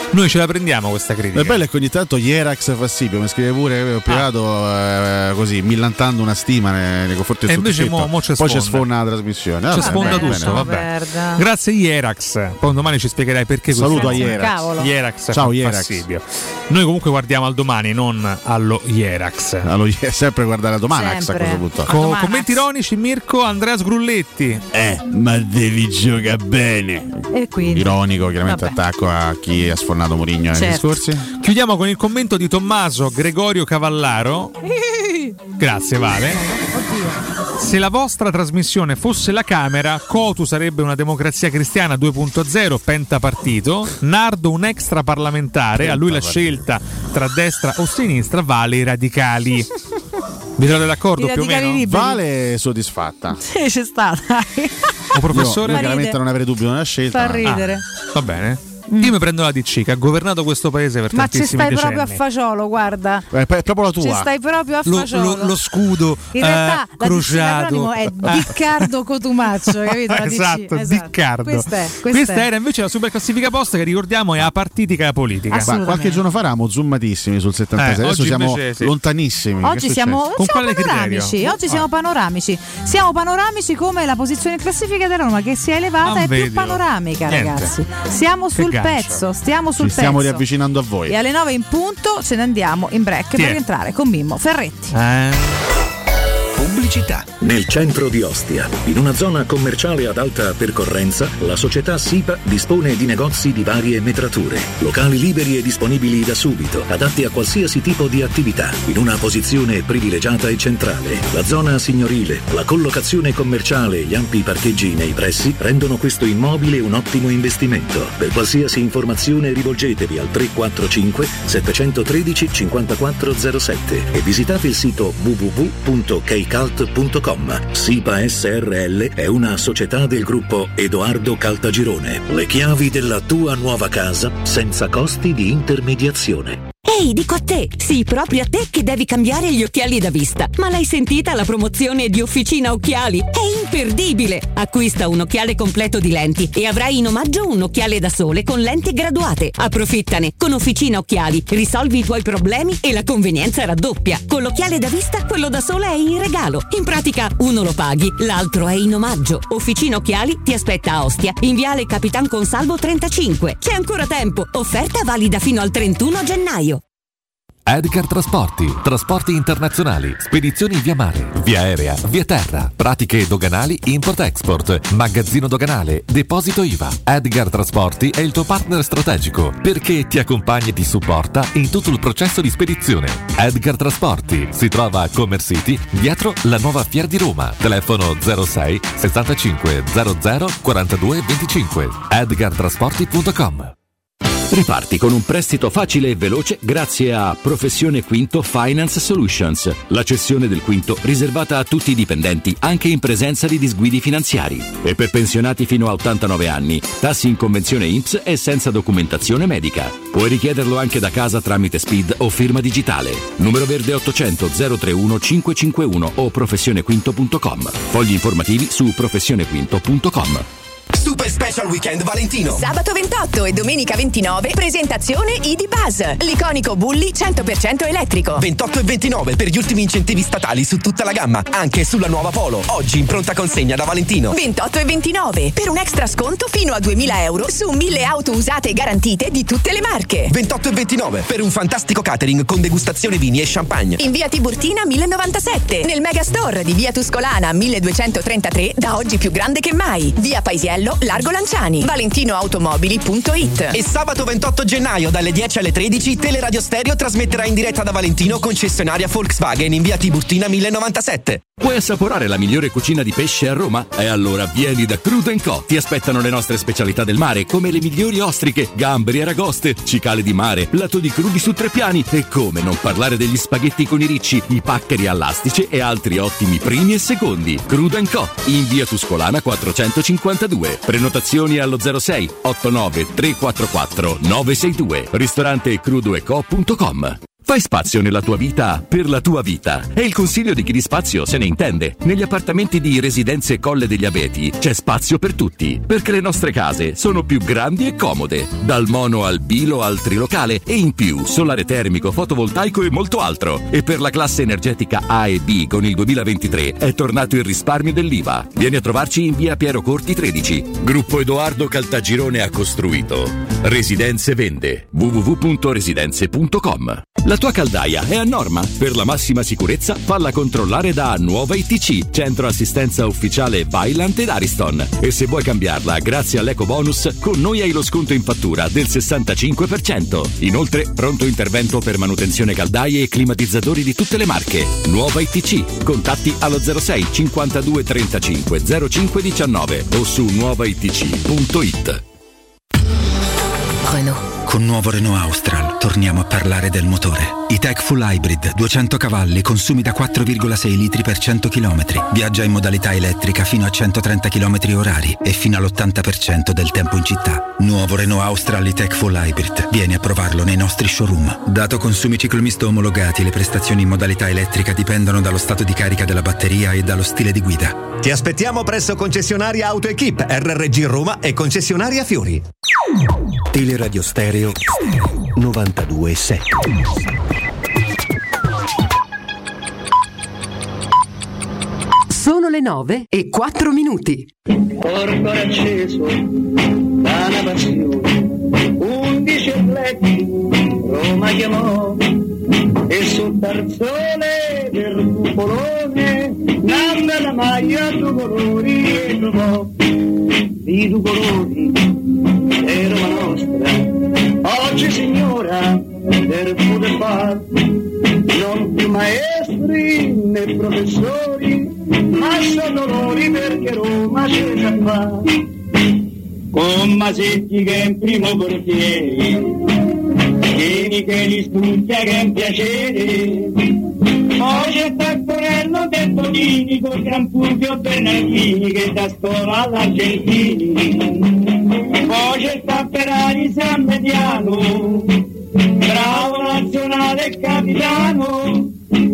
Noi ce la prendiamo questa critica. Il bello è che ogni tanto Ierax fa Sibio, mi scrive pure ho privato ah. eh, così, millantando una stima nei, nei confronti del sottoscritto. Mo, mo poi c'è sfonda la trasmissione. Ci sfonda tutto, vabbè. Grazie Ierax. Poi domani ci spiegherai perché. Saluto a Ierax. Ierax. Ciao Ierax. Fastidio. Noi comunque guardiamo al domani, non allo Ierax. Allo sempre guardare a Domanax a questo punto. Co- commenti ironici, Mirko Andrea Sgrulletti. Eh, ma devi giocare bene. E quindi ironico, chiaramente vabbè. attacco a chi ha sfornato Mourinho certo. nei discorsi. Chiudiamo con il commento di Tommaso Gregorio Cavallaro. Grazie Vale. Oddio. Se la vostra trasmissione fosse la Camera, Cotu sarebbe una democrazia cristiana due punto zero, pentapartito, Nardo un extra parlamentare, a lui la scelta tra destra o sinistra, Vale i radicali. Vi trovate d'accordo I più o meno? liberi. Vale soddisfatta. Sì, c'è stata. O professore? Io, io chiaramente non avrei dubbi nella scelta. Fa ridere. Ah, va bene. Io mi prendo la D C che ha governato questo paese per Ma ci tantissimi stai decenni. proprio a fagiolo, guarda. È, è proprio la tua. Ci stai proprio a Lo, fagiolo. lo, lo scudo in realtà eh, la crociato è Diccardo Cotumaccio, capito? La D C. Esatto, esatto. Diccardo. Questa, è, questa, questa è. era invece la super classifica posta che ricordiamo è apatitica politica. Ma qualche giorno fa eravamo zoomatissimi sul settantasei, Eh, adesso oggi siamo invece, sì. lontanissimi. Oggi Che siamo, Con siamo quale panoramici. criterio? Oggi siamo panoramici. Siamo panoramici come la posizione in classifica della Roma che si è elevata Ah, è più vedi. panoramica, Niente. ragazzi. Siamo Che sul gancio. pezzo, stiamo sul Ci stiamo pezzo. riavvicinando a voi. E alle nove in punto ce ne andiamo in break Chi per è? rientrare con Mimmo Ferretti. Pubblicità. Nel centro di Ostia, in una zona commerciale ad alta percorrenza, la società SIPA dispone di negozi di varie metrature, locali liberi e disponibili da subito, adatti a qualsiasi tipo di attività, in una posizione privilegiata e centrale. La zona signorile, la collocazione commerciale e gli ampi parcheggi nei pressi rendono questo immobile un ottimo investimento. Per qualsiasi informazione rivolgetevi al tre quattro cinque sette uno tre cinque zero sette e visitate il sito w w w punto keicalt punto com. SIPA S R L è una società del gruppo Edoardo Caltagirone. Le chiavi della tua nuova casa senza costi di intermediazione. Ehi, dico a te, sì, proprio a te che devi cambiare gli occhiali da vista. Ma l'hai sentita la promozione di Officina Occhiali? È imperdibile! Acquista un occhiale completo di lenti e avrai in omaggio un occhiale da sole con lenti graduate. Approfittane! Con Officina Occhiali risolvi i tuoi problemi e la convenienza raddoppia. Con l'occhiale da vista, quello da sole è in regalo. In pratica, uno lo paghi, l'altro è in omaggio. Officina Occhiali ti aspetta a Ostia, in viale Capitan Consalvo trentacinque. C'è ancora tempo! Offerta valida fino al trentuno gennaio. Edgar Trasporti, trasporti internazionali, spedizioni via mare, via aerea, via terra, pratiche doganali import-export, magazzino doganale, deposito I V A. Edgar Trasporti è il tuo partner strategico perché ti accompagna e ti supporta in tutto il processo di spedizione. Edgar Trasporti si trova a Commerce City, dietro la nuova Fiera di Roma. Telefono zero sei sessantacinque zero zero quarantadue venticinque. edgar trasporti punto com. Riparti con un prestito facile e veloce grazie a Professione Quinto Finance Solutions, la cessione del quinto riservata a tutti i dipendenti anche in presenza di disguidi finanziari. E per pensionati fino a ottantanove anni, tassi in convenzione I N P S e senza documentazione medica. Puoi richiederlo anche da casa tramite S P I D o firma digitale. Numero verde ottocento zero trentuno cinquecentocinquantuno o professionequinto punto com. Fogli informativi su professionequinto punto com. Super Special Weekend Valentino. Sabato ventotto e domenica ventinove presentazione I D Buzz, l'iconico Bulli cento per cento elettrico. ventotto e ventinove per gli ultimi incentivi statali su tutta la gamma, anche sulla nuova Polo. Oggi in pronta consegna da Valentino. ventotto e ventinove per un extra sconto fino a duemila euro su mille auto usate e garantite di tutte le marche. ventotto e ventinove per un fantastico catering con degustazione vini e champagne. In via Tiburtina mille novantasette, nel Megastore di via Tuscolana milleduecentotrentatré, da oggi più grande che mai. Via Paisiello, Largo Lanciani, valentinoautomobili punto it. E sabato ventotto gennaio dalle dieci alle tredici Teleradio Stereo trasmetterà in diretta da Valentino, concessionaria Volkswagen in via Tiburtina mille novantasette. Puoi assaporare la migliore cucina di pesce a Roma? E allora vieni da Crudo and Co. Ti aspettano le nostre specialità del mare, come le migliori ostriche, gamberi, aragoste, cicale di mare, latoni crudi su tre piani e come non parlare degli spaghetti con i ricci, i paccheri all'astice e altri ottimi primi e secondi. Crudo and Co. in via Tuscolana quattrocentocinquantadue. Prenotazioni allo zero sei ottantanove tre quattro quattro nove sei due. Ristorante crudo e co punto com. Fai spazio nella tua vita per la tua vita. È il consiglio di chi di spazio se ne intende. Negli appartamenti di Residenze Colle degli Abeti c'è spazio per tutti, perché le nostre case sono più grandi e comode. Dal mono al bilo al trilocale e in più solare termico, fotovoltaico e molto altro. E per la classe energetica A e B con il duemilaventitré è tornato il risparmio dell'I V A. Vieni a trovarci in via Piero Corti tredici. Gruppo Edoardo Caltagirone ha costruito. Residenze vende. w w w punto residenze punto com. La tua caldaia è a norma? Per la massima sicurezza falla controllare da Nuova I T C, centro assistenza ufficiale Vaillant ed Ariston. E se vuoi cambiarla grazie all'eco bonus, con noi hai lo sconto in fattura del sessantacinque per cento. Inoltre, pronto intervento per manutenzione caldaie e climatizzatori di tutte le marche. Nuova I T C. Contatti allo zero sei cinquantadue trentacinque zero cinque diciannove o su nuova i t c punto i t. Renault. Con nuovo Renault Austral torniamo a parlare del motore. E-Tech Full Hybrid, duecento cavalli, consumi da quattro virgola sei litri per cento chilometri. Viaggia in modalità elettrica fino a centotrenta chilometri orari e fino all'ottanta per cento del tempo in città. Nuovo Renault Austral E-Tech Full Hybrid. Vieni a provarlo nei nostri showroom. Dato consumi ciclomisto omologati, le prestazioni in modalità elettrica dipendono dallo stato di carica della batteria e dallo stile di guida. Ti aspettiamo presso concessionaria AutoEquip, R R G Roma e concessionaria Fiori. Teleradio Stereo novantadue virgola sette. Sono le nove e quattro minuti. Corpo acceso da una passione, undici atleti Roma chiamò e sul tarzone del cupolone nanda la maglia due colori e trovò di due colori è Roma nostra, oggi signora del poter far, non più maestri né professori, ma sono loro perché Roma ce ne fa. Con Masetti che è in primo portiere, Vieni che li studia che è un piacere, poi c'è Taccorello del Bonini con Gran Fulvio Bernardini che da scuola all'Argentini, poi c'è Tapperari San Mediano, bravo nazionale e capitano,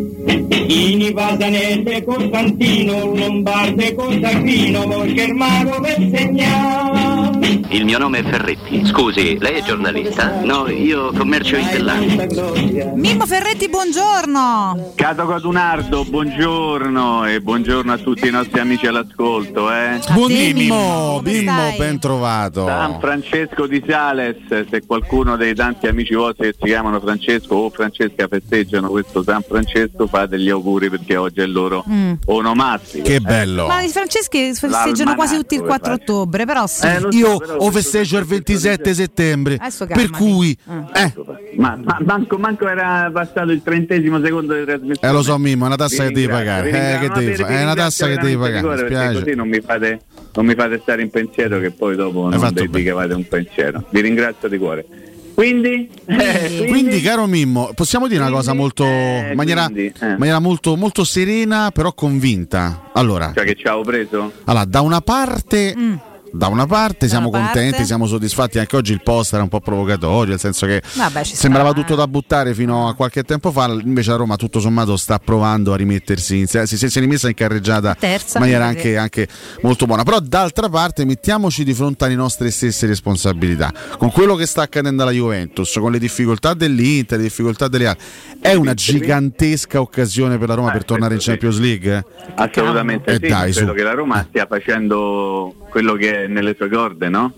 Ini Pasanelle Costantino, Lombarde Costantino, perché il mago per segnare. Il mio nome è Ferretti. Scusi, lei è giornalista? No, io commercio in stellare. Mimmo Ferretti, buongiorno. Cato Codunardo, buongiorno e buongiorno a tutti i nostri amici all'ascolto. Eh. Buon Mimmo, Mimmo, ben trovato. San Francesco di Sales, se qualcuno dei tanti amici vostri che si chiamano Francesco o Francesca festeggiano questo San Francesco, fate gli auguri perché oggi è il loro mm. onomastico. Che bello. Eh. Ma i franceschi festeggiano quasi tutti il quattro ottobre, però sì. Eh, io so, o festeggio il ventisette settembre, per cui eh. ma, ma manco, manco era passato il trentesimo secondo di trasmissione. Eh lo so Mimmo, è una tassa che devi pagare, eh, che devi fa- è una tassa che devi pagare, mi spiace. Così non mi fate non mi fate stare in pensiero che poi dopo Hai non dedicavate un pensiero. Vi ringrazio di cuore. Quindi, eh, quindi, quindi caro Mimmo, possiamo dire quindi, una cosa molto eh, in maniera, quindi, eh. maniera molto, molto serena però convinta. Allora, cioè che ci avevo preso? Allora, da una parte mm. Da una parte siamo una contenti, parte. siamo soddisfatti, anche oggi il post era un po' provocatorio, nel senso che Vabbè, sembrava sta, tutto eh. da buttare fino a qualche tempo fa, invece a Roma tutto sommato sta provando a rimettersi in, si, si è rimessa in carreggiata Terza, in maniera anche, anche molto buona, però d'altra parte mettiamoci di fronte alle nostre stesse responsabilità, con quello che sta accadendo alla Juventus, con le difficoltà dell'Inter, le difficoltà delle altre, è una gigantesca occasione per la Roma ah, per tornare in Champions League? Eh? Assolutamente eh sì, dai, credo su. che la Roma stia facendo quello che è nelle sue corde, no?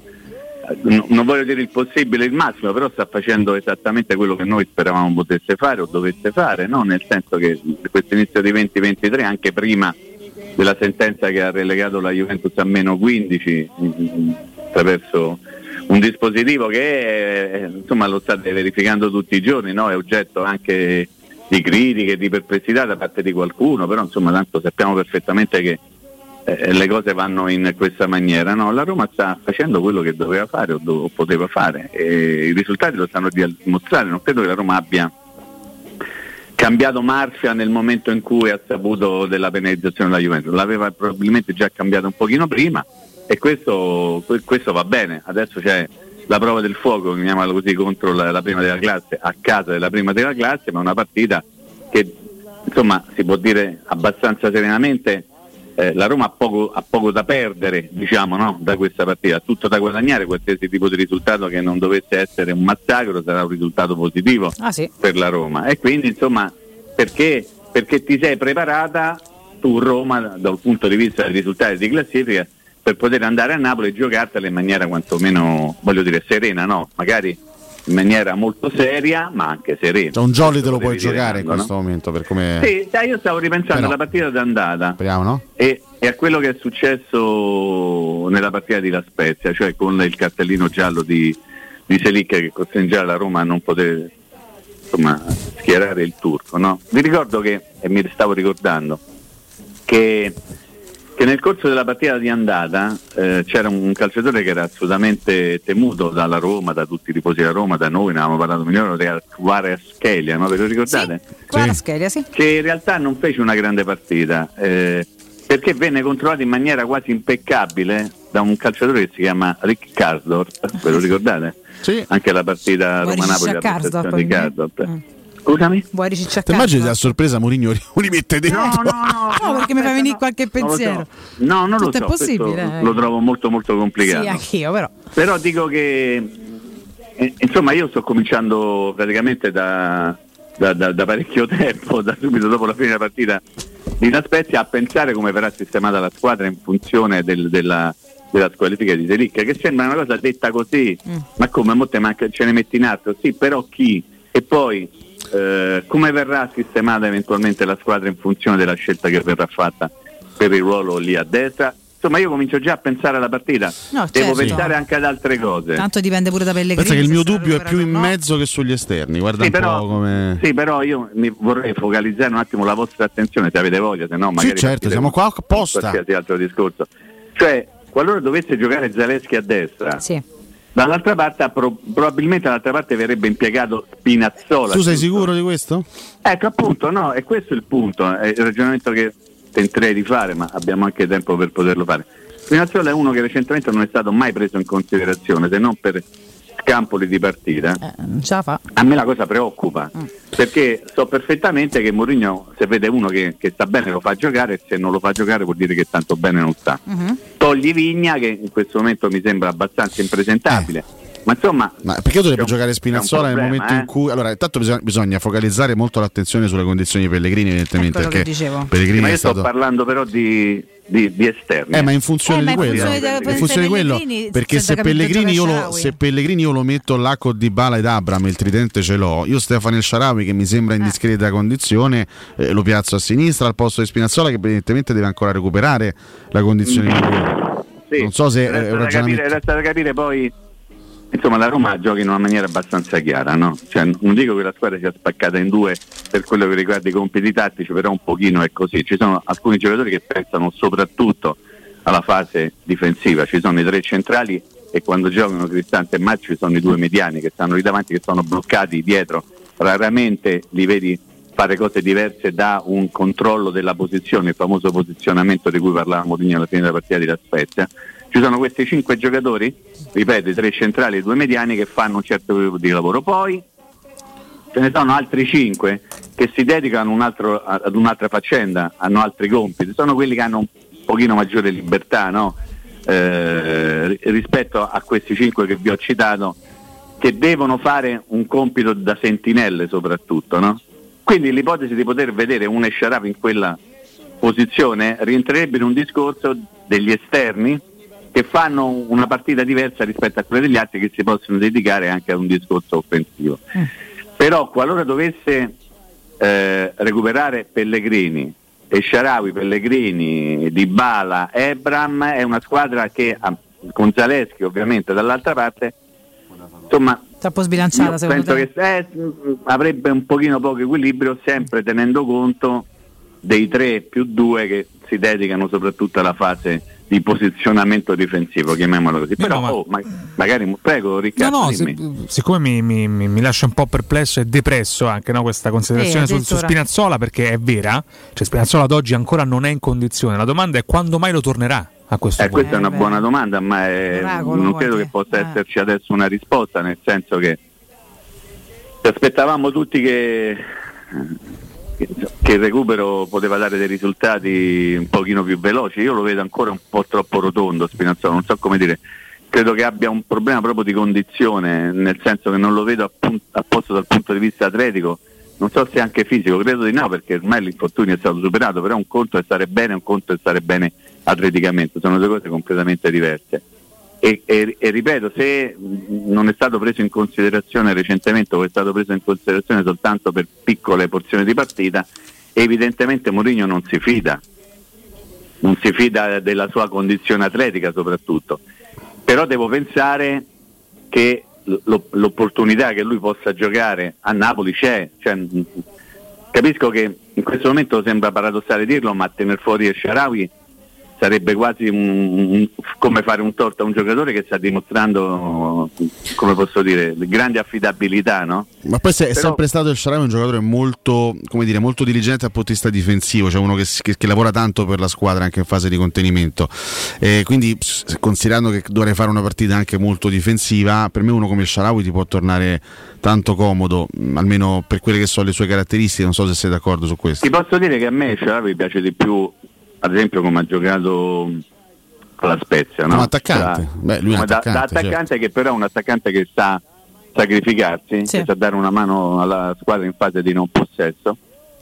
Non voglio dire il possibile, il massimo, però sta facendo esattamente quello che noi speravamo potesse fare o dovesse fare, no? Nel senso che questo inizio di venti ventitré, anche prima della sentenza che ha relegato la Juventus a meno quindici, attraverso un dispositivo che è, insomma lo state verificando tutti i giorni, no? È oggetto anche di critiche, di perplessità da parte di qualcuno, però insomma tanto sappiamo perfettamente che Eh, le cose vanno in questa maniera, no? La Roma sta facendo quello che doveva fare o, do- o poteva fare e i risultati lo stanno dimostrare. Non credo che la Roma abbia cambiato marcia nel momento in cui ha saputo della penalizzazione della Juventus, l'aveva probabilmente già cambiato un pochino prima e questo, questo va bene. Adesso c'è la prova del fuoco, chiamiamola così, contro la, la prima della classe, a casa della prima della classe, ma una partita che insomma si può dire abbastanza serenamente eh, la Roma ha poco, ha poco da perdere, diciamo, no? Da questa partita, ha tutto da guadagnare, qualsiasi tipo di risultato che non dovesse essere un massacro sarà un risultato positivo ah, sì. per la Roma, e quindi insomma perché, perché ti sei preparata tu Roma dal punto di vista dei risultati di classifica per poter andare a Napoli e giocartela in maniera quantomeno, voglio dire, serena, no? Magari in maniera molto seria, ma anche serena. Cioè, un jolly te lo puoi giocare in no? questo momento, per come... Sì, dai, io stavo ripensando Però, alla partita d'andata speriamo, no? e, e a quello che è successo nella partita di La Spezia, cioè con il cartellino giallo di, di Selic che costringeva la Roma a non poter, insomma, schierare il turco, no? Vi ricordo che, e mi stavo ricordando, che che nel corso della partita di andata eh, c'era un calciatore che era assolutamente temuto dalla Roma, da tutti i tifosi della Roma, da noi, ne avevamo parlato milione, era Kvaratskhelia, no? Ve lo ricordate? Sì, Kvaratskhelia, sì. Che in realtà non fece una grande partita eh, perché venne controllato in maniera quasi impeccabile da un calciatore che si chiama Rick Karsdorp, ve lo ricordate? Sì. Anche la partita Roma-Napoli, la prestazione di Karsdorp. Mm. Scusami? Vuoi ricicciare? Ti immagini a sorpresa Mourinho li rimette dentro? No, no, no, no, perché mi fa venire qualche pensiero. So. No, non Tutto lo so. È possibile. Eh. Lo trovo molto molto complicato. Sì, anch'io, però. Però dico che eh, insomma io sto cominciando praticamente da, da, da, da parecchio tempo, da subito dopo la fine della partita di La Spezia, a pensare come verrà sistemata la squadra in funzione del, della, della squalifica di Selic, che sembra una cosa detta così, mm. ma come molte manca, ce ne metti in atto? Sì, però chi? E poi Eh, come verrà sistemata eventualmente la squadra in funzione della scelta che verrà fatta per il ruolo lì a destra? Insomma, io comincio già a pensare alla partita, no, devo certo. pensare anche ad altre cose. Tanto dipende pure da Pellegrini. Pensa che il mio dubbio è più in mezzo che sugli esterni, guarda sì, un però, po' come... Sì, però io mi vorrei focalizzare un attimo la vostra attenzione, se avete voglia, se no magari... Sì, certo, siamo qua apposta. Qualsiasi altro discorso. Cioè, qualora dovesse giocare Zalewski a destra... Sì. Dall'altra parte, pro- probabilmente dall'altra parte verrebbe impiegato Spinazzola. Tu sei sicuro di questo? Ecco, appunto, no, è questo il punto, è il ragionamento che tenterei di fare, ma abbiamo anche tempo per poterlo fare. Spinazzola è uno che recentemente non è stato mai preso in considerazione, se non per scampoli di partita. Eh, non ce la fa. A me la cosa preoccupa, mm. perché so perfettamente che Mourinho, se vede uno che, che sta bene, lo fa giocare, e se non lo fa giocare vuol dire che tanto bene non sta. Mm-hmm. Togli Vigna, che in questo momento mi sembra abbastanza impresentabile. Eh. Ma insomma, ma perché dovrebbe giocare Spinazzola nel momento eh? in cui, allora, intanto bisogna, bisogna focalizzare molto l'attenzione sulle condizioni di Pellegrini, evidentemente, perché Pellegrini sì, ma io è sto stato... parlando però di, di, di esterni. Eh, ma in funzione eh, di ma quello, in funzione di, in funzione di quello, perché se Pellegrini, io lo, se Pellegrini io lo metto là con Dybala ed Abraham, il tridente ce l'ho, io Stefano El Shaarawy che mi sembra in discreta condizione, eh, lo piazzo a sinistra al posto di Spinazzola, che evidentemente deve ancora recuperare la condizione di quello. Sì, non so se resta è un da ragionamento... capire, resta da capire poi. Insomma, la Roma gioca in una maniera abbastanza chiara, no? Cioè, non dico che la squadra sia spaccata in due per quello che riguarda i compiti tattici, però un pochino è così. Ci sono alcuni giocatori che pensano soprattutto alla fase difensiva, ci sono i tre centrali e quando giocano Cristante e Macci ci sono i due mediani che stanno lì davanti, che sono bloccati dietro, raramente li vedi fare cose diverse da un controllo della posizione, il famoso posizionamento di cui parlavamo prima alla fine della partita di La Spezia. Ci sono questi cinque giocatori, ripeto, i tre centrali e i due mediani, che fanno un certo tipo di lavoro. Poi ce ne sono altri cinque che si dedicano un altro, ad un'altra faccenda, hanno altri compiti, sono quelli che hanno un pochino maggiore libertà, no? eh, rispetto a questi cinque che vi ho citato, che devono fare un compito da sentinelle soprattutto, no? Quindi l'ipotesi di poter vedere un El Shaarawy in quella posizione rientrerebbe in un discorso degli esterni che fanno una partita diversa rispetto a quella degli altri, che si possono dedicare anche a un discorso offensivo. Mm. Però qualora dovesse eh, recuperare Pellegrini, El Shaarawy, Pellegrini, Dybala, Abraham, è una squadra che con Zalewski ovviamente dall'altra parte, insomma, troppo sbilanciata secondo penso te? che eh, avrebbe un pochino poco equilibrio, sempre tenendo conto dei tre più due che si dedicano soprattutto alla fase di posizionamento difensivo, chiamiamolo così. No, però ma... oh, ma, magari prego Riccardo, no, no, se, siccome mi, mi, mi lascia un po' perplesso e depresso anche, no, questa considerazione eh, su, su Spinazzola, perché è vera, cioè Spinazzola ad oggi ancora non è in condizione, la domanda è quando mai lo tornerà. a questo eh, punto? Questa è una buona domanda, ma è, Miracolo, non credo guardi. che possa Eh. esserci adesso una risposta, nel senso che ci aspettavamo tutti che, che, che il recupero poteva dare dei risultati un pochino più veloci. Io lo vedo ancora un po' troppo rotondo Spinazzola, non so come dire. Credo che abbia un problema proprio di condizione, nel senso che non lo vedo a, pun- a posto dal punto di vista atletico, non so se anche fisico, credo di no, perché ormai l'infortunio è stato superato, però un conto è stare bene, un conto è stare bene atleticamente, sono due cose completamente diverse. E, e, e ripeto, se non è stato preso in considerazione recentemente o è stato preso in considerazione soltanto per piccole porzioni di partita, evidentemente Mourinho non si fida, non si fida della sua condizione atletica soprattutto. Però devo pensare che l- l'opportunità che lui possa giocare a Napoli c'è, cioè, mh, capisco che in questo momento sembra paradossale dirlo, ma tener fuori El Shaarawy sarebbe quasi un, un, come fare un torto a un giocatore che sta dimostrando, come posso dire, grande affidabilità, no? Ma poi se, è Però, sempre stato El Shaarawy un giocatore molto, come dire, molto diligente dal punto di vista difensivo, cioè uno che, che, che lavora tanto per la squadra anche in fase di contenimento, eh, quindi considerando che dovrei fare una partita anche molto difensiva, per me uno come El Shaarawy ti può tornare tanto comodo, almeno per quelle che sono le sue caratteristiche. Non so se sei d'accordo su questo. ti posso dire che a me El Shaarawy piace di più, ad esempio, come ha giocato alla Spezia, no? Come attaccante. Da, Beh, lui è un come da- attaccante, da attaccante certo. che però è un attaccante che sa sacrificarsi, Sì. che sa dare una mano alla squadra in fase di non possesso.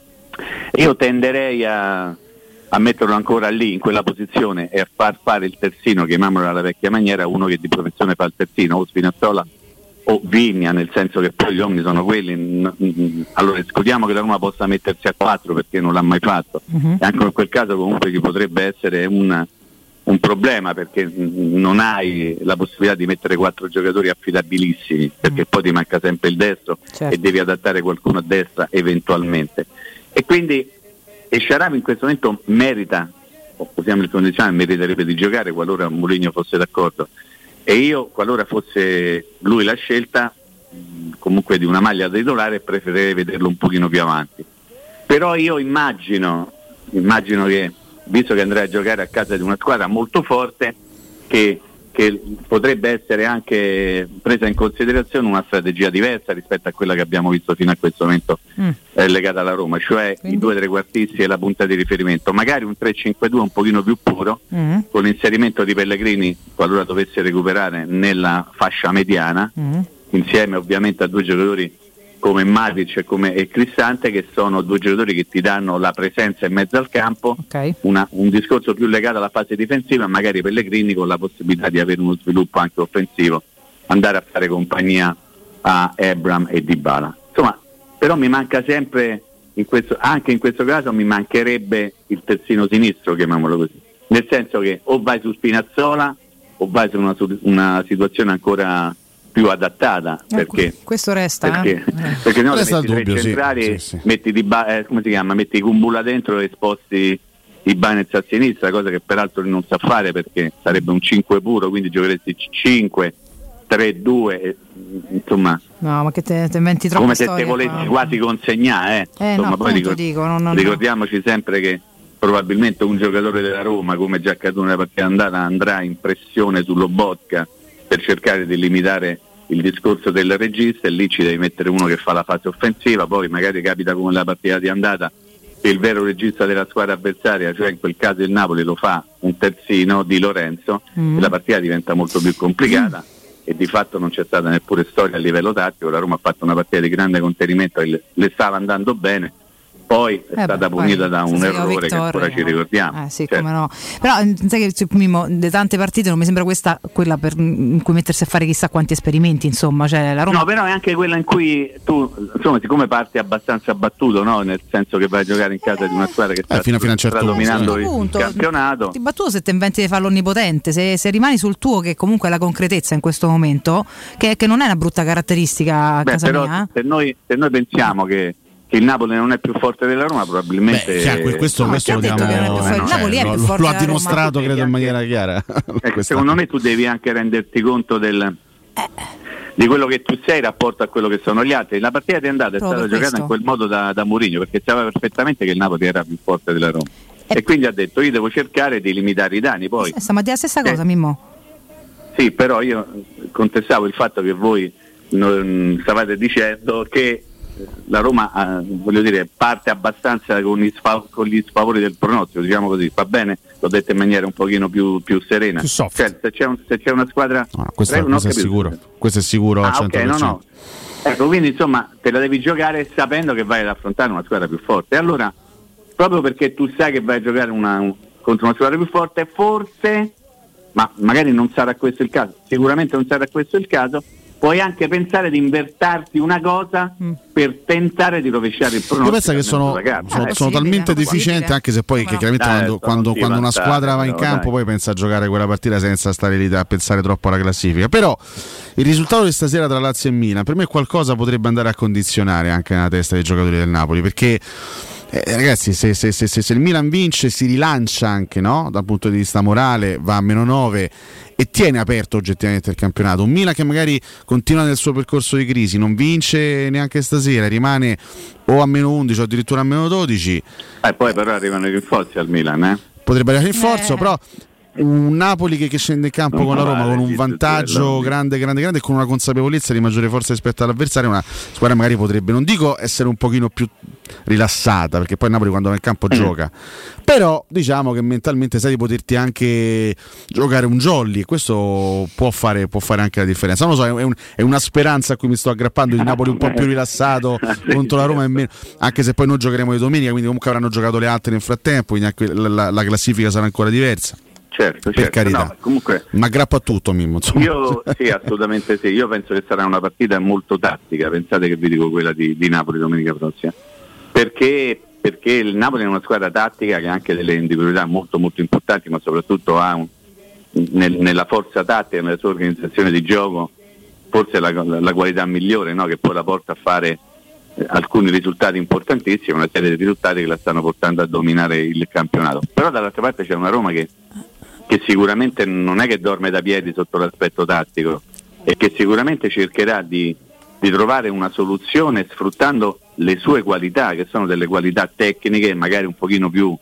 Io tenderei a, a metterlo ancora lì, in quella posizione, e a far fare il terzino, chiamiamolo alla vecchia maniera, uno che di professione fa il terzino, o Spinazzola o Vigna, nel senso che poi gli uomini sono quelli. N- n- allora escludiamo che la Roma possa mettersi a quattro perché non l'ha mai fatto, Mhm. e anche in quel caso comunque ci potrebbe essere un, un problema, perché n- non hai la possibilità di mettere quattro giocatori affidabilissimi, perché poi ti manca sempre il destro, Certo. e devi adattare qualcuno a destra eventualmente, e quindi El Shaarawy in questo momento merita, o usiamo il condizionale, meriterebbe di giocare qualora Mourinho fosse d'accordo. E io, qualora fosse lui la scelta, mh, comunque di una maglia da titolare, preferirei vederlo un pochino più avanti. Però io immagino, immagino che, visto che andrà a giocare a casa di una squadra molto forte, che, che potrebbe essere anche presa in considerazione una strategia diversa rispetto a quella che abbiamo visto fino a questo momento, Mm. eh, legata alla Roma, cioè Quindi? i due trequartisti e la punta di riferimento, magari un tre cinque due un pochino più puro, Mm. con l'inserimento di Pellegrini qualora dovesse recuperare nella fascia mediana, Mm. insieme ovviamente a due giocatori come Matic e come e Cristante, che sono due giocatori che ti danno la presenza in mezzo al campo, Ok. una- un discorso più legato alla fase difensiva, e magari Pellegrini con la possibilità di avere uno sviluppo anche offensivo, andare a fare compagnia a Ebram e Dybala. Insomma, però mi manca sempre, in questo, anche in questo caso mi mancherebbe il terzino sinistro, chiamiamolo così, nel senso che o vai su Spinazzola o vai su una, su una situazione ancora più adattata, perché Eh, questo resta. perché, eh. perché no, Resta metti il tre dubbio, sì, centrali, sì, sì. metti di ba- eh, come si chiama? Metti Kumbula dentro e sposti i Banez a sinistra, cosa che peraltro lui non sa fare, perché sarebbe un cinque puro, quindi giocheresti cinque tre due, eh, insomma, No, ma che te, te inventi troppo come se storie te volessi qua. quasi consegnare, eh. Eh, Insomma, no, poi appunto ricor- dico, no, no, no. ricordiamoci sempre che probabilmente un giocatore della Roma, come già accaduto nella partita andata, andrà in pressione su Lobotka per cercare di limitare il discorso del regista, e lì ci devi mettere uno che fa la fase offensiva. Poi magari capita come la partita di andata che il vero regista della squadra avversaria, cioè in quel caso il Napoli, lo fa un terzino di Lorenzo, Mm. e la partita diventa molto più complicata, e di fatto non c'è stata neppure storia a livello tattico. La Roma ha fatto una partita di grande contenimento e le, le stava andando bene, poi è Eh stata beh, punita poi da un se errore Victor, che ancora ci no. ricordiamo. Eh sì, Certo. come no. Però eh, sai che cioè, Mimmo, le tante partite non mi sembra questa quella per, in cui mettersi a fare chissà quanti esperimenti, insomma, cioè la Roma. No, però è anche quella in cui tu, insomma, siccome parti abbastanza battuto, no? Nel senso che vai a giocare in casa di una squadra che sta, fino a- fino a un certo sta dominando punto, il Appunto, campionato. Ti battuto se ti inventi di farlo onnipotente, se, se rimani sul tuo, che comunque è la concretezza in questo momento, che, che non è una brutta caratteristica a Beh, casa però mia. se noi, se noi pensiamo che, che il Napoli non è più forte della Roma, probabilmente Beh, chiaro, questo, no, questo lo chi ha detto diamo, che non è più forte? cioè, Il Napoli è lo, più forte lo ha della Roma. dimostrato, Devi credo, in anche- maniera chiara. Ecco, secondo me tu devi anche renderti conto del, di quello che tu sei in rapporto a quello che sono gli altri. La partita di andata è Proprio stata per giocata questo. in quel modo da, da Mourinho, perché sapeva perfettamente che il Napoli era più forte della Roma. e quindi ha detto io devo cercare di limitare i danni. Poi stamattina la stessa cosa, eh, Mimmo. Sì, però io contestavo il fatto che voi non stavate dicendo che la Roma eh, voglio dire parte abbastanza con gli, sfa- con gli sfavori del pronostico, diciamo così, va bene? L'ho detto in maniera un pochino più, più serena. Più soft. Cioè, se c'è, un, se c'è una squadra no, questo, prego, questo è sicuro, questo è sicuro ah, al cento per cento. Okay, no, no. Ecco, quindi insomma te la devi giocare sapendo che vai ad affrontare una squadra più forte. E allora, proprio perché tu sai che vai a giocare una, un, contro una squadra più forte, forse, ma magari non sarà questo il caso, sicuramente non sarà questo il caso, puoi anche pensare di invertarti una cosa mm. per tentare di rovesciare il pronostico. Io penso che sono, sono, eh, sono sì, talmente vedi, deficienti, anche se poi che chiaramente dai, quando, quando, quando una squadra va in campo dai. poi pensa a giocare quella partita senza stare lì a pensare troppo alla classifica. Però il risultato di stasera tra Lazio e Milan per me qualcosa potrebbe andare a condizionare anche nella testa dei giocatori del Napoli, perché Eh, ragazzi, se, se, se, se il Milan vince si rilancia anche, no? Dal punto di vista morale, va a meno nove e tiene aperto oggettivamente il campionato. Un Milan che magari continua nel suo percorso di crisi, non vince neanche stasera, rimane o a meno undici o addirittura a meno dodici. E poi però arrivano i rinforzi al Milan, eh? Potrebbe arrivare in forza, eh. però un Napoli che, che scende in campo non con la Roma con un vantaggio grande grande grande e con una consapevolezza di maggiore forza rispetto all'avversario, una squadra magari potrebbe, non dico essere un pochino più rilassata, perché poi Napoli quando va in campo mm. gioca, però diciamo che mentalmente sai di poterti anche giocare un jolly e questo può fare, può fare anche la differenza. Non lo so, è, un, è una speranza a cui mi sto aggrappando, il Napoli un po' più rilassato contro la Roma e meno, anche se poi noi giocheremo di domenica, quindi comunque avranno giocato le altre nel frattempo, quindi anche la, la, la classifica sarà ancora diversa. Certo, per certo. carità, no, comunque ma aggrappo a tutto, Mimmo. Insomma. Io sì, assolutamente sì. Io penso che sarà una partita molto tattica. Pensate che vi dico quella di, di Napoli domenica prossima. Perché, perché il Napoli è una squadra tattica che ha anche delle individualità molto molto importanti, ma soprattutto ha un, nel, nella forza tattica, nella sua organizzazione di gioco, forse la, la qualità migliore, no? Che poi la porta a fare eh, alcuni risultati importantissimi, una serie di risultati che la stanno portando a dominare il campionato. Però dall'altra parte c'è una Roma che che sicuramente non è che dorme da piedi sotto l'aspetto tattico e che sicuramente cercherà di, di trovare una soluzione sfruttando le sue qualità, che sono delle qualità tecniche magari un pochino più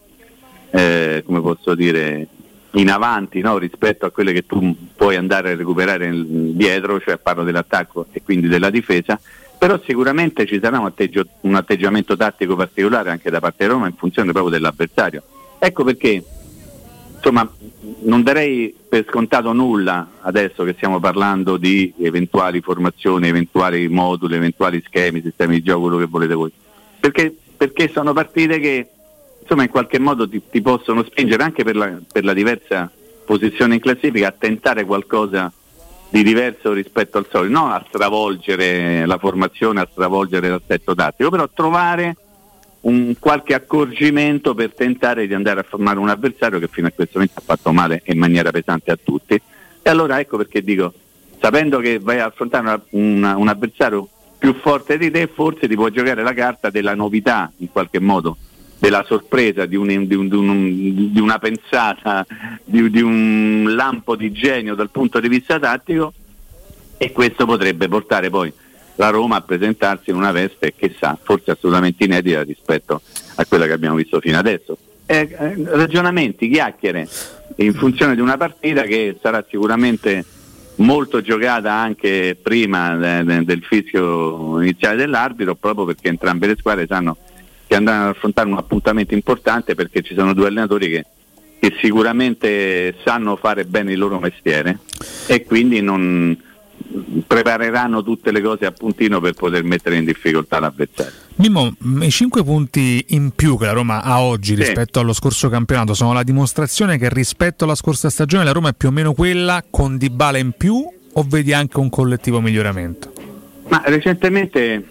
eh, come posso dire in avanti, no? Rispetto a quelle che tu puoi andare a recuperare dietro, cioè parlo dell'attacco e quindi della difesa. Però sicuramente ci sarà un, atteggio, un atteggiamento tattico particolare anche da parte di Roma in funzione proprio dell'avversario. Ecco perché insomma non darei per scontato nulla adesso che stiamo parlando di eventuali formazioni, eventuali moduli, eventuali schemi, sistemi di gioco, quello che volete voi, perché, perché sono partite che insomma in qualche modo ti, ti possono spingere anche per la, per la diversa posizione in classifica a tentare qualcosa di diverso rispetto al solito, non a stravolgere la formazione, a stravolgere l'assetto tattico, però trovare un qualche accorgimento per tentare di andare a formare un avversario che fino a questo momento ha fatto male in maniera pesante a tutti. E allora ecco perché dico, sapendo che vai a affrontare una, una, un avversario più forte di te, forse ti può giocare la carta della novità in qualche modo, della sorpresa, di, un, di, un, di, un, di una pensata, di, di un lampo di genio dal punto di vista tattico, e questo potrebbe portare poi la Roma a presentarsi in una veste che sa, forse assolutamente inedita rispetto a quella che abbiamo visto fino adesso. Eh, eh, ragionamenti, chiacchiere in funzione di una partita che sarà sicuramente molto giocata anche prima de- de- del fischio iniziale dell'arbitro, proprio perché entrambe le squadre sanno che andranno ad affrontare un appuntamento importante, perché ci sono due allenatori che, che sicuramente sanno fare bene il loro mestiere e quindi non prepareranno tutte le cose a puntino per poter mettere in difficoltà l'avversario. Mimmo, i cinque punti in più che la Roma ha oggi sì. rispetto allo scorso campionato sono la dimostrazione che rispetto alla scorsa stagione la Roma è più o meno quella, con Dybala in più, o vedi anche un collettivo miglioramento? Ma recentemente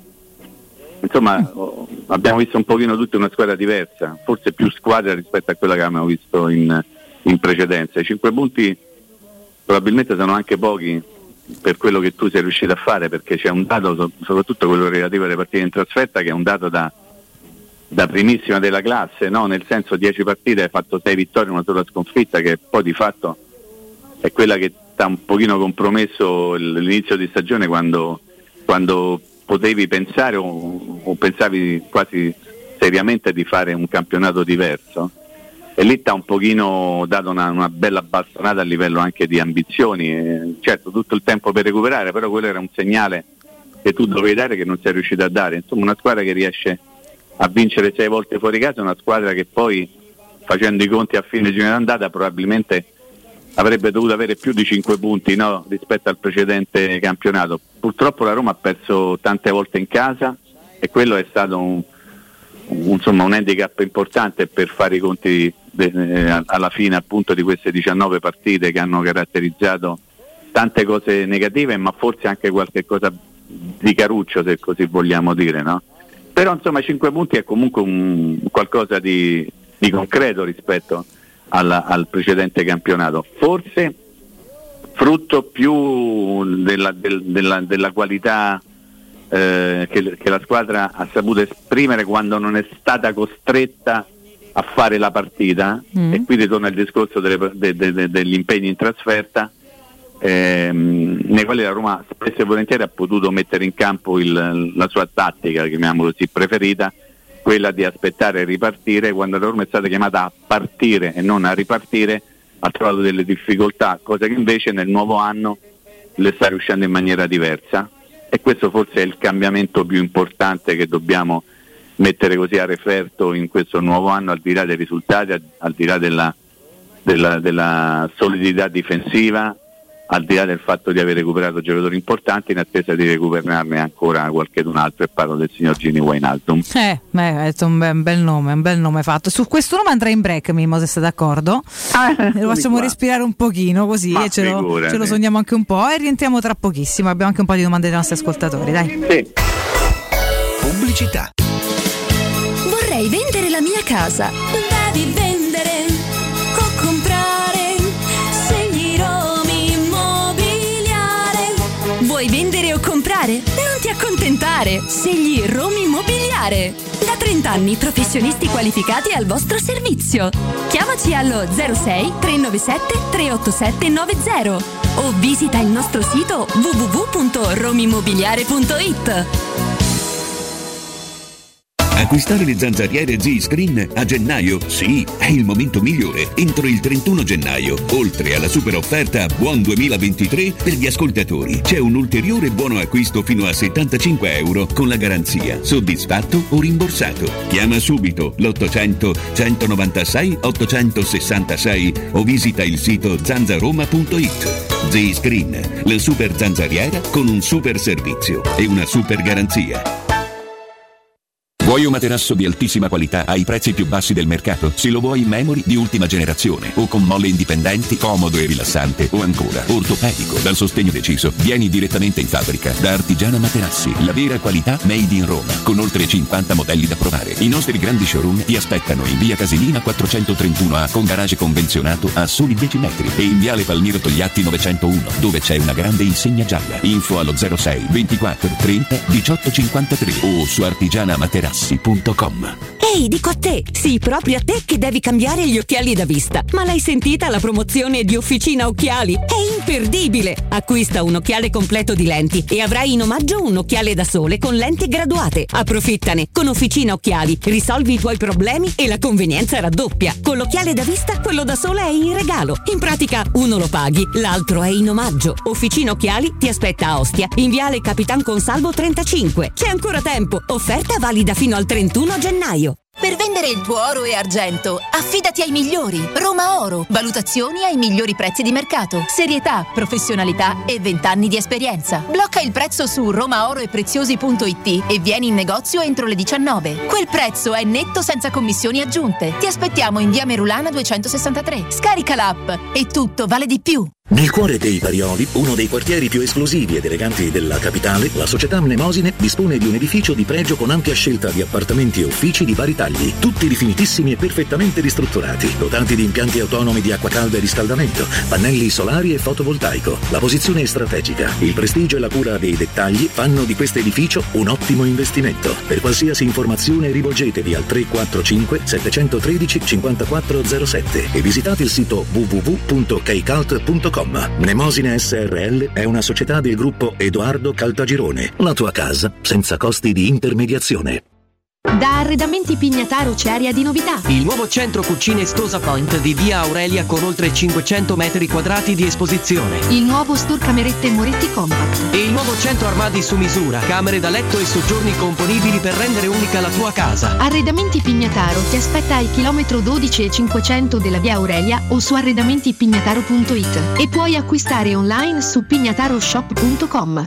insomma abbiamo visto un pochino tutta una squadra diversa, forse più squadra rispetto a quella che abbiamo visto in, in precedenza. I cinque punti probabilmente sono anche pochi per quello che tu sei riuscito a fare, perché c'è un dato, soprattutto quello relativo alle partite in trasferta, che è un dato da, da primissima della classe, no? Nel senso, dieci partite, hai fatto sei vittorie e una sola sconfitta, che poi di fatto è quella che ti ha un pochino compromesso l'inizio di stagione, quando, quando potevi pensare o, o pensavi quasi seriamente di fare un campionato diverso. e lì ti ha un pochino dato una, una bella bastonata a livello anche di ambizioni, eh, certo tutto il tempo per recuperare, però quello era un segnale che tu dovevi dare che non sei riuscito a dare. Insomma, una squadra che riesce a vincere sei volte fuori casa è una squadra che poi, facendo i conti a fine girone d'andata, probabilmente avrebbe dovuto avere più di cinque punti, no, rispetto al precedente campionato. Purtroppo la Roma ha perso tante volte in casa e quello è stato un, un, insomma, un handicap importante per fare i conti de, eh, alla fine appunto di queste diciannove partite che hanno caratterizzato tante cose negative, ma forse anche qualche cosa di caruccio, se così vogliamo dire, no? Però insomma cinque punti è comunque un, qualcosa di, di concreto rispetto alla, al precedente campionato, forse frutto più della, del, della, della qualità eh, che, che la squadra ha saputo esprimere quando non è stata costretta a fare la partita, mm. e qui ritorna il discorso delle, de, de, de, degli impegni in trasferta, ehm, nei quali la Roma spesso e volentieri ha potuto mettere in campo il, la sua tattica, chiamiamola così, preferita, quella di aspettare e ripartire. Quando la Roma è stata chiamata a partire e non a ripartire ha trovato delle difficoltà, cosa che invece nel nuovo anno le sta riuscendo in maniera diversa, e questo forse è il cambiamento più importante che dobbiamo mettere così a referto in questo nuovo anno, al di là dei risultati, al di là della, della, della solidità difensiva, al di là del fatto di aver recuperato giocatori importanti, in attesa di recuperarne ancora qualche d'un altro, e parlo del signor Gini Wijnaldum. Eh, beh, hai detto un bel, un bel nome, un bel nome fatto. Su questo nome andrei in break, Mimmo, se sei d'accordo. Ah, lo facciamo respirare un pochino così e ce lo, ce lo sogniamo anche un po' e rientriamo tra pochissimo. Abbiamo anche un po' di domande dei nostri ascoltatori, dai. Sì. Pubblicità. Vorrei vendere la mia casa. Devi vendere o comprare. Scegli Romi Immobiliare. Vuoi vendere o comprare? Non ti accontentare. Scegli Romi Immobiliare. Da trenta anni professionisti qualificati al vostro servizio. Chiamaci allo zero sei tre nove sette tre otto sette nove zero o visita il nostro sito w w w punto romimmobiliare punto i t. Acquistare le zanzariere Z-Screen a gennaio? Sì, è il momento migliore. Entro il trentuno gennaio, oltre alla super offerta Buon duemilaventitré per gli ascoltatori, c'è un ulteriore buono acquisto fino a settantacinque euro con la garanzia soddisfatto o rimborsato. Chiama subito l'ottocento centonovantasei ottocentosessantasei o visita il sito zanzaroma punto i t. Z-Screen, la super zanzariera con un super servizio e una super garanzia. Vuoi un materasso di altissima qualità ai prezzi più bassi del mercato? Se lo vuoi in memory di ultima generazione o con molle indipendenti, comodo e rilassante, o ancora ortopedico dal sostegno deciso, vieni direttamente in fabbrica da Artigiana Materassi, la vera qualità made in Roma, con oltre cinquanta modelli da provare. I nostri grandi showroom ti aspettano in via Casilina quattrocentotrentuno A con garage convenzionato a soli dieci metri e in viale Palmiro Togliatti novecentouno, dove c'è una grande insegna gialla. Info allo zero sei ventiquattro trenta diciotto cinquantatré o su artigiana materassi punto com. Ehi, dico a te, sì, proprio a te che devi cambiare gli occhiali da vista. Ma l'hai sentita la promozione di Officina Occhiali? È imperdibile! Acquista un occhiale completo di lenti e avrai in omaggio un occhiale da sole con lenti graduate. Approfittane! Con Officina Occhiali risolvi i tuoi problemi e la convenienza raddoppia. Con l'occhiale da vista, quello da sole è in regalo. In pratica, uno lo paghi, l'altro è in omaggio. Officina Occhiali ti aspetta a Ostia, in viale Capitan Consalvo trentacinque. C'è ancora tempo! Offerta valida fino al trentuno gennaio. Per vendere il tuo oro e argento, affidati ai migliori. Roma Oro. Valutazioni ai migliori prezzi di mercato. Serietà, professionalità e vent'anni di esperienza. Blocca il prezzo su romaoroepreziosi punto i t e vieni in negozio entro le diciannove. Quel prezzo è netto senza commissioni aggiunte. Ti aspettiamo in via Merulana duecentosessantatré. Scarica l'app e tutto vale di più. Nel cuore dei Parioli, uno dei quartieri più esclusivi ed eleganti della capitale, la società Mnemosine dispone di un edificio di pregio con ampia scelta di appartamenti e uffici di vari tagli, tutti rifinitissimi e perfettamente ristrutturati, dotati di impianti autonomi di acqua calda e riscaldamento, pannelli solari e fotovoltaico. La posizione è strategica, il prestigio e la cura dei dettagli fanno di questo edificio un ottimo investimento. Per qualsiasi informazione rivolgetevi al tre quattro cinque sette uno tre cinque zero sette e visitate il sito w w w punto keicalt punto com. Mnemosine S R L è una società del gruppo Edoardo Caltagirone. La tua casa senza costi di intermediazione. Da Arredamenti Pignataro c'è aria di novità. Il nuovo centro cucine Stosa Point di via Aurelia con oltre cinquecento metri quadrati di esposizione. Il nuovo store camerette Moretti Compact. E il nuovo centro armadi su misura, camere da letto e soggiorni componibili per rendere unica la tua casa. Arredamenti Pignataro ti aspetta al chilometro dodici e cinquecento della via Aurelia o su arredamentipignataro punto it e puoi acquistare online su pignataroshop punto com.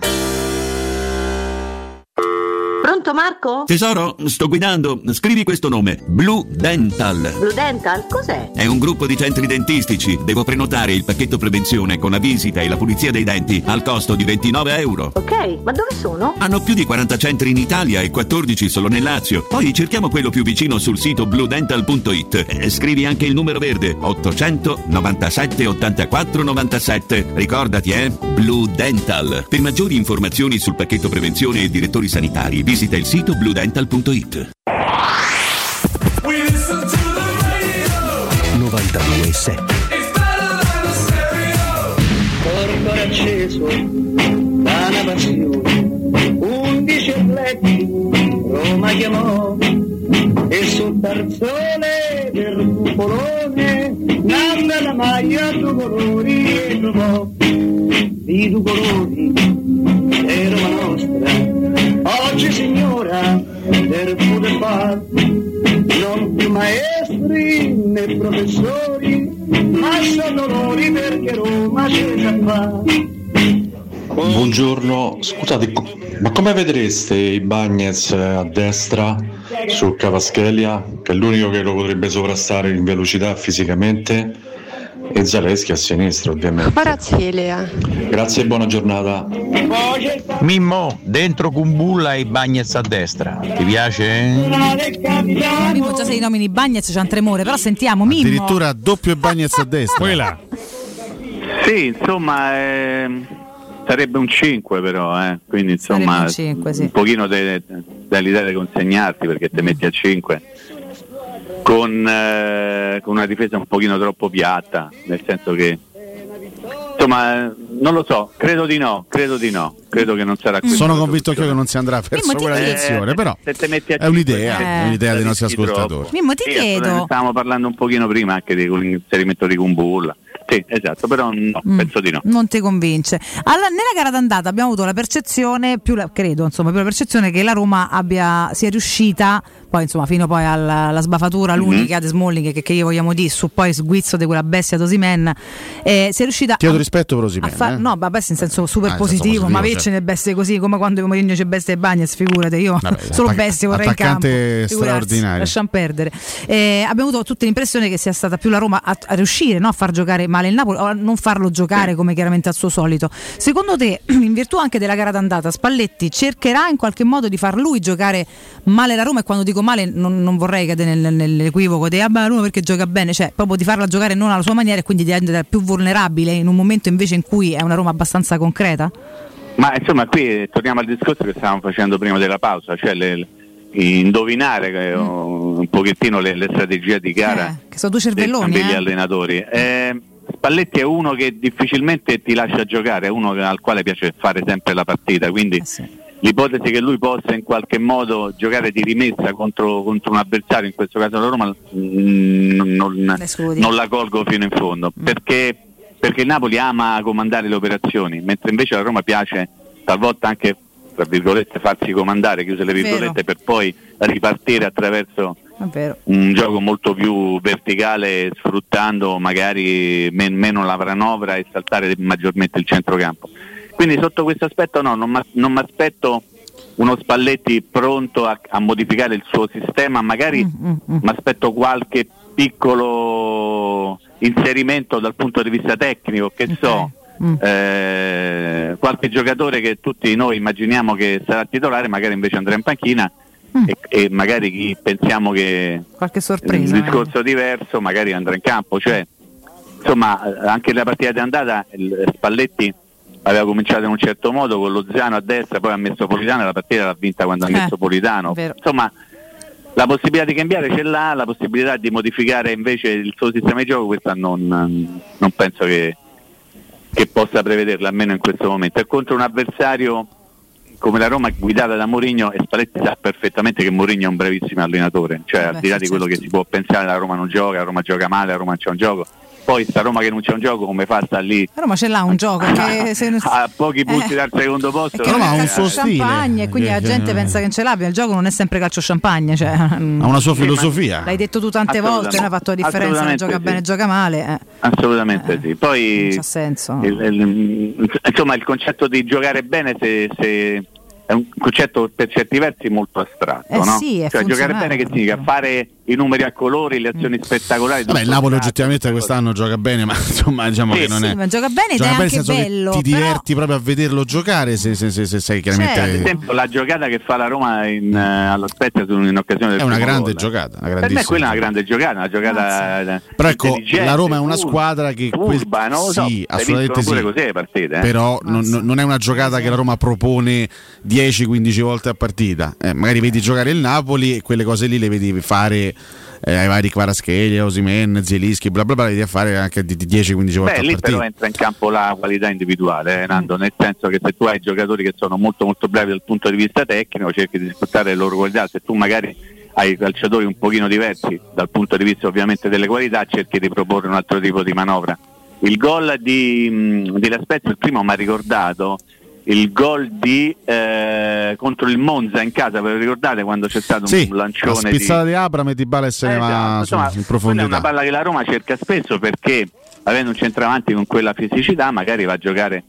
Pronto Marco? Tesoro, sto guidando. Scrivi questo nome. Blue Dental. Blue Dental, cos'è? È un gruppo di centri dentistici. Devo prenotare il pacchetto prevenzione con la visita e la pulizia dei denti al costo di ventinove euro. Ok, ma dove sono? Hanno più di quaranta centri in Italia e quattordici solo nel Lazio. Poi cerchiamo quello più vicino sul sito blue dental punto it. Eh, scrivi anche il numero verde ottocento novantasette ottantaquattro novantasette. Ricordati, eh? Blue Dental. Per maggiori informazioni sul pacchetto prevenzione e direttori sanitari, visita il sito blue dental punto it. novantadue sette. Corpo acceso da una passione, undici atleti Roma chiamò e sul tarzone del cupolone nanda la maglia due colori e trovò i due colori è Roma nostra. Oggi signora del poter far non più maestri né professori, ma sono loro perché Roma c'è già fa. Buongiorno, scusate, ma come vedreste i Bagnez a destra sul Cavaschelia, che è l'unico che lo potrebbe sovrastare in velocità fisicamente, e Zaleschi a sinistra ovviamente. Parazzelia. Grazie e buona giornata. Mimmo, dentro Kumbulla e Bagnez a destra. Ti piace? Mimmo, già se i nomini Bagnez c'è un tremore, però sentiamo Mimmo. Addirittura doppio Bagnez a destra. Quella. Sì, insomma, eh, sarebbe un cinque però, eh. Quindi insomma un, cinque, sì. un pochino dall'idea di consegnarti perché te metti a cinque. Con, eh, con una difesa un pochino troppo piatta, nel senso che insomma non lo so, credo di no, credo di no, credo che non sarà questo. Sono convinto che non si andrà verso Mimmo, quella chiedo. direzione, però se te metti a è un'idea, eh. è un'idea dei nostri ascoltatori. Mimmo, ti sì, chiedo. Stavamo parlando un pochino prima anche dell'inserimento di Kumbulla. Sì, esatto, però no, mm, penso di no. Non ti convince. Alla, nella gara d'andata abbiamo avuto la percezione, più la, credo, insomma, più la percezione che la Roma abbia sia riuscita, poi insomma, fino poi alla, alla sbavatura, mm-hmm. l'unica di Smalling che, che io vogliamo dire, su poi sguizzo di quella bestia d'Osimhen, eh, si è riuscita Chiedo a, rispetto per Osimhen, fa- eh? no, vabbè, in senso super ah, in positivo, senso positivo, ma certo. invece ne bestie così, come quando Mourinho c'è bestie e Bagnez, figurate, io vabbè, solo attac- bestie vorrei in campo. Attaccante straordinario. Lasciamo perdere. Eh, abbiamo avuto tutta l'impressione che sia stata più la Roma a, a riuscire, no, a far giocare male il Napoli, o a non farlo giocare come chiaramente al suo solito. Secondo te, in virtù anche della gara d'andata, Spalletti cercherà in qualche modo di far lui giocare male la Roma? E quando dico male non, non vorrei cadere nel, nell'equivoco di ah, beh, Roma perché gioca bene, cioè proprio di farla giocare non alla sua maniera e quindi di rendere più vulnerabile in un momento invece in cui è una Roma abbastanza concreta? Ma insomma qui torniamo al discorso che stavamo facendo prima della pausa, cioè le, indovinare mm. un pochettino le, le strategie di gara, eh, che sono due cervelloni, degli eh. allenatori. Eh, Spalletti è uno che difficilmente ti lascia giocare, è uno al quale piace fare sempre la partita, quindi eh sì. l'ipotesi che lui possa in qualche modo giocare di rimessa contro, contro un avversario, in questo caso la Roma, mh, non, non, non la colgo fino in fondo, mm. perché, perché il Napoli ama comandare le operazioni, mentre invece la Roma piace talvolta anche, tra virgolette, farsi comandare, chiuse le virgolette, per poi ripartire attraverso un gioco molto più verticale, sfruttando magari men- meno la manovra e saltare maggiormente il centrocampo. Quindi sotto questo aspetto no, non mi aspetto uno Spalletti pronto a, a modificare il suo sistema, magari mi mm, mm, aspetto qualche piccolo inserimento dal punto di vista tecnico, che okay. so, mm. eh, qualche giocatore che tutti noi immaginiamo che sarà titolare, magari invece andrà in panchina. Mm. E, e magari chi pensiamo che qualche sorpresa, un discorso diverso magari andrà in campo, cioè insomma anche la partita di andata il Spalletti aveva cominciato in un certo modo con lo Zano a destra, poi ha messo Politano e la partita l'ha vinta quando eh, ha messo Politano, insomma la possibilità di cambiare ce l'ha, la possibilità di modificare invece il suo sistema di gioco questa non, non penso che, che possa prevederla, almeno in questo momento. È contro un avversario come la Roma è guidata da Mourinho, e Spalletti sa perfettamente che Mourinho è un bravissimo allenatore, cioè Beh, al di là sì, di quello certo. che si può pensare, la Roma non gioca, la Roma gioca male, la Roma non c'è un gioco. Poi sta Roma che non c'è un gioco, come fa sta lì La Roma ce l'ha un gioco che se non... a pochi punti Eh. dal secondo posto? È che non non è- è calcio champagne e quindi la gente pensa che non ce l'abbia. Il gioco non è sempre calcio champagne, cioè, Ha una sua filosofia. l'hai detto tu tante volte, non hai fatto la differenza tra Assolutamente gioca sì. bene e gioca male. Eh. Assolutamente sì. Poi Non c'ha senso. il, il- insomma, il concetto di giocare bene se, se è un concetto per certi versi molto astratto, Eh no? sì, è Cioè giocare funzionale, bene che significa fare i numeri a colori, le azioni spettacolari. Vabbè, il Napoli oggettivamente quest'anno gioca bene, ma insomma diciamo Sì, che non Sì, è. ma gioca bene ed Gioca è bene anche nel senso che bello. ti però- diverti proprio a vederlo giocare se, se, se, se sei chiaramente. Cioè, ad esempio la giocata che fa la Roma in, eh, allo Spezia su- in occasione del È una primo grande gol. giocata, una Per me grandissima quella è una grande giocata, una giocata eh, Però ecco, intelligente, la Roma è una furba, squadra che quel- furba, non lo so, sì, si assolutamente vincono sì. pure così le partite, eh. Però non, non è una giocata che la Roma propone dieci quindici volte a partita. Eh, magari vedi giocare il Napoli e quelle cose lì le vedi fare eh, ai vari Kvaratskhelia, Osimhen, Zielinski, bla bla bla, le vedi a fare anche di di dieci quindici volte Beh, a lì partita. però entra in campo la qualità individuale, eh, Nando, nel senso che se tu hai giocatori che sono molto molto bravi dal punto di vista tecnico, cerchi di sfruttare le loro qualità. Se tu magari hai calciatori un pochino diversi dal punto di vista ovviamente delle qualità, cerchi di proporre un altro tipo di manovra. Il gol di, mh, di La Spezia, il primo mi ha ricordato il gol di eh, contro il Monza in casa, ve lo ricordate quando c'è stato Sì, un la lancione spizzata di di Abram e Di Bala e se ne Eh, va esatto, su- insomma, in quella è profondità. una palla che la Roma cerca spesso, perché avendo un centravanti con quella fisicità magari va a giocare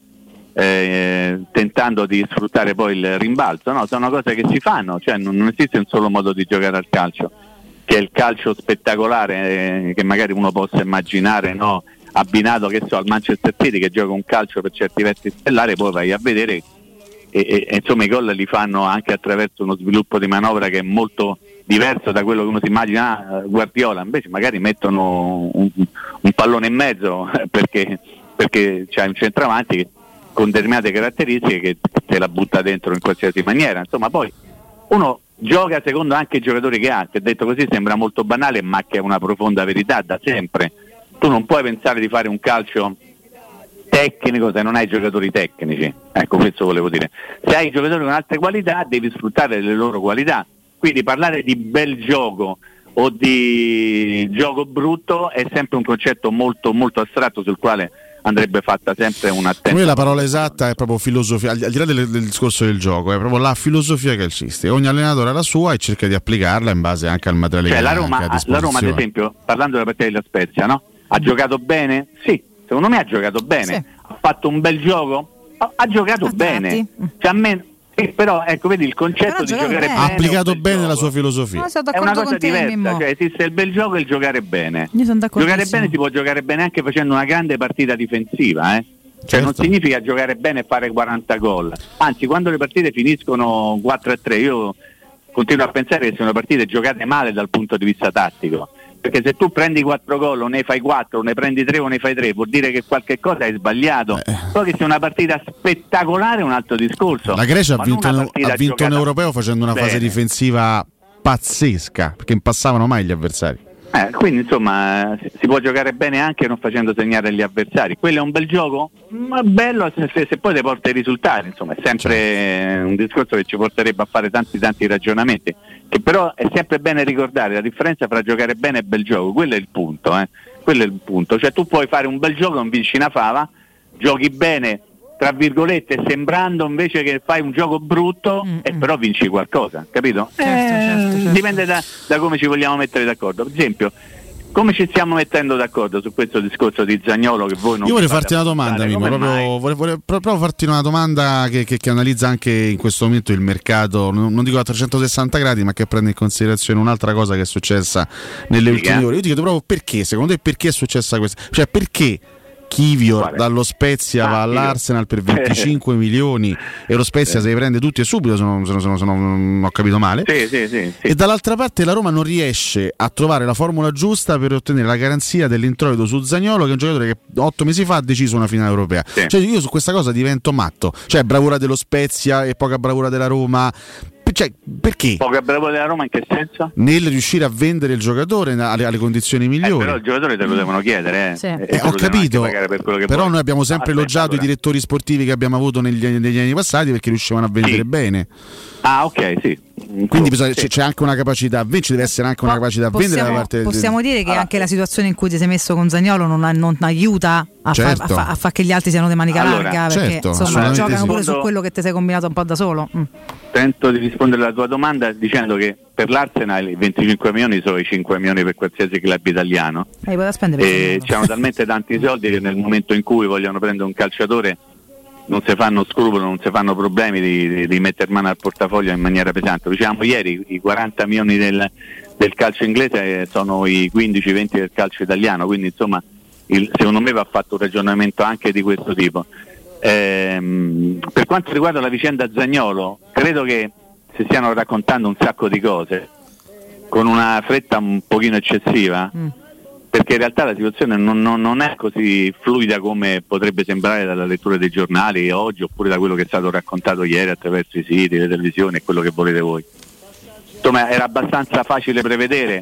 eh, tentando di sfruttare poi il rimbalzo, no? Sono cose che si fanno, cioè non, non esiste un solo modo di giocare al calcio, che è il calcio spettacolare eh, che magari uno possa immaginare, no? Abbinato che so al Manchester City che gioca un calcio per certi versi stellare, poi vai a vedere e, e, e insomma i gol li fanno anche attraverso uno sviluppo di manovra che è molto diverso da quello che uno si immagina. Ah, Guardiola invece magari mettono un, un pallone in mezzo perché, perché c'è un centravanti che, con determinate caratteristiche, che te la butta dentro in qualsiasi maniera. Insomma, poi uno gioca secondo anche i giocatori che ha, che detto così sembra molto banale, ma che è una profonda verità da sempre. Tu non puoi pensare di fare un calcio tecnico se non hai giocatori tecnici, ecco, questo volevo dire. Se hai giocatori con altre qualità devi sfruttare le loro qualità, quindi parlare di bel gioco o di gioco brutto è sempre un concetto molto molto astratto sul quale andrebbe fatta sempre Per un'attenzione. me la parola esatta è proprio filosofia, al al di là del, del discorso del gioco, è proprio la filosofia calcistica. Ogni allenatore ha la sua e cerca di applicarla in base anche al materiale Cioè che la ha Roma, anche a la disposizione. Roma ad esempio, parlando della partita della Spezia, no? Ha giocato bene? Sì, secondo me ha giocato bene. Sì. Ha fatto un bel gioco? Ha, ha giocato A bene. tratti. Cioè, a me, sì, però ecco, vedi il concetto Però di giocato giocare bene. Ha bene. applicato è un bel bene la gioco. sua filosofia. No, sono È una d'accordo cosa con te, diversa, Mimmo. cioè esiste il bel gioco e il giocare bene. Io sono d'accordissimo. Giocare bene si può giocare bene anche facendo una grande partita difensiva, eh? Cioè Certo. non significa giocare bene e fare quaranta gol. Anzi, quando le partite finiscono quattro a tre, io continuo a pensare che siano partite giocate male dal punto di vista tattico. Perché se tu prendi quattro gol o ne fai quattro, o ne prendi tre o ne fai tre, vuol dire che qualche cosa hai sbagliato. Eh. Poi che sia una partita spettacolare è un altro discorso. La Grecia Ma ha non vinto, una un- partita ha vinto un giocata europeo facendo una fase bene. difensiva pazzesca, perché non passavano mai gli avversari. Eh, quindi insomma si, si può giocare bene anche non facendo segnare gli avversari. Quello è un bel gioco? Ma bello se, se, se poi ti porta i risultati, insomma è sempre un discorso che ci porterebbe a fare tanti tanti ragionamenti, che però è sempre bene ricordare la differenza tra giocare bene e bel gioco. Quello è il punto, eh. Quello è il punto, cioè tu puoi fare un bel gioco e non vinci una fava, giochi bene tra virgolette sembrando invece che fai un gioco brutto mm-hmm. e però vinci qualcosa, capito? Certo, Eh, certo, certo. Dipende da, da come ci vogliamo mettere d'accordo. Per esempio, come ci stiamo mettendo d'accordo su questo discorso di Zaniolo che voi non Io vorrei fate farti una domanda, ascoltare? Mimmo, Come mai? proprio, vorrei, vorrei proprio farti una domanda che, che, che analizza anche in questo momento il mercato, non, non dico a trecentosessanta gradi, ma che prende in considerazione un'altra cosa che è successa nelle Sì, ultime eh? ore. Io ti chiedo proprio perché, secondo te perché è successa questa? Cioè perché Kivior Guarda. dallo Spezia Ah, va Kivior. all'Arsenal per venticinque milioni e lo Spezia se li prende tutti e subito, se non, se non- se non- se non ho capito male. Sì, sì, sì, sì. E dall'altra parte la Roma non riesce a trovare la formula giusta per ottenere la garanzia dell'introito su Zaniolo, che è un giocatore che otto mesi fa ha deciso una finale europea. Sì. Cioè io su questa cosa divento matto. Cioè bravura dello Spezia e poca bravura della Roma. cioè, perché? Poca bravura della Roma in che senso? Nel riuscire a vendere il giocatore alle, alle condizioni migliori. Eh, però il giocatore te lo devono chiedere, eh. Sì. E Eh, ho capito, per quello che però vuoi. noi abbiamo sempre Aspetta, elogiato allora. i direttori sportivi che abbiamo avuto negli, negli anni passati perché riuscivano a vendere Sì. bene. Ah, ok, sì. Quindi bisogna- Sì. c'è, c'è anche una capacità, ci deve essere anche una capacità a vendere da Possiamo, parte del- possiamo dire che Allora. anche la situazione in cui ti sei messo con Zaniolo non, non aiuta a, Certo. fa, a, fa, a fa che gli altri siano di manica Allora, larga, perché certo, insomma assolutamente giocano sì. pure su Rispondo- quello che ti sei combinato un po' da solo. Mm. Tento di rispondere alla tua domanda dicendo che per l'Arsenal i venticinque milioni sono i cinque milioni per qualsiasi club italiano. Eh, puoi spendere per E Zaniolo. c'hanno talmente tanti soldi che nel momento in cui vogliono prendere un calciatore non si fanno scrupoli, non si fanno problemi di, di, di mettere mano al portafoglio in maniera pesante. Diciamo ieri i quaranta milioni del, del calcio inglese sono i quindici venti del calcio italiano, quindi insomma il, secondo me va fatto un ragionamento anche di questo tipo. Ehm, per quanto riguarda la vicenda Zaniolo, credo che si stiano raccontando un sacco di cose con una fretta un pochino eccessiva. Mm. Perché in realtà la situazione non, non- non è così fluida come potrebbe sembrare dalla lettura dei giornali oggi oppure da quello che è stato raccontato ieri attraverso i siti, le televisioni e quello che volete voi. Insomma, era abbastanza facile prevedere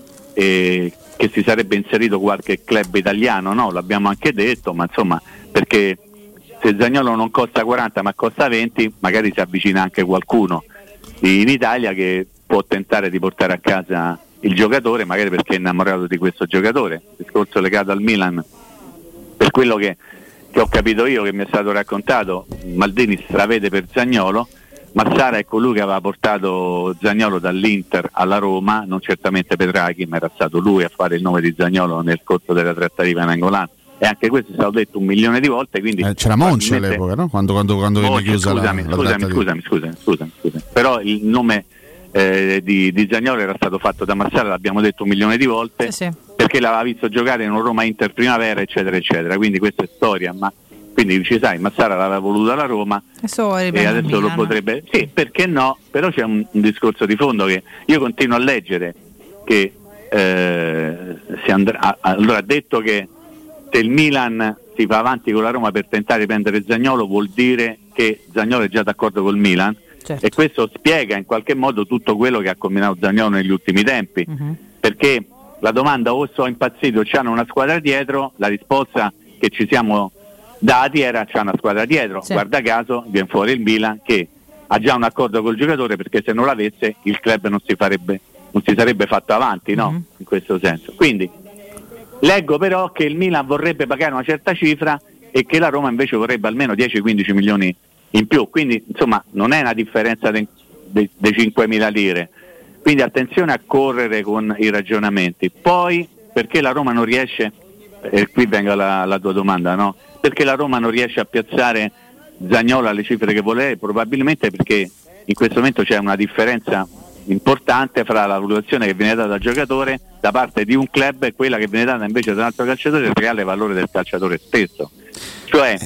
eh, che si sarebbe inserito qualche club italiano, no? L'abbiamo anche detto, ma insomma, perché se Zaniolo non costa quaranta ma costa venti, magari si avvicina anche qualcuno in Italia che può tentare di portare a casa il giocatore, magari perché è innamorato di questo giocatore. Il discorso legato al Milan, per quello che, che ho capito io, che mi è stato raccontato, Maldini stravede per Zaniolo, Massara è colui che aveva portato Zaniolo dall'Inter alla Roma, non certamente Petraghi, ma era stato lui a fare il nome di Zaniolo nel corso della trattativa in Angolan. E anche questo è stato detto un milione di volte, quindi Eh, c'era Monci probabilmente- all'epoca, no? Quando, quando, quando venne Monci, chiusa scusami, la, la scusami, trattativa. scusami, scusami, scusami, scusami. Però il nome eh, di, di Zaniolo era stato fatto da Massara, l'abbiamo detto un milione di volte, Sì, sì. perché l'aveva visto giocare in un Roma Inter Primavera, eccetera, eccetera. Quindi questa è storia, ma quindi dici, sai, Massara l'aveva voluto alla Roma Adesso e riprende il adesso lo Milan. potrebbe, sì, perché no? Però c'è un, un discorso di fondo che io continuo a leggere, che eh, si andrà, a- allora ha detto che se il Milan si va avanti con la Roma per tentare di prendere Zaniolo, vuol dire che Zaniolo è già d'accordo col Milan. Certo. E questo spiega in qualche modo tutto quello che ha combinato Zaniolo negli ultimi tempi, Mhm. perché la domanda o sono impazziti o c'hanno una squadra dietro, la risposta che ci siamo dati era c'ha una squadra dietro. Sì. Guarda caso viene fuori il Milan che ha già un accordo col giocatore, perché se non l'avesse il club non si farebbe, non si sarebbe fatto avanti, no? Mhm. In questo senso. Quindi leggo però che il Milan vorrebbe pagare una certa cifra e che la Roma invece vorrebbe almeno dieci quindici milioni in più, quindi insomma non è una differenza dei de, de cinquemila lire, quindi attenzione a correre con i ragionamenti. Poi perché la Roma non riesce, e qui venga la, la tua domanda, no? Perché la Roma non riesce a piazzare Zaniolo alle cifre che vuole? Probabilmente perché in questo momento c'è una differenza importante fra la valutazione che viene data dal giocatore da parte di un club e quella che viene data invece da un altro calciatore, il reale valore del calciatore stesso. Cioè,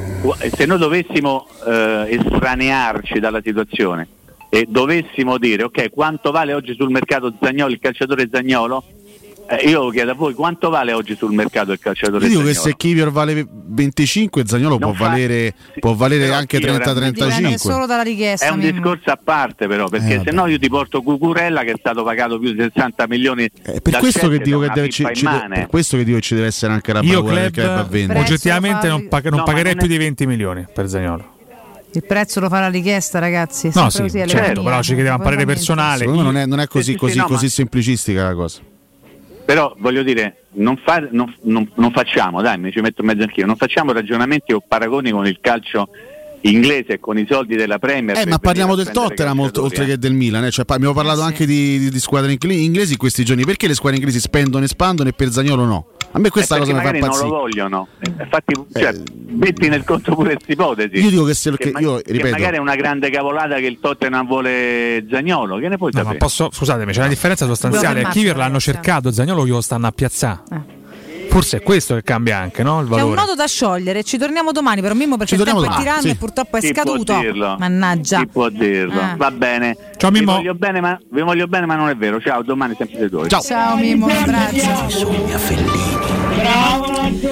se noi dovessimo eh, estranearci dalla situazione e dovessimo dire ok, quanto vale oggi sul mercato Zaniolo, il calciatore Zaniolo, eh, io chiedo a voi quanto vale oggi sul mercato il calciatore Io dico Zaniolo? che se Kivior vale venticinque, Zaniolo può Non fa- valere, sì, può valere però anche Kivior trenta dipende Dipende trentacinque. solo dalla richiesta. È un Mimmo. discorso a parte però, perché Eh, se vabbè. no io ti porto Cucurella che è stato pagato più di sessanta milioni. È per dal questo che Chelsea, dico da che una deve, ci, pippa ci in de- mano. per questo che dico che ci deve essere anche la Io bravura del club a club vendere. Prezzo oggettivamente lo fa- non, pag- non No, ma pagherei non è- più di venti milioni per Zaniolo. Il prezzo lo fa la richiesta, ragazzi. È No, sempre sì, così, alle certo, famiglie, però ci chiedeva un parere veramente. personale. Secondo me non è, non è così, Sì, sì, così, sì, no, così ma- semplicistica la cosa. Però voglio dire, non, fa- non- non- non facciamo, dai, mi ci metto in mezzo anch'io, non facciamo ragionamenti o paragoni con il calcio inglese e con i soldi della Premier. Eh, per ma parliamo venire del a prendere Tottenham oltre, calciatori, oltre che del Milan. Eh. Cioè, pa- abbiamo parlato Eh, sì. anche di, di- di squadre ingle- inglesi in questi giorni. Perché le squadre inglesi spendono e spandono e per Zaniolo no? A me questa Eh, cosa mi fa perché magari non lo impazzire. vogliono. Eh, Infatti, cioè, metti nel conto pure questa ipotesi. Io dico che se Che che ma- io che ripeto, magari è una grande cavolata che il Tottenham vuole Zaniolo, che ne puoi No, ma sapere? posso, scusatemi, c'è una differenza sostanziale. Dobbiamo A Kivior l'hanno fermarci, cercato, Zaniolo glielo stanno a piazzare. Eh. Forse è questo che cambia anche, no? Il C'è un valore. nodo da sciogliere, ci torniamo domani però Mimmo perché Ci il tempo è torniamo domani, tiranno sì. e purtroppo è Chi può scaduto. dirlo? Mannaggia. Chi può dirlo? Ah. Va bene. Ciao, vi Mimmo. voglio bene, ma, vi voglio bene, ma non è vero. Ciao, domani sempre dei tuoi. ciao. Ciao Mimmo, un abbraccio. Sogna Fellini. Oh, io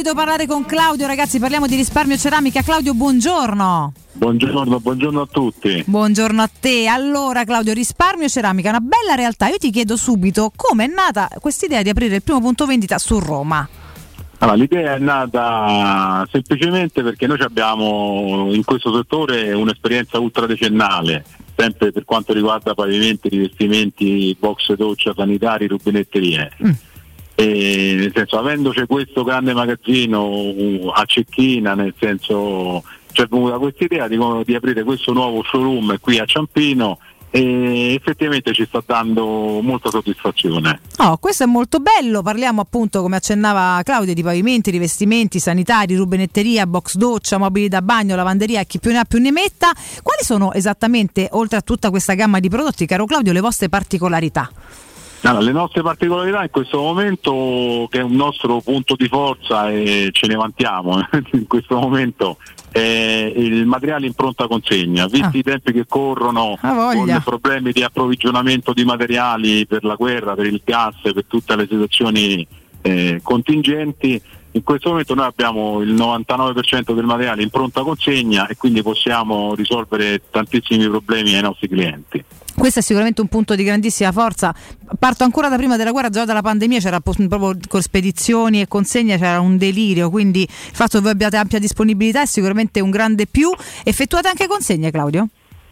solito parlare con Claudio, ragazzi, parliamo di risparmio ceramica. Claudio, buongiorno. Buongiorno, buongiorno a tutti. Buongiorno a te. Allora Claudio, risparmio ceramica è una bella realtà. Io ti chiedo subito come è nata questa idea di aprire il primo punto vendita su Roma. Allora, l'idea è nata semplicemente perché noi abbiamo in questo settore un'esperienza ultradecennale, sempre per quanto riguarda pavimenti, rivestimenti, box doccia, sanitari, rubinetterie. Mm. E, nel senso, avendoci questo grande magazzino uh, a Cecchina, nel senso, c'è venuta questa idea di, di aprire questo nuovo showroom qui a Ciampino e effettivamente ci sta dando molta soddisfazione. Oh, questo è molto bello. Parliamo appunto, come accennava Claudia, di pavimenti, rivestimenti, sanitari, rubinetteria, box doccia, mobili da bagno, lavanderia e chi più ne ha più ne metta. Quali sono esattamente, oltre a tutta questa gamma di prodotti, caro Claudio, le vostre particolarità? Allora, le nostre particolarità in questo momento, che è un nostro punto di forza e ce ne vantiamo in questo momento, è il materiale in pronta consegna, visti ah. i tempi che corrono con problemi di approvvigionamento di materiali per la guerra, per il gas, per tutte le situazioni eh, contingenti. In questo momento noi abbiamo il novantanove per cento del materiale in pronta consegna e quindi possiamo risolvere tantissimi problemi ai nostri clienti. Questo è sicuramente un punto di grandissima forza. Parto ancora da prima della guerra, già dalla pandemia c'era proprio con spedizioni e consegne c'era un delirio, quindi il fatto che voi abbiate ampia disponibilità è sicuramente un grande più. Effettuate anche consegne, Claudio?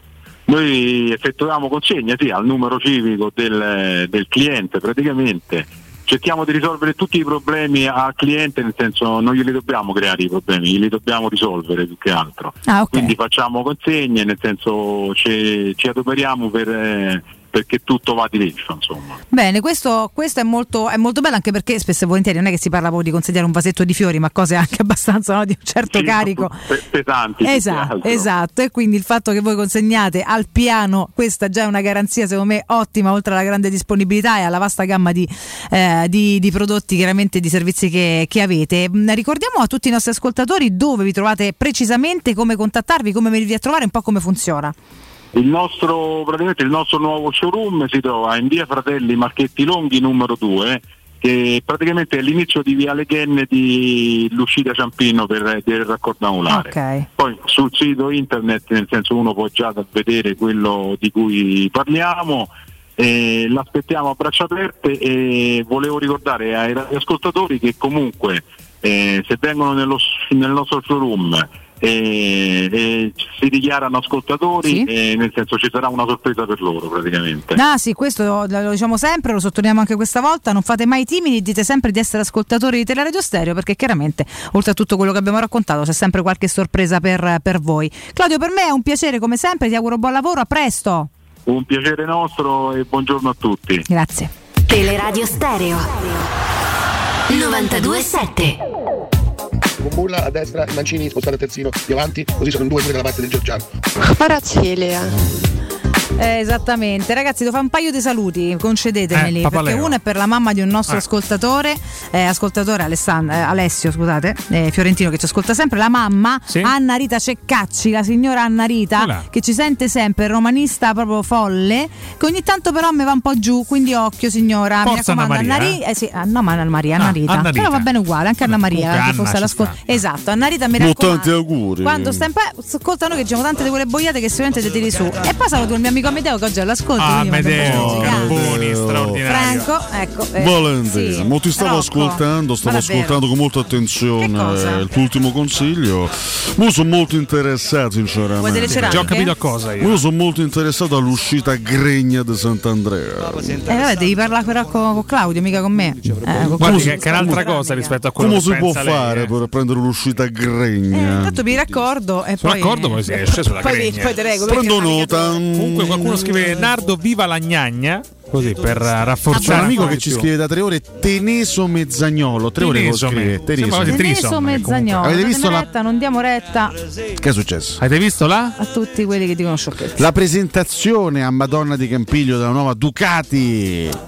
Noi effettuiamo consegne, sì, al numero civico del, del cliente praticamente. Cerchiamo di risolvere tutti i problemi al cliente, nel senso non glieli dobbiamo creare i problemi, li dobbiamo risolvere più che altro. Ah, okay. Quindi facciamo consegne, nel senso ci, ci adoperiamo per, eh, perché tutto va di liscio, insomma. Bene, questo, questo è molto è molto bello, anche perché spesso e volentieri non è che si parla proprio di consegnare un vasetto di fiori, ma cose anche abbastanza, no, di un certo sì, carico pesanti. Esatto, esatto, e quindi il fatto che voi consegnate al piano, questa già è una garanzia secondo me ottima, oltre alla grande disponibilità e alla vasta gamma di, eh, di, di prodotti, chiaramente di servizi che, che avete. Ricordiamo a tutti i nostri ascoltatori dove vi trovate precisamente, come contattarvi, come venirvi a trovare, un po' come funziona. Il nostro, praticamente il nostro nuovo showroom si trova in via Fratelli Marchetti Longhi numero due, che praticamente è l'inizio di Viale Kennedy, l'uscita Ciampino per, per il raccordo angolare. Okay. Poi sul sito internet, nel senso uno può già vedere quello di cui parliamo, eh, l'aspettiamo a braccia aperte e volevo ricordare ai radioascoltatori che comunque eh, se vengono nello, nel nostro showroom E, e si dichiarano ascoltatori, sì? E nel senso ci sarà una sorpresa per loro praticamente. Ah sì, questo lo, lo diciamo sempre, lo sottolineiamo anche questa volta, non fate mai timidi, dite sempre di essere ascoltatori di Teleradio Stereo, perché chiaramente oltre a tutto quello che abbiamo raccontato c'è sempre qualche sorpresa per, per voi. Claudio, per me è un piacere come sempre, ti auguro buon lavoro, a presto. Un piacere nostro e buongiorno a tutti. Grazie. Teleradio Stereo novantadue sette. Con Bulla a destra, Mancini spostare a terzino più avanti, così sono in due pure dalla parte del Giorgiano. Paracelia. Eh, esattamente, ragazzi, devo fare un paio di saluti, concedetemeli, eh, perché Papaleo. uno è per la mamma di un nostro eh. ascoltatore, eh, ascoltatore Alessandro, eh, Alessio, scusate, eh, fiorentino, che ci ascolta sempre, la mamma, sì? Anna Rita Ceccacci, la signora Anna Rita, Olà. che ci sente sempre, romanista proprio folle, che ogni tanto però mi va un po' giù, quindi occhio signora, Forza mi raccomando, Anna Maria, Anna Rita, eh? sì, ah, no, ma Anna Maria, Anna Ah, Rita, Anna Rita. però va bene uguale, anche Anna Maria, Anna che fosse ci l'ascolto. sta. Esatto, Anna Rita mi Molto raccomando. tanti auguri. Quando sta in pa- ascolta noi che diciamo tante di quelle boiate che sicuramente ti tiri su. E poi saluto il mio amico Amedeo che oggi è all'ascolto. Ah, quindi un Amedeo, bacio gigante. Carboni, straordinario. Franco, ecco. Eh, Valentina, sì. mo ti stavo Rocco. ascoltando, stavo Ma davvero? ascoltando con molta attenzione Che cosa? il tuo ultimo consiglio. Mo sono molto interessato, sinceramente. Vuoi delle ceramiche? Già ho capito a cosa io. Io sono molto interessato all'uscita Gregna di Sant'Andrea. Eh, vabbè, devi parlare però con, con Claudio, mica con me. Eh, con Guardi Claudio. che, che è un'altra cosa rispetto a quello Come che si può pensa fare lei, eh. per prendere un'uscita Eh, Gregna? intanto mi raccordo e Sono poi d'accordo, poi si esce sulla poi, Gregna. poi te regolo. Prendo perché- nota. Comunque qualcuno scrive Nardo viva la gnagna, così per C'è un rafforzare amico ancora che di ci più. scrive da tre ore, Teneso Mezzagnolo. Tre ore che lo Tenesome. scrive. Sembra Teneso. quasi Teneso Trisom, Mezzagnolo. Avete Datemi visto la- retta, non diamo retta Che è successo? Avete visto là? a tutti quelli che dicono sciocchezze. La presentazione a Madonna di Campiglio della nuova Ducati.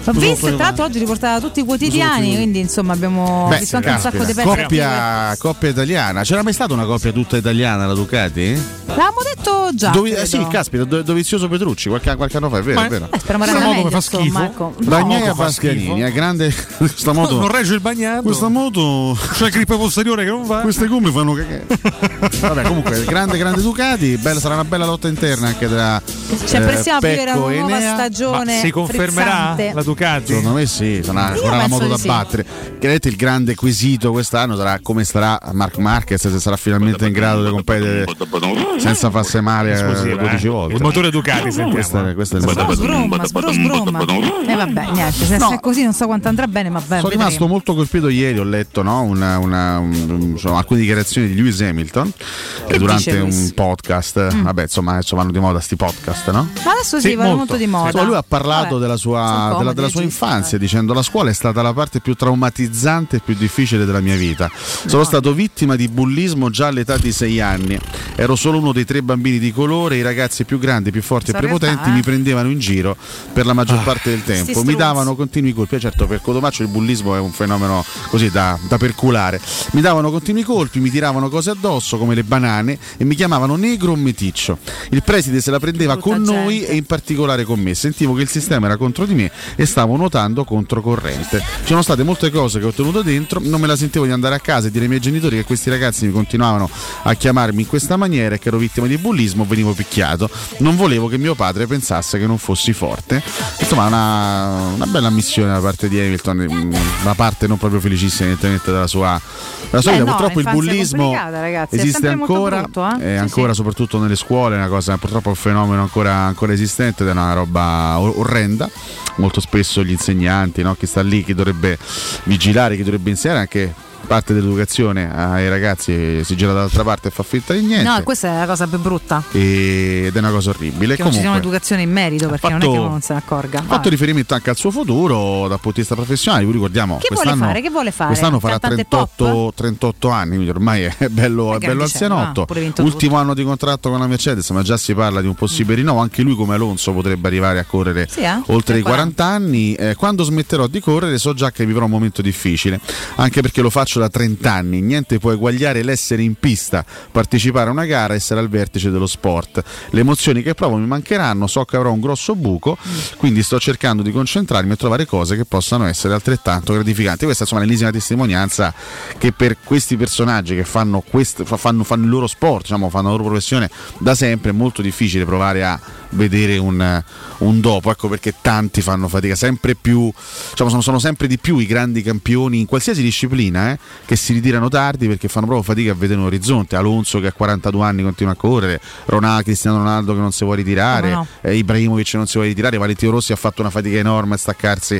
L'ho visto, tra l'altro oggi riportava tutti i quotidiani, quindi insomma abbiamo Beh, visto anche un sacco di pezzi. Coppia, coppia italiana. C'era mai stata una coppia tutta italiana, la Ducati? L'avevamo detto già. Dovi- eh, sì, caspita, Do- Dovizioso Petrucci, qualche, qualche anno fa, è vero, Ma- è vero. Eh, speriamo andare meglio, insomma, Marco. Bagnaia No, Pasqualini, è grande questa moto. Non regge il bagnato. Questa moto c'è il grip posteriore che non va. Queste gomme fanno cagare. Vabbè, comunque, grande grande Ducati, bella, sarà una bella lotta interna anche tra Ci apprestiamo a vivere Pecco una e nuova Enea. stagione. Ma si confermerà frizzante. la Ducati? Secondo me sì, sarà, Io sarà la penso moto di da sì. battere. Chiaramente il grande quesito quest'anno sarà come starà Marc Marquez, se sarà finalmente in grado di competere senza farsi male Esclusiva, dodici eh. volte. Il motore Ducati, sentiamo. Questo è, questo è il Sbrum, sbrum, sbrum. E vabbè, niente, se No. è così non so quanto andrà bene, ma beh, Sono vedremo. rimasto molto colpito ieri, ho letto no, una, una, un, insomma, alcune dichiarazioni di Lewis Hamilton Che durante dice un Lewis? podcast. Mm. Vabbè, insomma, adesso vanno di moda sti podcast, no? Ma adesso sì, vanno molto di moda. Insomma, lui ha parlato Vabbè, della sono sua, comodi, della, della è sua giusto, infanzia, dicendo la scuola è stata la parte più traumatizzante e più difficile della mia vita. Sono stato vittima di bullismo già all'età di sei anni. Ero solo uno dei tre bambini di colore, i ragazzi più grandi, più forti Sono e prepotenti realtà, eh. mi prendevano in giro per la maggior Ah. parte del tempo. Sti Mi struzzi. davano continui colpi. Eh, certo, per Cotomaccio il bullismo è un fenomeno così da, da perculare. Mi davano continui colpi, mi tiravano cose addosso come le banane e mi chiamavano negro o meticcio. Il preside se la prendeva Brutta con noi gente. e in particolare con me. Sentivo che il sistema era contro di me e stavo nuotando controcorrente. Ci sono state molte cose che ho tenuto dentro, non me la sentivo di andare a casa e dire ai miei genitori che questi ragazzi mi continuavano a chiamarmi in questa maniera e che ero vittima di bullismo, venivo picchiato. Non volevo che mio padre pensasse che non fossi forte. Insomma, una, una bella ammissione da parte di Hamilton, una parte non proprio felicissima evidentemente della sua, della sua Eh vita. no, Purtroppo il l'infanzia è bullismo complicata, ragazzi, è esiste sempre molto ancora, brutto, eh? e Sì, ancora sì. soprattutto nelle scuole, è una cosa, purtroppo è un fenomeno ancora, ancora esistente ed è una roba or- orrenda. Molto spesso gli insegnanti, no? Chi sta lì, chi dovrebbe vigilare, chi dovrebbe insegnare anche parte dell'educazione ai ragazzi si gira dall'altra parte e fa finta di niente. No, questa è la cosa più brutta. E- ed è una cosa orribile. Che non ci sia Comunque, un'educazione in merito, perché non è fatto- che uno non se ne accorga. ha fatto Vabbè. riferimento anche al suo futuro dal punto di vista professionale. Vi ricordiamo, Che vuole quest'anno, fare? Che vuole fare? quest'anno farà Cantante trentotto, trentotto anni, quindi ormai è bello, è È bello grandicello, anzianotto. ah, pure vinto Ultimo anno di contratto con la Mercedes, ma già si parla di un possibile rinnovo. Anche lui, come Alonso, potrebbe arrivare a correre Sì, eh? oltre i Per quaranta anni. Eh, quando smetterò di correre, so già che vivrò un momento difficile, anche perché lo faccio da trenta anni. Niente può eguagliare l'essere in pista, partecipare a una gara, essere al vertice dello sport. Le emozioni che provo mi mancheranno, so che avrò un grosso buco, quindi sto cercando di concentrarmi e trovare cose che possano essere altrettanto gratificanti. Questa insomma è l'ennesima testimonianza che per questi personaggi che fanno, quest- fa- fanno, fanno il loro sport, diciamo, fanno la loro professione da sempre, è molto difficile provare a vedere un, un dopo. Ecco perché tanti fanno fatica, sempre più, diciamo, sono, sono sempre di più i grandi campioni in qualsiasi disciplina eh, che si ritirano tardi perché fanno proprio fatica a vedere un orizzonte. Alonso che a quarantadue anni continua a correre, Ronaldo, Cristiano Ronaldo che non si vuole ritirare, No, no. eh, Ibrahimovic non si vuole ritirare, Valentino Rossi ha fatto una fatica enorme a staccarsi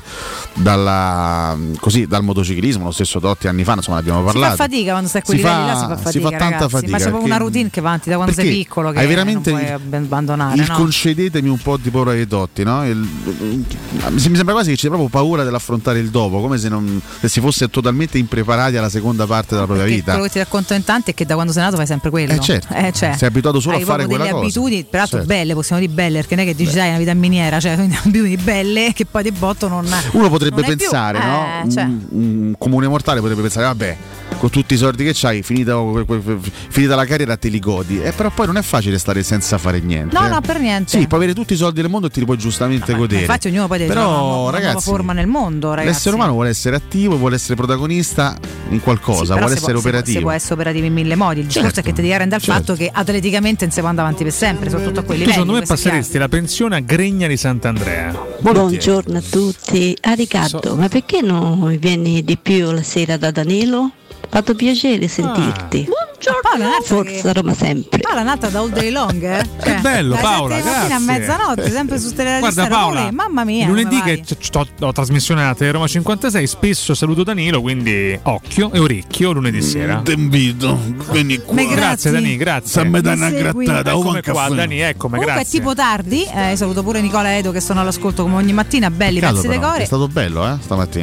dalla, così, dal motociclismo, lo stesso Totti anni fa, insomma l'abbiamo Si parlato. fa fatica quando stai a quei Si livelli fa- là, si fa fatica, si fa tanta ragazzi. fatica, Ma c'è proprio perché- una routine che va avanti da quando sei perché piccolo, che hai veramente non puoi il- abbandonare, il no? concedetemi un po' di paura dei Totti, no? Il- mi sembra quasi che c'è proprio paura dell'affrontare il dopo, come se, non, se si fosse totalmente impreparati alla seconda parte della propria Perché vita. quello che ti racconto in tanti è che da quando sei nato fai sempre quello. Eh, certo. Eh, cioè, Sei abituato solo hai a fare proprio quella delle cosa. abitudini, peraltro Certo. belle, possiamo dire belle, perché non è che dici dai, è una vita miniera, cioè quindi abitudini belle che poi di botto non Uno potrebbe non hai più. pensare, Eh, no? cioè. Un, un comune mortale potrebbe pensare, vabbè, con tutti i soldi che c'hai, finita, finita la carriera te li godi. Eh, però poi non è facile stare senza fare niente. No, eh. no, per niente. Sì, puoi avere tutti i soldi del mondo e ti li puoi giustamente godere. Infatti ognuno poi deve Però, trovare una, nuova- una nuova ragazzi, forma nel mondo, ragazzi. l'essere umano vuole essere attivo, vuole essere protagonista in qualcosa, Sì, però vuole si essere può, si può- operativo. Si può essere operativo in mille modi. Il discorso Certo, è che ti devi arrendere al certo. fatto che atleticamente non si può andare avanti per sempre, soprattutto a quei Tu livelli. secondo me questo è passeresti la pensione a Gregna di Sant'Andrea. Buongiorno a tutti. A Riccardo, ma perché non vieni di più la sera da Danilo? Fatto piacere sentirti. Forza Roma sempre. Paola è nata da all day long, eh? Cioè, bello, dalle Paola, sette di mattina a grazie. mezzanotte, sempre su Teleradio Guarda Stereo. Paola, Olè, mamma mia. il lunedì come che c- c- ho, ho trasmissione a Tele Roma cinquantasei, spesso saluto Danilo, quindi occhio e orecchio lunedì sera. Ti invito, vieni qua. Ma grazie. Grazie Dani, grazie. Stammi dando una Mi segui? grattata, Eccomi ova un qua, caffè. Dani, eccomi, Comunque è grazie. tipo tardi, eh, saluto pure Nicola e Edo che sono all'ascolto come ogni mattina, belli Peccato pezzi però, decore. è stato bello, eh, stamattina.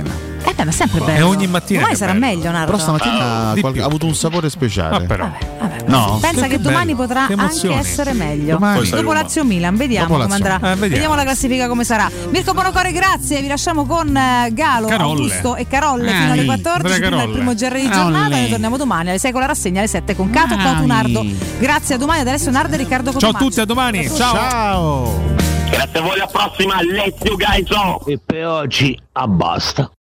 Eh beh, ma è sempre bello. E ogni mattina Domani è sarà bello. meglio, Nardo. Però stamattina Ah, di qual- più. ha avuto un sapore speciale. Ah, però. No? Pensa che, Che domani bello. potrà Che anche emozioni. essere meglio. Domani. Dopo Lazio Milan, vediamo Dopo come Lazio. andrà. Eh, vediamo. la classifica come sarà. Mirko Bonocore, grazie. Vi lasciamo con eh, Galo, Carolle. Augusto e Carolle Ah, fino alle sì. quattordici. Andrea Prima il Carolle. primo G R di Ah, giornata. olè. Noi torniamo domani alle sei con la rassegna, alle sette con Cato, Ah, Cotu, Nardo. Grazie a domani ad Alessio Nardo e Riccardo Ciao a Cotumaccio. tutti, a domani. Ciao. Ciao. Grazie a voi, alla prossima. Let's you guys. E per oggi abbasta.